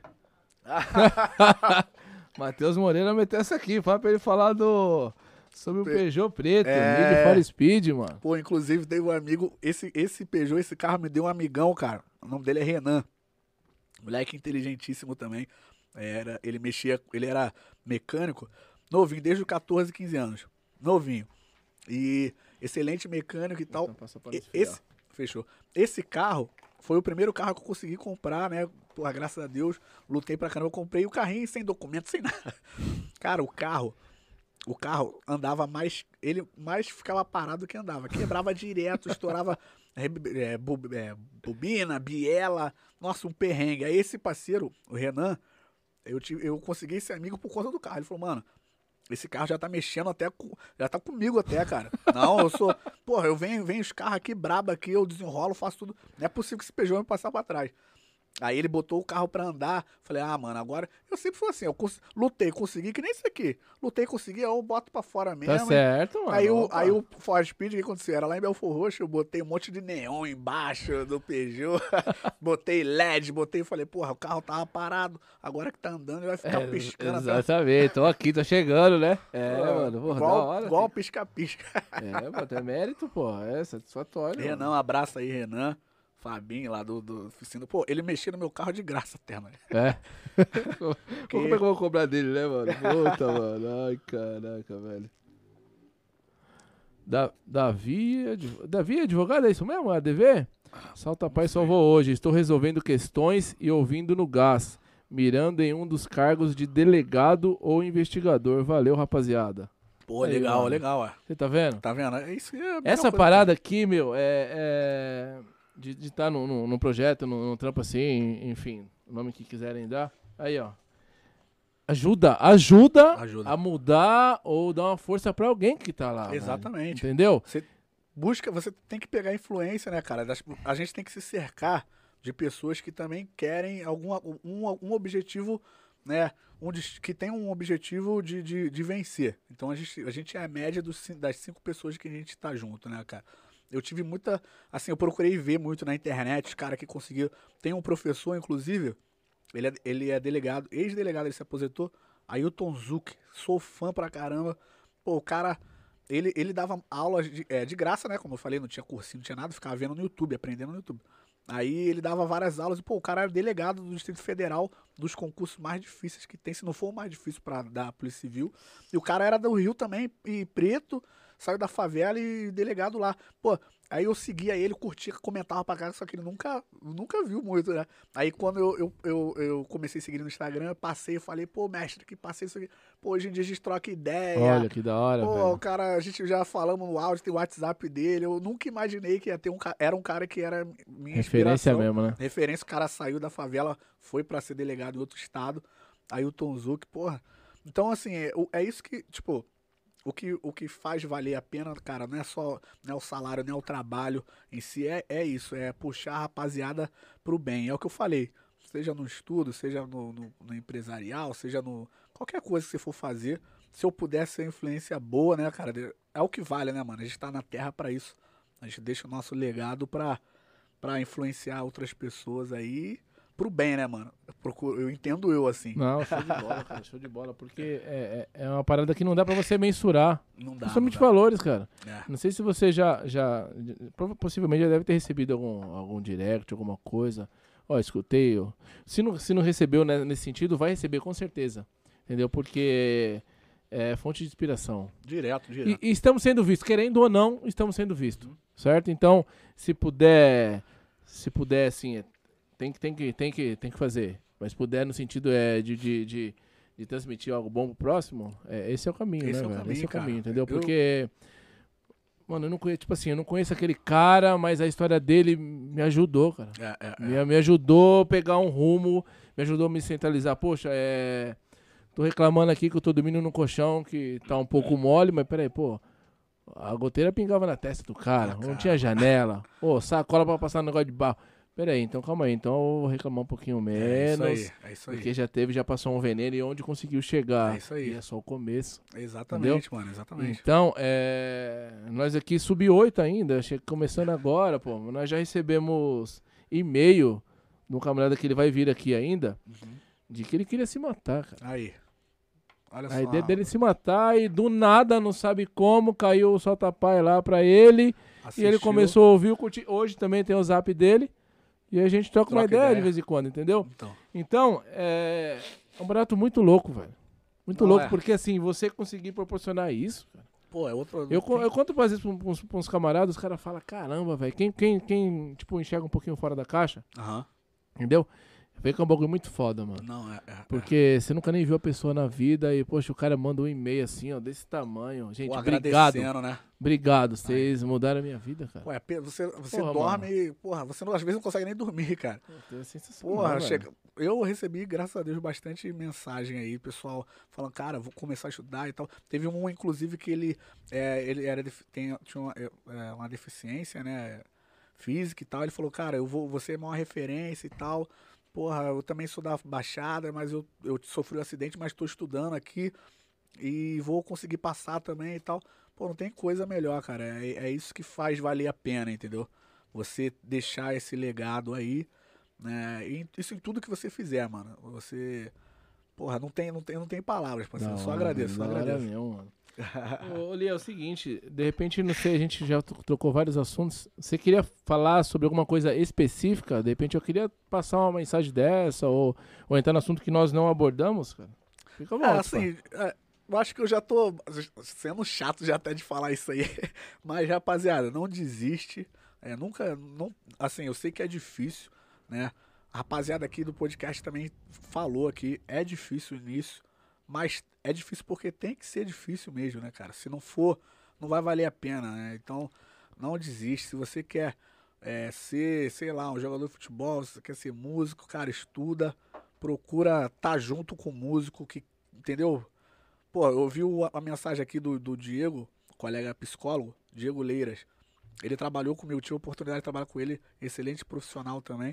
Matheus Moreira meteu essa aqui. Fala pra ele falar sobre o Peugeot preto. Need For Speed, mano. Pô, inclusive teve um amigo. Esse Peugeot, esse carro me deu um amigão, cara. O nome dele é Renan. Moleque inteligentíssimo também. Ele era mecânico. Novinho, desde os 14, 15 anos. Novinho. E excelente mecânico e tal. Fechou. Esse carro foi o primeiro carro que eu consegui comprar, né? Porra, graças a Deus, lutei pra caramba. Eu comprei o carrinho sem documento, sem nada. Cara, o carro andava mais... Ele mais ficava parado do que andava. Quebrava direto, estourava bobina, biela. Nossa, um perrengue. Aí esse parceiro, o Renan, eu consegui esse amigo por conta do carro. Ele falou, mano... Esse carro já tá mexendo já tá comigo até, cara. Não, eu sou... Porra, eu venho os carros aqui, brabo aqui, eu desenrolo, faço tudo. Não é possível que esse Peugeot me passar pra trás. Aí ele botou o carro pra andar. Falei, mano, agora... Eu sempre fui assim, eu lutei, consegui, que nem isso aqui. Lutei, consegui, eu boto pra fora mesmo. Tá certo, mano. Aí o Ford Speed, o que aconteceu? Era lá em Belfor Roxo, eu botei um monte de neon embaixo do Peugeot. Botei LED, falei, porra, o carro tava parado. Agora que tá andando, ele vai ficar piscando. Exatamente, tô aqui, tô chegando, né? Mano, porra, da hora. Igual um pisca-pisca. Pô, tem mérito, pô, é satisfatório. Renan, mano. um abraço aí, Renan. Fabinho lá do oficina. Pô, ele mexia no meu carro de graça até, mano. Como é que eu vou cobrar dele, né, mano? Puta, mano. Ai, caraca, velho. Davi é advogado, é isso mesmo? ADV? Salta Pai salvou hoje. Estou resolvendo questões e ouvindo no gás. Mirando em um dos cargos de delegado ou investigador. Valeu, rapaziada. Pô, Aí, legal, mano. legal, ó. Você tá vendo? Tá vendo? É isso. Essa parada aqui, meu, de estar num projeto, num trampo assim, enfim, o nome que quiserem dar. Aí, ó. Ajuda a mudar ou dar uma força pra alguém que tá lá. Exatamente. Velho. Entendeu? Você tem que pegar influência, né, cara? A gente tem que se cercar de pessoas que também querem um objetivo, né? Que tem um objetivo de vencer. Então a gente é a média das 5 pessoas que a gente tá junto, né, cara? Eu tive muita... Assim, eu procurei ver muito na internet os caras que conseguiram... Tem um professor, inclusive, ele é delegado, ex-delegado, ele se aposentou, Ailton Zuck, sou fã pra caramba. Pô, o cara, ele dava aulas de graça, né? Como eu falei, não tinha cursinho, não tinha nada, ficava vendo no YouTube, aprendendo no YouTube. Aí ele dava várias aulas e, pô, o cara era delegado do Distrito Federal, dos concursos mais difíceis que tem, se não for o mais difícil pra dar a Polícia Civil. E o cara era do Rio também, e preto, saiu da favela e delegado lá. Pô, aí eu seguia ele, curtia, comentava pra cá, só que ele nunca viu muito, né? Aí quando eu comecei a seguir no Instagram, eu falei, pô, mestre, que passei isso aqui. Pô, hoje em dia a gente troca ideia. Olha, que da hora, pô, velho. o cara, a gente já falamos no áudio, tem o WhatsApp dele. Eu nunca imaginei que ia ter era um cara que era minha Referência inspiração. mesmo, né? Referência, o cara saiu da favela, foi pra ser delegado em outro estado. Aí o Tom Zuck, porra. Então, assim, é isso que, tipo... O que faz valer a pena, cara, não é só o salário, não é o trabalho em si, é isso, é puxar a rapaziada pro bem. É o que eu falei, seja no estudo, seja no empresarial, seja no... Qualquer coisa que você for fazer, se eu puder ser influência boa, né, cara, é o que vale, né, mano? A gente tá na terra pra isso. A gente deixa o nosso legado pra influenciar outras pessoas aí... Pro bem, né, mano? Eu entendo assim. Não, show de bola, cara, show de bola. Porque é uma parada que não dá pra você mensurar. Não dá. Principalmente valores, cara. É. Não sei se você possivelmente já deve ter recebido algum direct, alguma coisa. Ó, escutei. Ó. Se não recebeu, né, nesse sentido, vai receber com certeza. Entendeu? Porque é fonte de inspiração. Direto. E estamos sendo vistos. Querendo ou não, estamos sendo vistos. Certo? Então, se puder, assim... Tem que fazer. Mas puder no sentido de transmitir algo bom pro próximo, esse é o caminho, esse né, é o velho? caminho, Esse é o caminho, cara. entendeu? Porque, mano, eu não conheço, tipo assim, eu não conheço aquele cara, mas a história dele me ajudou, cara. Me ajudou a pegar um rumo, me ajudou a me centralizar. Poxa, tô reclamando aqui que eu tô dormindo no colchão que tá um pouco mole, mas peraí, pô. A goteira pingava na testa do cara, não tinha janela. Pô, sacola pra passar no negócio de barro. Peraí, então calma aí, então eu vou reclamar um pouquinho menos. É isso aí. Porque já passou um veneno e onde conseguiu chegar. É isso aí. E é só o começo. Exatamente, entendeu? mano, exatamente. Então, nós aqui sub-8 ainda, começando agora, pô. Nós já recebemos e-mail de um camarada que ele vai vir aqui ainda, de que ele queria se matar, cara. Aí. Olha só. A ideia dele se matar e do nada, não sabe como, caiu o solta-pai lá pra ele. Assistiu. E ele começou a ouvir, curtir. Hoje também tem o zap dele. E a gente troca uma ideia de vez em quando, entendeu? Então, é um barato muito louco, velho. Muito louco, porque assim, você conseguir proporcionar isso, cara. Pô, é outro... Eu conto às vezes pra uns camaradas, os caras falam, caramba, velho, quem tipo, enxerga um pouquinho fora da caixa, entendeu? Vê que é um bagulho muito foda, mano. Não, Porque você nunca nem viu a pessoa na vida e, poxa, o cara manda um e-mail assim, ó, desse tamanho. Gente, obrigado. Né? Obrigado, vocês mudaram a minha vida, cara. Ué, você Porra, dorme, porra, você às vezes não consegue nem dormir, cara. É sensacional, Porra, velho. eu recebi, graças a Deus, bastante mensagem aí, pessoal falando, cara, vou começar a estudar e tal. Teve um, inclusive, que ele tinha uma deficiência, né, física e tal. Ele falou, cara, vou ser a maior referência e tal. porra, eu também sou da Baixada, mas eu sofri um acidente, mas tô estudando aqui e vou conseguir passar também e tal. Pô, não tem coisa melhor, cara. É isso que faz valer a pena, entendeu? Você deixar esse legado aí, né? E isso em tudo que você fizer, mano. Você... Porra, não tem palavras, parceiro. Eu só agradeço, só agradeço. Mesmo, mano. Ô, Lia, é o seguinte, de repente, não sei, a gente já trocou vários assuntos. Você queria falar sobre alguma coisa específica? De repente eu queria passar uma mensagem dessa ou entrar no assunto que nós não abordamos, cara. Fica à vontade. Assim, eu acho que eu já tô sendo chato já até de falar isso aí. Mas, rapaziada, não desiste. Assim, eu sei que é difícil, né? A rapaziada aqui do podcast também falou aqui, é difícil o início, mas é difícil porque tem que ser difícil mesmo, né, cara? Se não for, não vai valer a pena, né? Então, não desiste. Se você quer ser, sei lá, um jogador de futebol, se você quer ser músico, cara, estuda, procura estar junto com o músico, que, entendeu? Pô, eu ouvi a mensagem aqui do Diego, colega psicólogo, Diego Leiras. Ele trabalhou comigo, tive a oportunidade de trabalhar com ele, excelente profissional também.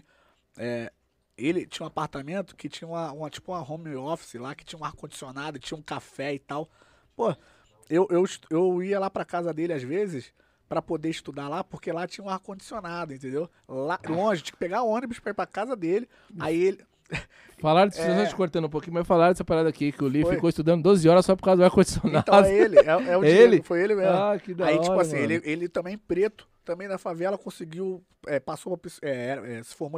Ele tinha um apartamento que tinha tipo uma home office lá, que tinha um ar-condicionado, tinha um café e tal. Pô, eu ia lá pra casa dele às vezes pra poder estudar lá, porque lá tinha um ar-condicionado, entendeu? Lá longe, tinha que pegar ônibus pra ir pra casa dele. Aí ele... Falaram, só te cortando um pouquinho, mas falaram dessa parada aqui, que o Lee ficou estudando 12 horas só por causa do ar-condicionado. Então é ele, é o Diego, foi ele mesmo. Ah, que da Aí, hora, tipo assim, mano. ele também preto, também na favela, conseguiu, se formou em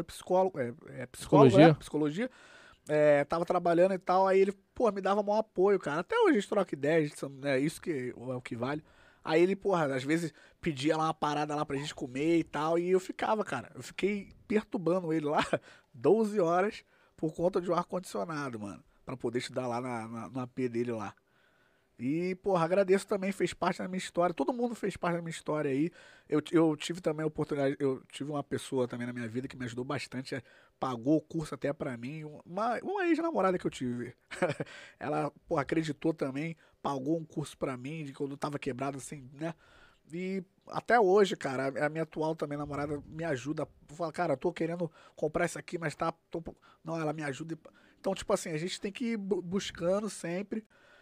psicologia, tava trabalhando e tal, aí ele, pô, me dava maior apoio, cara. Até hoje a gente troca ideias, isso que é o que vale. Aí ele, porra, às vezes pedia lá uma parada lá pra gente comer e tal, e eu ficava, cara, eu fiquei perturbando ele lá 12 horas por conta de um ar-condicionado, mano, pra poder estudar lá no AP dele lá. E, porra, agradeço também, fez parte da minha história, todo mundo fez parte da minha história aí. Eu tive também a oportunidade, eu tive uma pessoa também na minha vida que me ajudou bastante, pagou o curso até pra mim, uma ex-namorada que eu tive. Ela, porra, acreditou também, pagou um curso pra mim, de quando eu tava quebrado assim, né? E até hoje, cara, a minha atual também namorada me ajuda. Fala, cara, eu tô querendo comprar isso aqui, mas não, ela me ajuda. Então, tipo assim, a gente tem que ir buscando sempre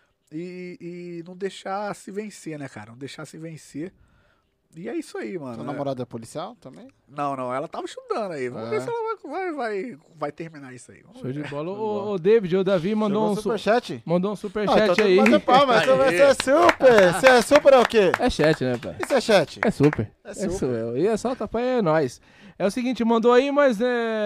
e não deixar se vencer, né, cara? Não deixar se vencer. E é isso aí, mano. Sua namorada é policial também? Não, ela tava estudando aí. Vamos ver se ela vai terminar isso aí. Vamos Show de ver. bola. O David, o Davi mandou um superchat. Mandou um superchat aí. Então palma, você é super. Você é super é o quê? É chat, né, pai? Isso é chat? É super. É super. E é só tapar, é nóis. É o seguinte, mandou aí, mas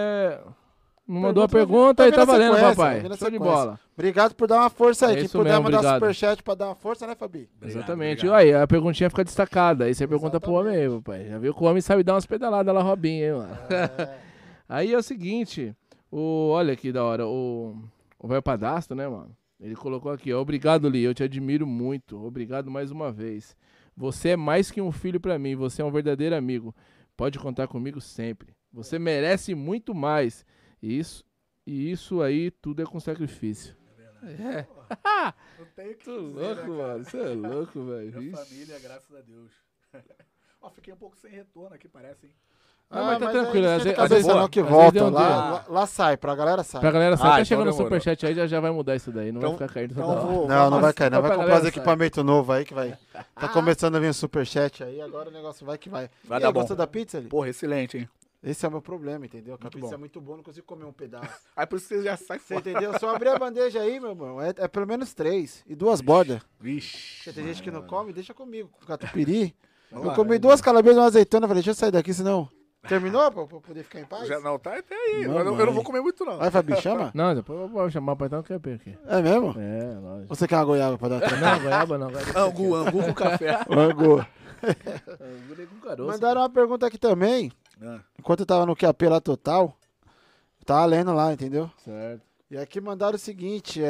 não mandou a pergunta e tá valendo, papai. Show de bola. Obrigado por dar uma força aí. É Quem isso puder mesmo, mandar obrigado. superchat pra dar uma força, né, Fabi? Exatamente. Obrigado. Aí a perguntinha fica destacada. Aí você pergunta pro homem aí, papai. Já viu que o homem sabe dar umas pedaladas lá, Robinho, hein, mano? Aí é o seguinte, olha que da hora, o Velho Padastro, né, mano? Ele colocou aqui, ó, obrigado, Lee, eu te admiro muito. Obrigado mais uma vez. Você é mais que um filho pra mim, você é um verdadeiro amigo. Pode contar comigo sempre. Você merece muito mais. E isso aí tudo é com sacrifício. É. Não tenho o que Tô dizer, louco, né, mano. cara? Você é louco, velho. Minha Ixi. família, graças a Deus. Ó, fiquei um pouco sem retorno aqui, parece, hein? Não, mas tá tranquilo. Não Às tem vezes- cabeça não que às vezes volta. deu um Lá sai, pra galera sai. Pra galera sair, Ah, tá então chegando no demorou. superchat aí, já vai mudar isso daí. Não Então- vai ficar caindo então toda hora. vou- Não vai cair, não. Só Vai pra comprar galera os equipamentos novos aí que vai. Tá começando a vir um superchat aí, agora o negócio vai que vai. Vai E dar aí, bom. gostou da pizza ali? Porra, excelente, hein? Esse é o meu problema, entendeu? A Muito pizza bom. é muito boa, não consigo comer um pedaço. Aí por isso você já sai Você fora. entendeu? Se eu abrir a bandeja aí, meu irmão, é pelo menos 3 e duas bordas. Vixe. Porque tem gente que não come, deixa comigo. Com catupiry. Vamos Eu lá. comi 2 calabresas e uma azeitona, falei, deixa eu sair daqui, senão... Terminou pra eu poder ficar em paz? Já não, tá até aí. Mamãe. Eu não vou comer muito, não. Vai, Fabi, chama? Não, depois eu vou chamar o pai, então que é aqui. É mesmo? É, lógico. Você quer uma goiaba pra dar uma troca? Não, goiaba não. Angu com café. Angu. Angu com caroço. Mandaram uma pergunta aqui também. Ah, Enquanto eu tava no QAP lá total, eu tava lendo lá, entendeu? Certo. E aqui mandaram o seguinte,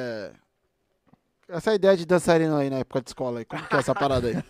essa ideia de dançarino aí na época de escola aí, como que é essa parada aí?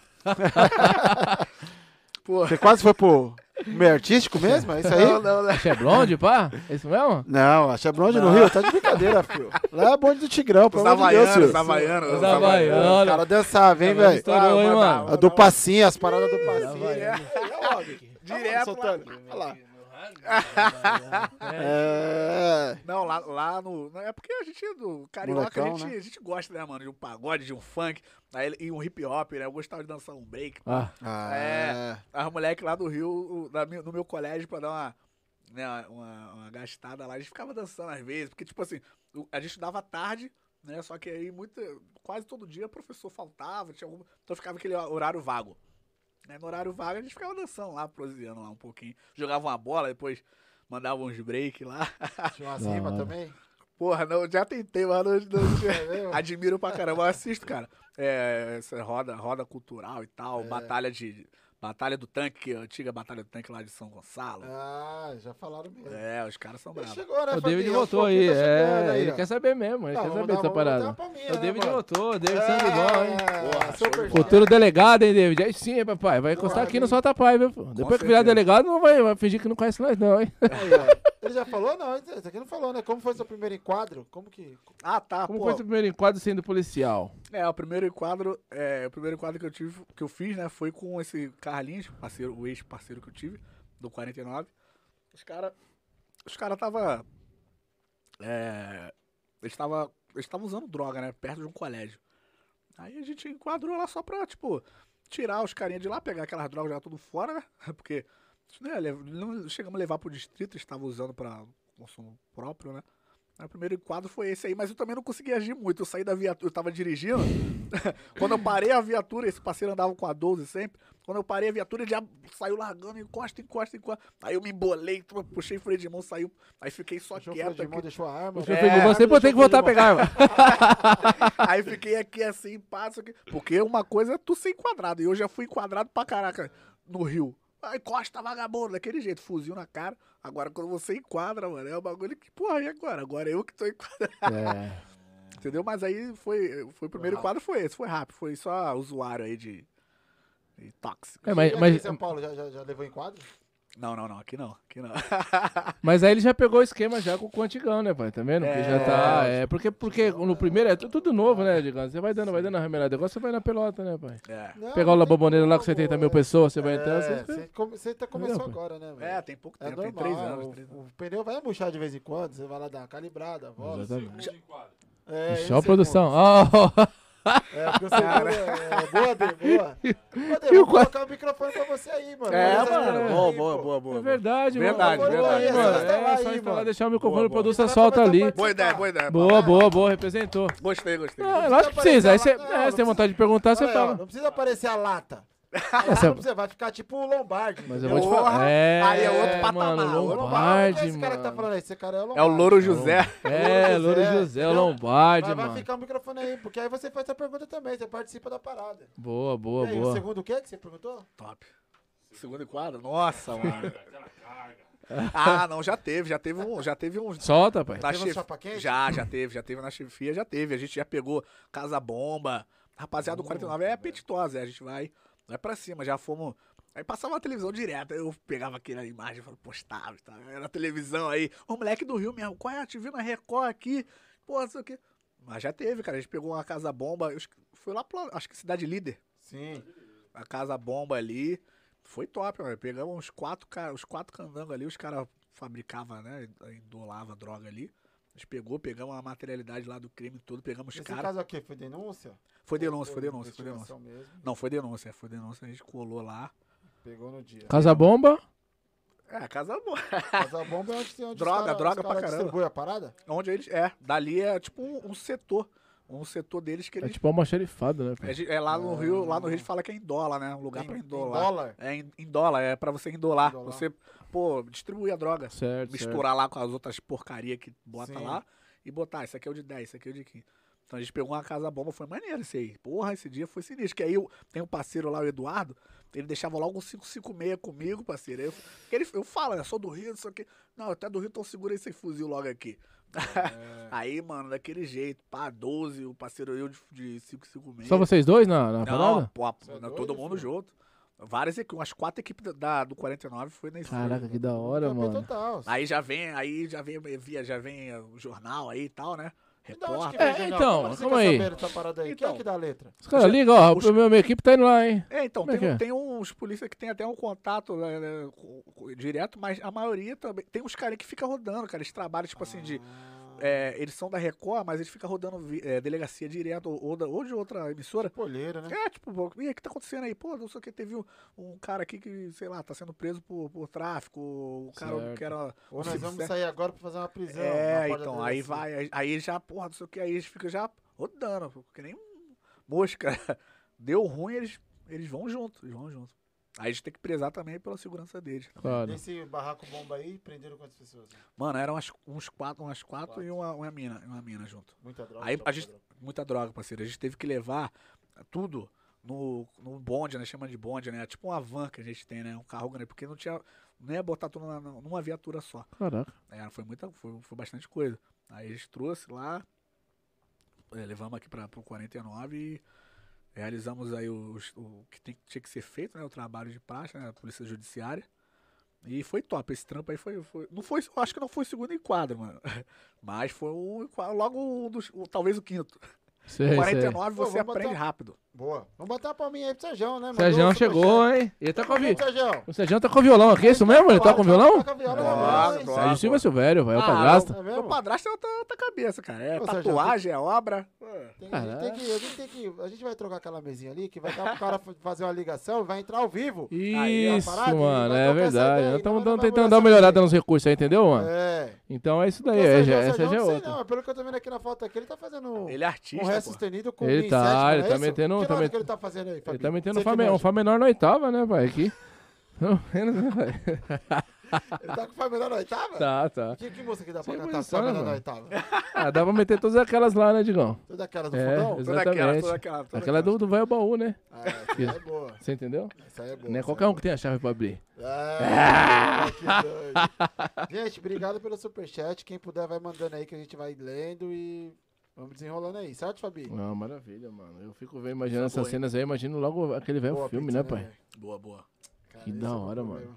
Pô. Você quase foi pro meio artístico mesmo? É isso aí? Não. Você é blonde, pá? É isso mesmo? Não, a Chevronde no Rio, tá de brincadeira, filho. Lá é bonde do Tigrão, pelo amor de Deus, filho. Os havaianos. Os havaianos. O cara dançava, hein, velho? Estourou, hein, mano? A do passinho, as paradas do passinho. Havaiano. Direto soltando. Olha lá. Não, lá no... É porque a gente, do carioca, Molecão, a gente gosta, né, mano? De um pagode, de um funk, aí, e um hip hop, né? Eu gostava de dançar um break. As moleques lá do Rio, no meu colégio, pra dar uma gastada lá, a gente ficava dançando às vezes, porque, tipo assim, a gente estudava tarde, né? Só que aí quase todo dia o professor faltava, então ficava aquele horário vago. Né? No horário vago a gente ficava dançando lá, proseando lá um pouquinho. Jogava uma bola, depois mandava uns break lá. Tinha uma rima também? Porra, não, já tentei, mas não admiro pra caramba. Eu assisto, cara. Essa roda cultural e tal, Batalha do Tanque, a antiga Batalha do Tanque lá de São Gonçalo. Já falaram mesmo. Os caras são bravos. Chegou, né, O David Fabinho? voltou aí, ele ó. quer saber mesmo, ele quer saber dessa parada. O David voltou, o David sangue bom, hein? Super Futuro delegado, hein, David? Aí sim, papai, vai encostar aqui no Solta Pai, viu? Depois que virar delegado, não vai fingir que não conhece nós não, hein? Aí, ó. Ele já falou? Não, isso aqui não falou, né? Como foi seu primeiro enquadro? Como que... Como foi seu primeiro enquadro sendo policial? O primeiro enquadro que eu fiz, né, foi com esse Carlinhos, o ex-parceiro que eu tive, do 49. Os caras estavam... Eles estavam usando droga, né, perto de um colégio. Aí a gente enquadrou lá só pra, tipo, tirar os carinhas de lá, pegar aquelas drogas já tudo fora, né, porque... Não chegamos a levar pro distrito, estava usando para consumo próprio, né? O primeiro enquadro foi esse aí, mas eu também não consegui agir muito. Eu saí da viatura, eu tava dirigindo. Quando eu parei a viatura, esse parceiro andava com a 12 sempre. Quando eu parei a viatura, ele já saiu largando, encosta. Aí eu me embolei, puxei freio de mão, saiu. Aí fiquei só Puxou quieto. freio de mão, deixou a arma. Você tem que voltar a pegar a arma. Aí fiquei aqui assim, passo aqui. Porque uma coisa é tu ser enquadrado. E eu já fui enquadrado pra caraca no Rio. Aí Costa, vagabundo, daquele jeito, fuzil na cara. Agora, quando você enquadra, mano, é um bagulho que, porra, e agora? Agora eu que tô enquadrado. Entendeu? Mas aí foi o primeiro enquadro, foi esse, foi rápido. Foi só usuário aí de tóxico. Mas em São Paulo já levou enquadro? Não, aqui não. Mas aí ele já pegou o esquema já com o antigão, né, pai? Tá vendo? Que já tá. Porque no primeiro é tudo novo, né, digamos? Você vai dando a remelada. Agora você vai na pelota, né, pai? Pegar o Laboboneira lá com 70 mil pessoas, você vai entrar. Você começou agora, né, velho? Tem pouco tempo, tem 3 anos. O pneu vai murchar de vez em quando, você vai lá dar uma calibrada, volta. Exatamente. Só a produção. Porque o segundo boa, Dê, vou colocar o microfone pra você aí, mano. Mano. Boa. É verdade, Verdade. mano. É só instalar, deixar o microfone, o produção solta ali. Boa ideia. Boa, representou. Gostei. Lógico que precisa. Aí você tem vontade de perguntar, você fala. Não precisa aparecer a lata. Você vai ficar tipo o Lombardi. Mas eu vou te falar. Aí é outro patamar. Mano, Lombardi, esse cara que tá falando aí, esse cara é o Lombardi. É o Louro José. Louro José, o Lombardi, mano. Vai ficar o microfone aí, porque aí você faz a pergunta também, você participa da parada. Boa. O segundo o que você perguntou? Top. Segundo quadro? Nossa, mano. Não, já teve uns... Solta, pai. Já teve na chefia, já teve. A gente já pegou Casa Bomba. Rapaziada do 49 é apetitosa, a gente vai pra cima, já fomos... Aí passava na televisão direto, aí eu pegava aquela imagem e postava, tá? Era na televisão aí, o moleque do Rio mesmo, qual é? Te vi na Record aqui, pô, não sei o quê. Mas já teve, cara, a gente pegou uma Casa Bomba, foi lá pra, acho que Cidade Líder. Sim. A Casa Bomba ali, foi top, mano. Pegamos os quatro candangos ali, os caras fabricavam, né, endolavam droga ali. A gente pegamos a materialidade lá do crime todo, pegamos os caras. Esse caso aqui foi denúncia? Foi denúncia. Mesmo. Não, foi denúncia, a gente colou lá. Pegou no dia. Casa Bomba? Casa Bomba. Casa Bomba é onde droga pra caramba. Distribui a parada? Onde eles, dali é tipo um setor. Um setor deles que eles... É tipo uma xerifada, né? Lá no Rio, a gente fala que é em dólar, né? Um lugar pra endolar. Em dólar? Em dólar, é pra você endolar. Você, distribuir a droga. Certo, misturar lá com as outras porcaria que bota Sim. lá e botar, esse aqui é o de 10, esse aqui é o de 15. Então a gente pegou uma Casa Bomba, foi maneiro esse aí. Porra, esse dia foi sinistro. Que aí tem um parceiro lá, o Eduardo, ele deixava logo um 556 comigo, parceiro. Eu falo, né? Sou do Rio, não sei o quê. Não, até do Rio, então segura esse fuzil logo aqui. Aí, mano, daquele jeito, 12, o parceiro eu de 556. Só vocês dois na parada? Não, todo mundo junto. Várias equipes, umas 4 equipes do 49 foi nesse. Caraca, que da hora, mano. Total. Aí já vem o jornal aí e tal, né? Repórter. Então, calma aí. Quem é que dá a letra? Os caras ligam, ó, minha equipe tá indo lá, hein? Então, como tem um uns polícias que tem até um contato né, direto, mas a maioria também. Tem uns caras que ficam rodando, cara. Eles trabalham, tipo assim, de. Eles são da Record, mas eles ficam rodando delegacia direto ou de outra emissora. Polheira, né? Tipo, e aí, o que tá acontecendo aí? Pô, não sei o que, teve um cara aqui que, sei lá, tá sendo preso por tráfico, o cara que era... Ou nós vamos sair agora pra fazer uma prisão. Então, aí vai, aí já, porra, não sei o que, aí eles ficam já rodando, que nem mosca. Deu ruim, eles vão junto, Aí a gente tem que prezar também pela segurança deles. Claro. Nesse barraco bomba aí, prenderam quantas pessoas? Mano, eram umas quatro e uma mina junto. Muita droga. Aí muita droga, parceiro. A gente teve que levar tudo no bonde, né? Chama de bonde, né? Tipo uma van que a gente tem, né? Um carro grande, porque não ia botar tudo numa viatura só. Caraca. Foi bastante coisa. Aí a gente trouxe lá, levamos aqui pro 49 e realizamos aí o que tinha que ser feito, né? O trabalho de praxe, né? A polícia judiciária. E foi top, esse trampo aí foi não foi, acho que não foi o segundo enquadro, mano. Mas foi logo talvez o quinto. Sei, 49 você aprende rápido. Boa. Vamos botar a palminha aí pro Sérgio, né? Sérgio chegou, hein? Ele tá com o Sérgio tá com violão aqui, é isso mesmo? Ele tá com violão? Tá com violão. Sérgio Silva Silvério, vai o padrasto. O padrasto é outra cabeça, cara. É Ô, tatuagem, é obra. A gente vai trocar aquela mesinha ali, que vai dar pro cara fazer uma ligação e vai entrar ao vivo. Isso, mano, é verdade. Nós estamos tentando dar uma melhorada nos recursos aí, entendeu, mano? Então é isso daí, essa já é outra. Não, pelo que eu tô vendo aqui na foto aqui, ele tá fazendo ele é artista, um ré sustenido com ele tá metendo... Que nome que ele tá fazendo aí, Fabi? Ele tá metendo um Fá menor na oitava, né, pai? Aqui. Ele tá com Fá menor na oitava? Tá. Que música que dá pra Sem cantar posição, Fá menor na mano. oitava? Dá pra meter todas aquelas lá, né, Digão? Todas aquelas do fundão? Exatamente. Aquela do vai ao baú, né? Essa é boa. Você entendeu? Essa é boa. Não é qualquer um que tem a chave pra abrir. Que doido. Gente, obrigado pelo superchat. Quem puder vai mandando aí que a gente vai lendo e vamos desenrolando aí. Certo, Fabi? Não, maravilha, mano. Eu fico imaginando essas cenas aí, imagino logo aquele velho filme, pizza, né, pai? Né, boa. Cara, que da hora, mano.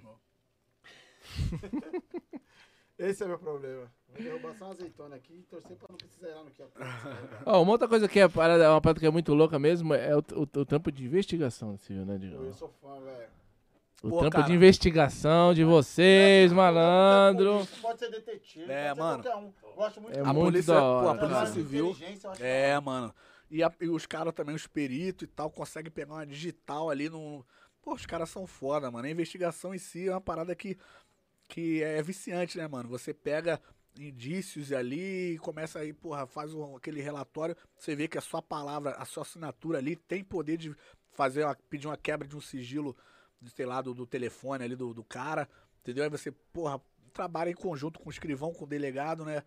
Esse é meu problema. Vou derrubar só uma azeitona aqui e torcer pra não precisar ir lá no que uma outra coisa que é uma parada que é muito louca mesmo é o trampo de investigação, Silvio, né, Digão? Eu sou fã, velho. O trampo de investigação de vocês, malandro. Pode ser detetive, pode ser mano. qualquer um. Gosto muito a polícia, da hora, a polícia civil. Mano. E os caras também, os peritos e tal, conseguem pegar uma digital ali no... Pô, os caras são foda, mano. A investigação em si é uma parada que é viciante, né, mano? Você pega indícios ali e começa aí, porra, faz aquele relatório, você vê que a sua palavra, a sua assinatura ali tem poder de pedir uma quebra de um sigilo, sei lá, do telefone ali do cara, entendeu? Aí você, porra, trabalha em conjunto com o escrivão, com o delegado, né?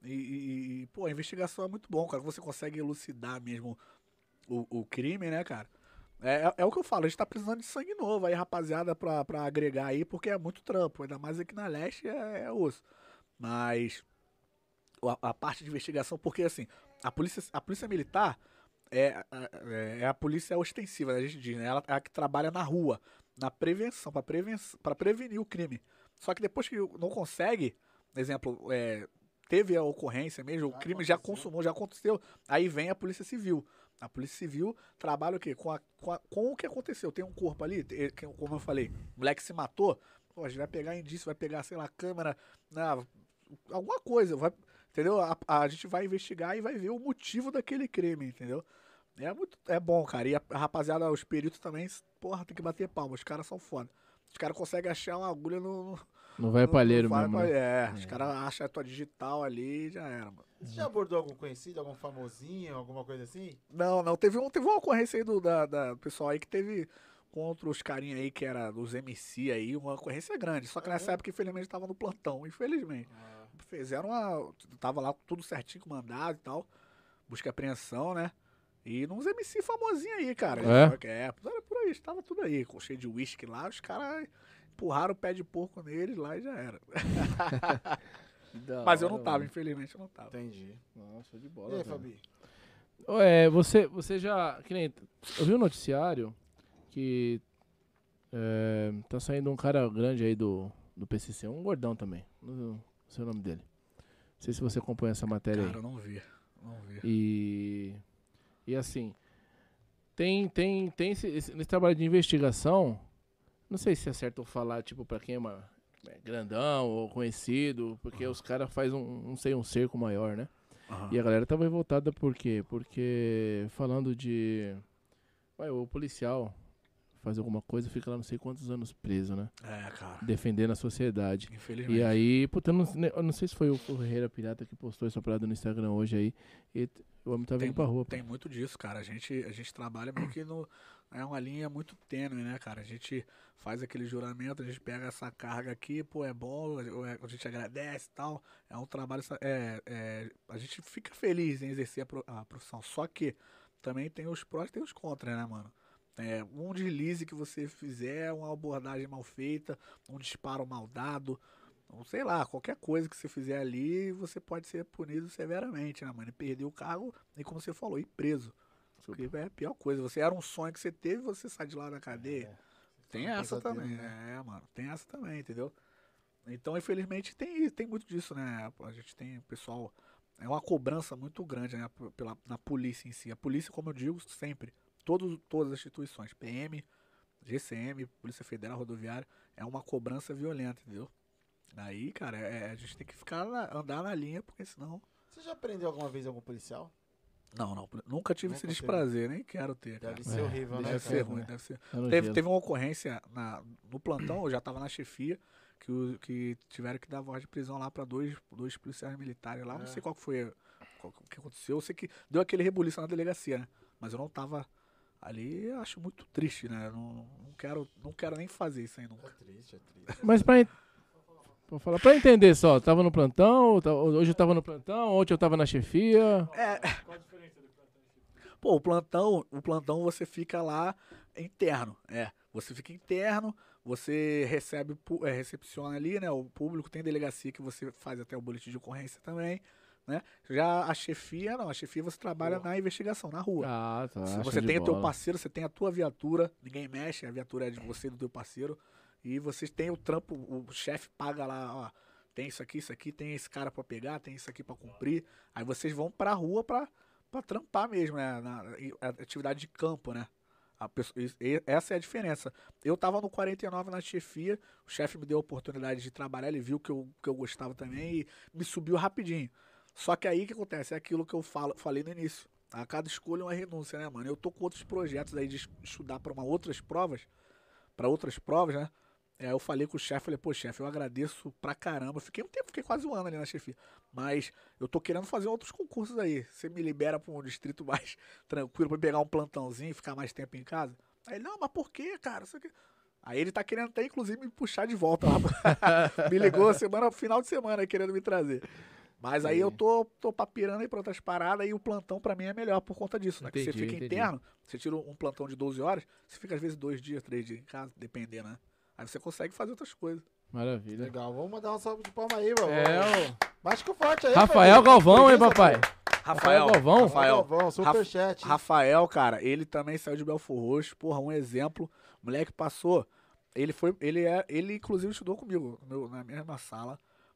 Pô, a investigação é muito bom, cara. Você consegue elucidar mesmo o crime, né, cara? É o que eu falo, a gente tá precisando de sangue novo aí, rapaziada, pra agregar aí, porque é muito trampo. Ainda mais aqui na leste é osso. Mas a parte de investigação, porque assim, a polícia militar é a polícia ostensiva, a gente diz, né? Ela é a que trabalha na rua, na prevenção, pra prevenir o crime. Só que depois que não consegue, exemplo, teve a ocorrência mesmo, o crime já consumou, já aconteceu, aí vem a polícia civil. A polícia civil trabalha o quê? Com o que aconteceu. Tem um corpo ali, como eu falei, o moleque se matou, pô, a gente vai pegar indício, vai pegar, sei lá, câmera, alguma coisa, entendeu? A gente vai investigar e vai ver o motivo daquele crime, entendeu? É bom, cara. E a rapaziada, os peritos também, porra, tem que bater palma, os caras são foda. Os caras conseguem achar uma agulha no vai palheiro mesmo, né? Os caras acham a tua digital ali e já era, mano. Você já abordou algum conhecido, algum famosinho, alguma coisa assim? Não. Teve uma ocorrência aí do pessoal aí que teve contra os carinha aí que era dos MC aí, uma ocorrência grande. Só que nessa época, infelizmente, tava no plantão, infelizmente. Fizeram tava lá tudo certinho com mandado e tal. Busca e apreensão, né? E uns MC famosinhos aí, cara. Era por aí, estava tudo aí, com cheio de uísque lá, os caras empurraram o pé de porco neles lá e já era. Mas eu não tava, infelizmente eu não tava. Entendi. Nossa, de bola. E aí, Fabi? Você já. Que nem, eu vi um noticiário que tá saindo um cara grande aí do PCC, um gordão também. Não sei o nome dele. Não sei se você acompanha essa matéria aí. Cara, eu não vi. E assim, tem nesse trabalho de investigação, Não sei se é certo eu falar, tipo, pra quem é grandão ou conhecido, porque os caras fazem um cerco maior, né? E a galera tava revoltada por quê? Porque falando de... o policial faz alguma coisa, fica lá não sei quantos anos preso, né? Cara. Defendendo a sociedade. Infelizmente. E aí, puta, eu não sei se foi o Ferreira Pirata que postou essa parada no Instagram hoje aí. E o homem tá vindo pra rua. Tem muito disso, cara. A gente trabalha meio que é uma linha muito tênue, né, cara? A gente faz aquele juramento, a gente pega essa carga aqui, pô, é bom, a gente agradece e tal. É um trabalho... a gente fica feliz em exercer a profissão. Só que também tem os prós e tem os contras, né, mano? Um deslize que você fizer, uma abordagem mal feita, um disparo mal dado, sei lá, qualquer coisa que você fizer ali, você pode ser punido severamente, né, mano? E perder o cargo e, como você falou, ir preso. Porque é a pior coisa. Você era um sonho que você teve, você sai de lá da cadeia. Tem essa também, mano. Tem essa também, entendeu? Então, infelizmente, tem muito disso, né? A gente tem pessoal... É uma cobrança muito grande, né? Na polícia em si. A polícia, como eu digo, sempre... Todas as instituições, PM, GCM, Polícia Federal, Rodoviária, é uma cobrança violenta, entendeu? Aí, cara, a gente tem que andar na linha, porque senão... Você já prendeu alguma vez algum policial? Não, nunca tive esse desprazer, nem quero ter, cara. Deve ser horrível, né? Deve ser ruim, deve ser. Teve uma ocorrência no plantão, eu já tava na chefia, que tiveram que dar voz de prisão lá pra dois policiais militares lá, não sei qual que aconteceu, eu sei que deu aquele rebuliço na delegacia, né? Mas eu não tava... Ali eu acho muito triste, né? Não quero nem fazer isso aí nunca. É triste. Mas pra entender só, tava no plantão, hoje eu tava no plantão, ontem eu tava na chefia. Qual a diferença do plantão e chefia? Pô, o plantão você fica lá interno, Você fica interno, você recepciona ali, né? O público, tem delegacia que você faz até o boletim de ocorrência também. Né? Já a chefia você trabalha na investigação, na rua. Tá. Se você tem o teu parceiro, você tem a tua viatura, ninguém mexe, a viatura é de você e do teu parceiro. E vocês têm o trampo, o chefe paga lá, ó, tem isso aqui, tem esse cara pra pegar, tem isso aqui pra cumprir. Aí vocês vão pra rua pra trampar mesmo, né? Na atividade de campo, né? Essa é a diferença. Eu tava no 49 na chefia, o chefe me deu a oportunidade de trabalhar, ele viu que eu gostava também e me subiu rapidinho. Só que aí o que acontece? É aquilo que eu falei no início. A cada escolha é uma renúncia, né, mano? Eu tô com outros projetos aí de estudar para outras provas, né? Eu falei com o chefe, falei, pô, chefe, eu agradeço pra caramba. Fiquei quase um ano ali na chefia. Mas eu tô querendo fazer outros concursos aí. Você me libera pra um distrito mais tranquilo, pra pegar um plantãozinho e ficar mais tempo em casa? Aí ele, não, mas por quê, cara? Isso aqui... Aí ele tá querendo até, inclusive, me puxar de volta lá. Me ligou final de semana aí, querendo me trazer. Mas aí eu tô papirando aí pra outras paradas e o plantão pra mim é melhor por conta disso, né? Que você fica interno, você tira um plantão de 12 horas, você fica às vezes 2 dias, 3 dias em casa, dependendo, né? Aí você consegue fazer outras coisas. Maravilha. Legal, vamos mandar um salve de palma aí, mano. Bate com forte aí. Rafael Galvão, hein, papai? Rafael Galvão, superchat. Rafael, cara, ele também saiu de Belfor Roxo, porra, um exemplo. O moleque passou, ele inclusive estudou comigo, na mesma sala.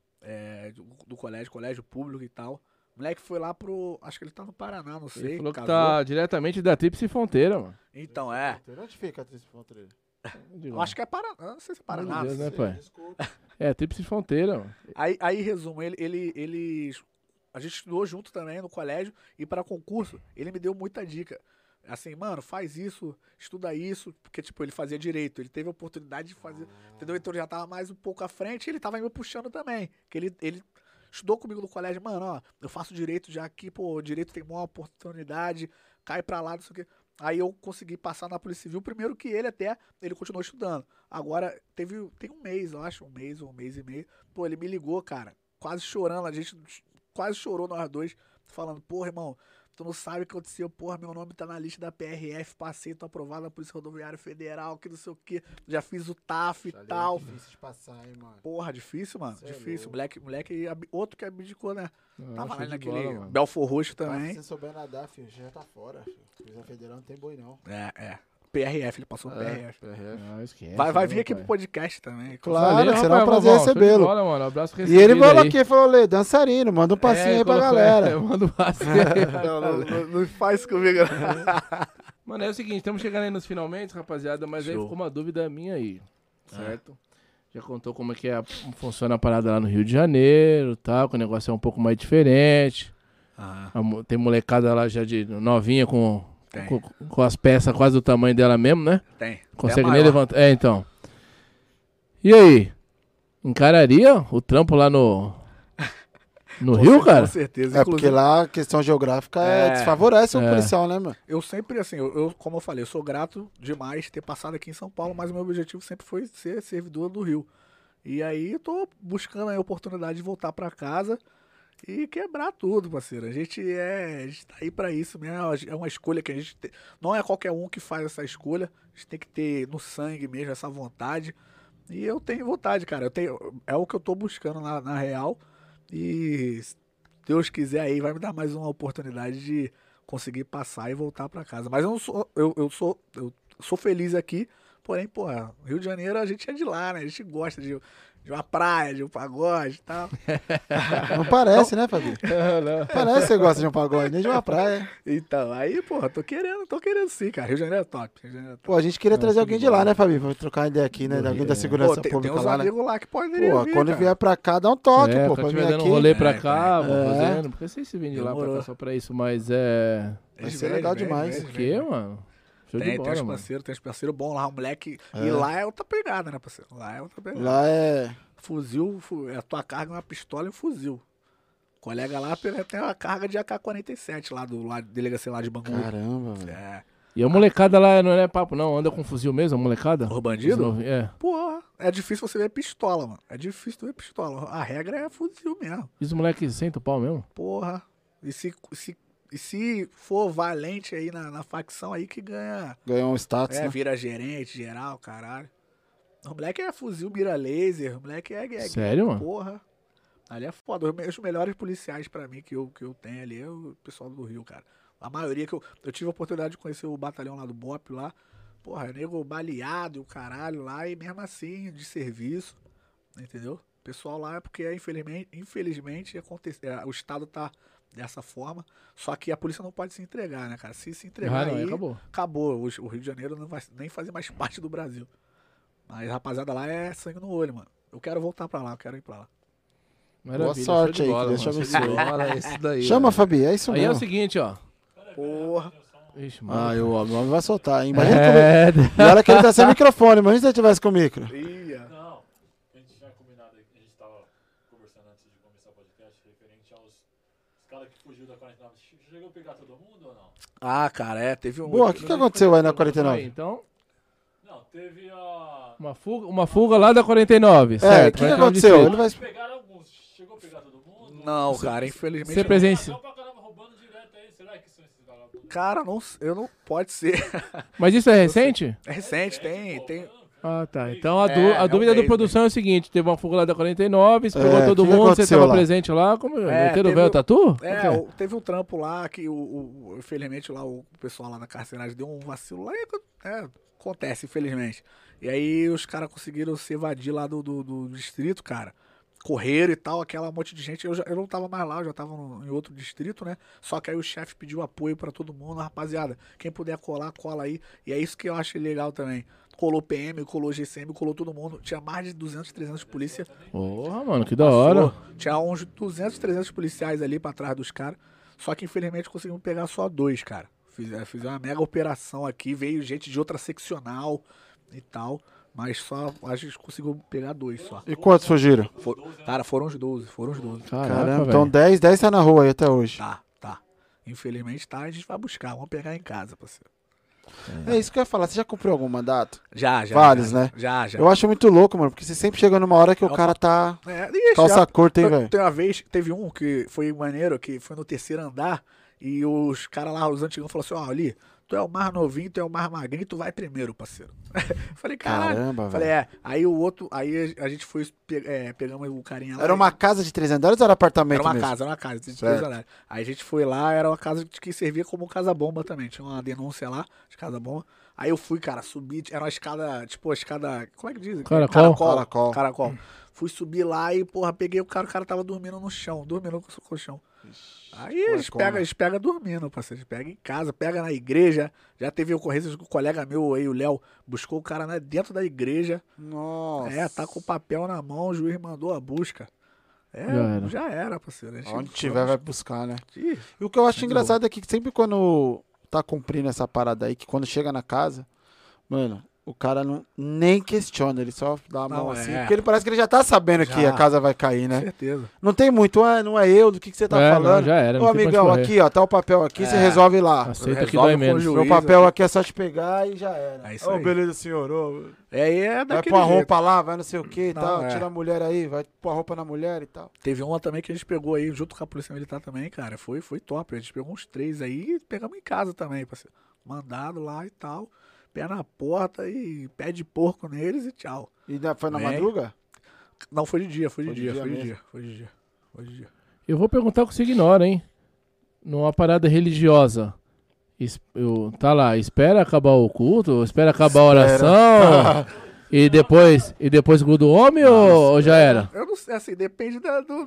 Do colégio público e tal. O moleque foi lá acho que ele tá no Paraná, não sei. Ele falou que tá diretamente da Tríplice Fronteira, mano. Então, Onde fica a Tríplice Fronteira? Eu acho que é Paraná, não sei se é Paraná. Deus, né, pai? Desculpa. Tríplice Fronteira, mano. Aí resumo, a gente estudou junto também no colégio e para concurso, ele me deu muita dica. Assim, mano, faz isso, estuda isso, porque, tipo, ele fazia direito, ele teve a oportunidade de fazer, entendeu? Então ele já tava mais um pouco à frente e ele tava me puxando também, que ele estudou comigo no colégio, mano, ó, eu faço direito já aqui, pô, direito tem uma oportunidade, cai pra lá, não sei o quê. Aí eu consegui passar na Polícia Civil, primeiro que ele continuou estudando. Agora, tem um mês, eu acho, um mês e meio, pô, ele me ligou, cara, quase chorando, a gente quase chorou nós dois, falando, porra, irmão, tu não sabe o que aconteceu, porra, meu nome tá na lista da PRF, passei, tô aprovado na Polícia Rodoviária Federal, que não sei o que, já fiz o TAF e tal. É difícil de passar, hein, mano. Porra, difícil, mano, difícil. Moleque, outro que abdicou, né? Tava ali naquele bola, Belfor Roxo também. Se você souber nadar, filho, já tá fora, filho. Polícia Federal não tem boi, não. PRF, ele passou no PRF. Não, esquece, vai vir aqui pro podcast também. Claro, será um prazer recebê-lo. Abraço e ele falou aqui, falou, Lê, dançarino, manda um passinho aí pra galera. Manda um passinho aí. Não faz comigo. Mano, é o seguinte, estamos chegando aí nos finalmente, rapaziada, mas aí ficou uma dúvida minha aí. certo? Já contou como é que funciona a parada lá no Rio de Janeiro, tá? Que o negócio é um pouco mais diferente. Tem molecada lá já de novinha com as peças quase do tamanho dela mesmo, né? Tem. Consegue nem levantar. Então. E aí? Encararia o trampo lá no Rio, cara? Com certeza. Porque lá a questão geográfica desfavorece o policial, né, mano? Eu sempre, assim, como eu falei, eu sou grato demais ter passado aqui em São Paulo, mas o meu objetivo sempre foi ser servidor do Rio. E aí eu tô buscando a oportunidade de voltar pra casa e quebrar tudo, parceiro. A gente tá aí pra isso mesmo. É uma escolha que a gente tem. Não é qualquer um que faz essa escolha. A gente tem que ter no sangue mesmo essa vontade. E eu tenho vontade, cara. É o que eu tô buscando na real. E se Deus quiser aí, vai me dar mais uma oportunidade de conseguir passar e voltar pra casa. Mas eu sou feliz aqui. Porém, porra, Rio de Janeiro a gente é de lá, né? A gente gosta de uma praia, de um pagode e tal. Não parece, né, Fabi? Não. Parece que você gosta de um pagode, nem de uma praia. Então, aí, porra, tô querendo sim, cara. Rio de Janeiro é top. Pô, a gente queria trazer alguém de lá, né, Fabi? Pra trocar uma ideia aqui, né? Alguém da segurança pública tem uns lá, né? amigos lá que poderiam vir, quando cara. vier pra cá, dá um toque, pô. Pra Pra vir dando aqui. um rolê pra cá, fazendo. Porque sei se vem de lá pra Demorou. cá só pra isso, mas Vai ser legal demais. O quê, mano? Show de Tem bola, uns mano. parceiros, tem uns parceiros bons lá, um moleque. E lá é outra pegada, né, parceiro? Lá é outra pegada. Lá é... Fuzil, a tua carga é uma pistola e um fuzil. O colega lá tem uma carga de AK-47 lá da delegacia lá de Bangu. Caramba, velho. E a molecada lá não é papo, não? Anda com fuzil mesmo, a molecada? O bandido? É. Porra, é difícil você ver pistola, mano. É difícil tu ver pistola. A regra é fuzil mesmo. E os moleques sentam o pau mesmo? Porra. E se for valente aí na facção aí que ganha... Ganhou um status, né? Vira gerente, geral, caralho. O moleque é fuzil, mira laser. O moleque é Sério, mano? Porra. Ali é foda. Os melhores policiais pra mim que eu tenho ali é o pessoal do Rio, cara. A maioria que eu tive a oportunidade de conhecer o batalhão lá do BOP lá. Porra, nego baleado e o caralho lá. E mesmo assim, de serviço. Entendeu? O pessoal lá é porque, infelizmente o Estado tá dessa forma. Só que a polícia não pode se entregar, né, cara? Se entregar aí, acabou. O Rio de Janeiro não vai nem fazer mais parte do Brasil. Mas rapaziada lá é sangue no olho, mano. Eu quero voltar pra lá, eu quero ir pra lá. Boa sorte aí, que Deus te abençoe. Isso Chama, Fabi, é isso mesmo. Aí é o seguinte, ó. Porra. Ixi, mano. O homem vai soltar, hein? Imagina e olha que ele tá sem microfone, imagina se ele tivesse com micro. Não, a gente tinha combinado, a gente tava conversando antes de começar o podcast, referente aos caras que fugiu da 49. Chegou a pegar todo mundo ou não? Ah, cara, teve um... Boa, o que aconteceu aí na 49? Então... Não, teve a... Uma fuga lá da 49, certo? O que aconteceu? Ele vai... Pegaram alguns, chegou a pegar todo mundo? Não, cara, infelizmente... Você presencia... roubando direto aí, será que são esses vagabundos? Cara, eu não... Pode ser. Mas isso é recente? É recente, tem... Ah, tá. Então a dúvida do produção é o seguinte: teve uma fuga lá da 49, você pegou todo que mundo, você estava lá? presente lá, como meteram o teve véu tatu? Teve um trampo lá que, infelizmente, lá o pessoal lá na carceragem deu um vacilo lá e acontece, infelizmente. E aí os caras conseguiram se evadir lá do distrito, cara. Correram e tal, aquela monte de gente. Eu não tava mais lá, eu já tava em outro distrito, né? Só que aí o chefe pediu apoio pra todo mundo, rapaziada. Quem puder colar, cola aí. E é isso que eu acho legal também. Colou PM, colou GCM, colou todo mundo. Tinha mais de 200, 300 polícia. Porra, mano, que da hora. Tinha uns 200, 300 policiais ali pra trás dos caras. Só que infelizmente conseguimos pegar só 2, cara. Fiz uma mega operação aqui, veio gente de outra seccional e tal. Mas só a gente conseguiu pegar 2 só. E quantos fugiram? Cara, foram os 12. Caramba, então 10 tá na rua aí até hoje. Tá. Infelizmente tá, a gente vai buscar. Vamos pegar em casa, parceiro. É isso que eu ia falar. Você já cumpriu algum mandato? Já. Vários, né? Já. Eu acho muito louco, mano, porque você sempre chega numa hora que o cara tá calça curta, hein, velho? Tem uma vez, teve um que foi maneiro, que foi no 3º andar, e os caras lá, os antigos, falaram assim, ó, ali, tu é o mais novinho, tu é o mais magrinho, tu vai primeiro, parceiro. Falei, caramba, velho. Falei, aí o outro, aí a gente foi, pegamos o carinha lá. Era uma casa de 3 andares ou era apartamento mesmo? Era uma casa de 3 andares. Aí a gente foi lá, era uma casa que servia como casa-bomba também, tinha uma denúncia lá de casa-bomba. Aí eu fui, cara, subi, era uma escada, tipo, a escada, como é que diz? Caracol. Fui subir lá e, porra, peguei o cara tava dormindo no chão, dormindo com o colchão. Aí eles pegam dormindo, parceiro. Eles pegam em casa, pegam na igreja. Já teve ocorrências que o colega meu aí, o Léo, buscou o cara dentro da igreja. Nossa. Tá com o papel na mão, o juiz mandou a busca. Já era, parceiro. Onde tiver vai buscar, né? Ih, E o que eu acho engraçado é que sempre quando tá cumprindo essa parada aí, que quando chega na casa, mano, o cara nem questiona, ele só dá a mão assim. Porque ele parece que ele já tá sabendo que a casa vai cair, né? Com certeza. Não tem muito, não é eu, do que você tá falando? Não, já era. Ô, amigão, aqui, ó, tá o papel aqui, você resolve lá. Aceita que dói menos. Meu papel aqui é só te pegar e já era. É isso aí. Beleza, senhor. Vai pôr a roupa lá, vai não sei o que e tal. Tira a mulher aí, vai pôr a roupa na mulher e tal. Teve uma também que a gente pegou aí, junto com a Polícia Militar também, cara. Foi top. A gente pegou uns 3 aí e pegamos em casa também, parceiro. Mandado lá e tal. Pé na porta e pé de porco neles e tchau. E foi na madruga? Não, foi de dia. Foi de dia. Eu vou perguntar o que você ignora, hein? Numa parada religiosa. Tá lá, espera acabar o culto, espera acabar a oração e depois gruda o homem ou já era? Eu não sei, assim, depende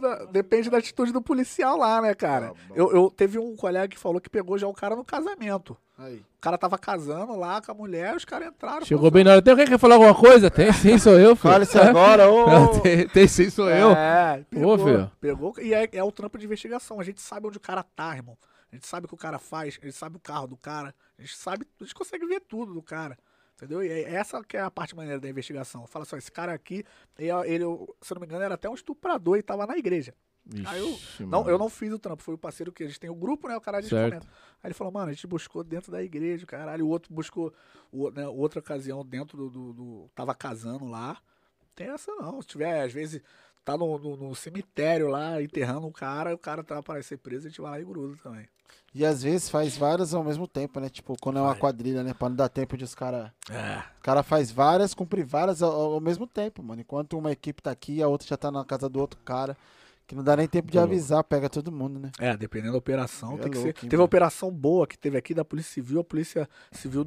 da atitude do policial lá, né, cara? Teve um colega que falou que pegou já o cara no casamento. Aí. O cara tava casando lá com a mulher, os caras entraram. Chegou bem na hora. Tem alguém que quer falar alguma coisa? Tem sim, sou eu, filho. Fale-se agora, ô. Tem sim, sou eu. Filho. Pegou, e é o trampo de investigação. A gente sabe onde o cara tá, irmão. A gente sabe o que o cara faz, a gente sabe o carro do cara, a gente consegue ver tudo do cara. Entendeu? E essa que é a parte maneira da investigação. Fala só, esse cara aqui, ele, se eu não me engano, era até um estuprador e tava na igreja. Ixi, aí eu não fiz o trampo, foi o parceiro que a gente tem o grupo, né? O cara de comenta. Aí ele falou, mano, a gente buscou dentro da igreja, caralho. O outro buscou, outra ocasião dentro tava casando lá. Não tem essa não. Se tiver, às vezes, tá no cemitério lá, enterrando o cara tá para ser preso, a gente vai lá e gruda também. E às vezes faz várias ao mesmo tempo, né? Tipo, quando é uma quadrilha, né? Pra não dar tempo de os caras... O cara faz várias, cumpre várias ao mesmo tempo, mano. Enquanto uma equipe tá aqui, a outra já tá na casa do outro cara. Que não dá nem tempo de avisar, pega todo mundo, né? Dependendo da operação, tem que ser. Hein, teve uma operação boa que teve aqui da Polícia Civil, a Polícia Civil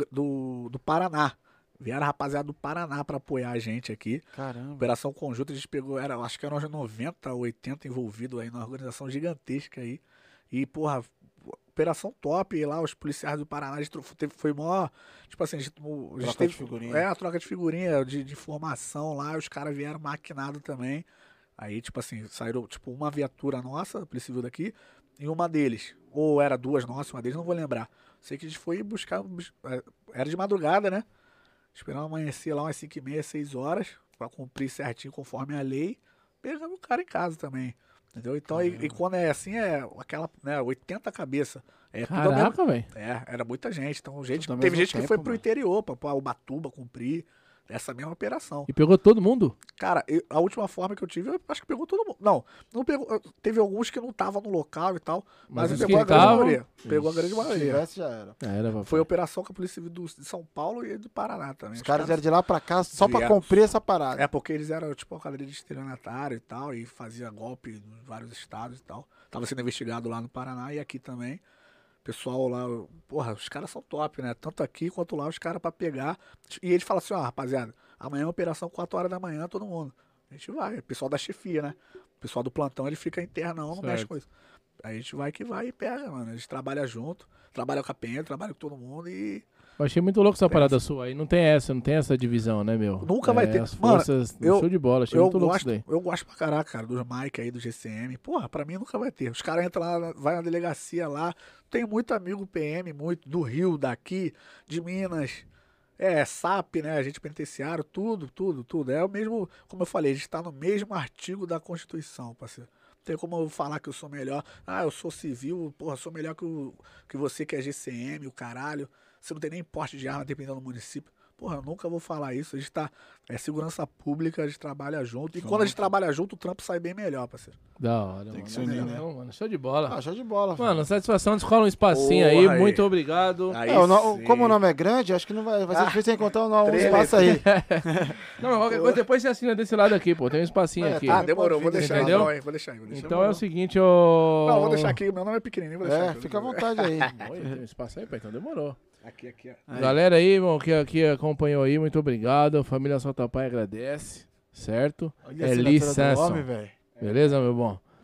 do Paraná. Vieram a rapaziada do Paraná pra apoiar a gente aqui. Caramba. Operação conjunta, a gente pegou, acho que eram uns 90, 80 envolvidos aí numa organização gigantesca aí. E, porra, operação top, e lá os policiais do Paraná, a gente foi mó, tipo assim, a gente teve figurinha. a troca de figurinha, de informação lá, os caras vieram maquinado também. Aí, tipo assim, saíram, tipo, uma viatura nossa, Polícia Civil daqui, e uma deles. Ou era 2 nossas, uma deles, não vou lembrar. Sei que a gente foi buscar, era de madrugada, né? Esperando amanhecer lá umas 5h30, 6 horas, pra cumprir certinho conforme a lei. Pegando o cara em casa também. Entendeu? Então, e quando é assim, é aquela, né, 80 cabeças. Caraca, velho. Era muita gente. Então, teve gente que foi pro interior, pra Ubatuba cumprir essa mesma operação. E pegou todo mundo? Cara, a última forma que eu tive, eu acho que pegou todo mundo. Não pegou. Teve alguns que não estavam no local e tal, mas pegou a grande maioria. Pegou a grande maioria. Se tivesse, já era. Foi a operação com a Polícia Civil de São Paulo e do Paraná também. Os caras eram de lá pra cá só pra cumprir essa parada. Porque eles eram tipo uma quadrilha de estelionatário e tal, e fazia golpe em vários estados e tal. Tava sendo investigado lá no Paraná e aqui também. Pessoal lá, porra, os caras são top, né? Tanto aqui quanto lá, os caras pra pegar. E eles falam assim, rapaziada, amanhã é uma operação 4 horas da manhã, todo mundo. A gente vai, o pessoal da chefia, né? O pessoal do plantão, ele fica internado, não mexe com isso. Aí a gente vai e pega, mano. A gente trabalha junto, trabalha com a PM, trabalha com todo mundo e... Eu achei muito louco essa parada sua aí. Não tem essa divisão, né, meu? Nunca vai ter. As forças, mano, show de bola. Achei muito louco isso daí. Eu gosto pra caraca, cara, dos Mike aí, do GCM. Porra, pra mim nunca vai ter. Os caras entram lá, vai na delegacia lá. Tenho muito amigo PM, muito do Rio, daqui, de Minas. SAP, né, agente penitenciário, tudo. É o mesmo, como eu falei, a gente tá no mesmo artigo da Constituição, parceiro. Não tem como eu falar que eu sou melhor. Eu sou civil, porra, sou melhor que você que é GCM, o caralho. Você não tem nem porte de arma dependendo do município. Porra, eu nunca vou falar isso. A gente tá... segurança pública, a gente trabalha junto. E quando a gente trabalha junto, o trampo sai bem melhor, parceiro. Da hora, tem mano. que se unir, né? Não, mano. Show de bola. Show de bola. Mano, satisfação. Descola um espacinho aí. Muito obrigado. Como o nome é grande, acho que não vai ser difícil encontrar um espaço aí. Não, qualquer coisa, depois você assina desse lado aqui, pô. Tem um espacinho aqui. Demorou. Vou deixar, entendeu? Vou deixar aí. Então é o seguinte, Não, vou deixar aqui. Meu nome é pequenininho, vou deixar. Fica à vontade aí. Tem um espaço aí, pô. Então demorou. Aqui. Galera aí, irmão, que aqui acompanhou aí, muito obrigado. A família Solta Pai agradece, certo? Olha a assinatura do homem, velho. Beleza, meu bom?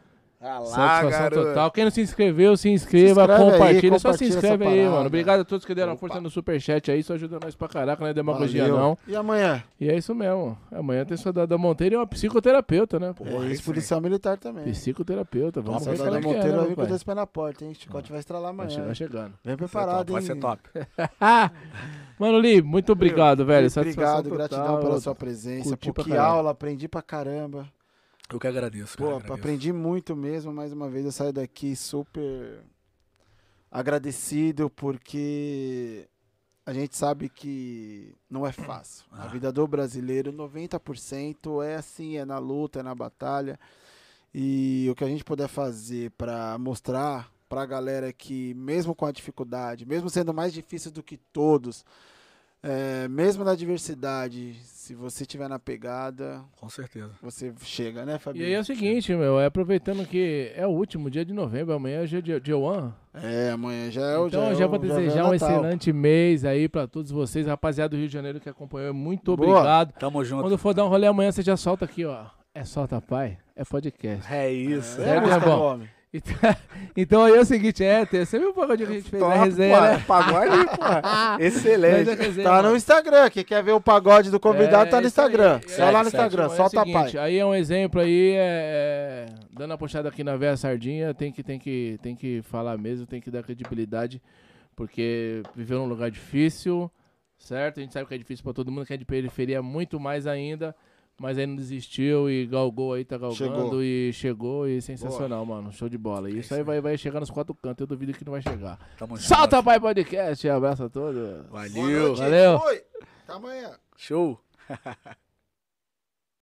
Ah lá, Satisfação garoto. total. Quem não se inscreveu, se inscreva, inscreve aí, compartilha. Só se compartilha inscreve essa aí, parada. mano. Obrigado a todos que deram Opa. força no superchat aí. Isso ajuda nós pra caraca, não é demagogia Valeu. não. E amanhã? E é isso mesmo. Amanhã tem Saudade Monteiro e uma psicoterapeuta, né? Pô, É aí isso, sim. policial militar também. psicoterapeuta. Vamos ver Saudade qual é que é, Monteiro né, vai vir com pai? dois pés na porta, hein? Chicote vai estralar Vai amanhã. chegar chegando. Vem preparado, hein? Vai ser top. Mano, Li, muito obrigado, velho. Satisfação Obrigado, total. gratidão pela sua presença. Curti Pô, pra que caralho. aula, aprendi pra caramba. Eu que agradeço. Pô, aprendi muito mesmo. Mais uma vez eu saio daqui super agradecido, porque a gente sabe que não é fácil. A vida do brasileiro, 90% é assim, é na luta, é na batalha. E o que a gente puder fazer para mostrar pra galera que, mesmo com a dificuldade, mesmo sendo mais difícil do que todos, mesmo na diversidade, se você tiver na pegada, Com certeza. você chega, né, E Fabinho? aí é o seguinte, meu, aproveitando que é o último dia de novembro, amanhã é dia 1. Amanhã já é o Então, já vou desejar um excelente mês aí pra todos vocês. Rapaziada do Rio de Janeiro que acompanhou, muito Boa. obrigado. Tamo junto. Quando for dar um rolê amanhã, você já solta aqui, ó. É Solta Pai, é podcast. É isso. É, né, bom? Então aí é o seguinte, você viu o pagodinho que a gente fez na resenha, né? Pagode, pô. Excelente. Fez a resenha, Tá mano. no Instagram, quem quer ver o pagode do convidado tá no isso aí. Instagram. Só lá no segue, Instagram, Mas solta é o seguinte, pai. aí é um exemplo aí, dando a puxada aqui na veia sardinha, tem que falar mesmo, tem que dar credibilidade, porque viveu num lugar difícil, certo? A gente sabe que é difícil pra todo mundo, que é de periferia muito mais ainda, mas aí não desistiu e galgou aí, tá galgando Chegou. e chegou e sensacional, mano, show de bola. E isso aí vai chegar nos 4 cantos, eu duvido que não vai chegar. Tamo junto. Solta Pai Podcast, abraço a todos. Valeu. Valeu. Fui. Até amanhã. Show.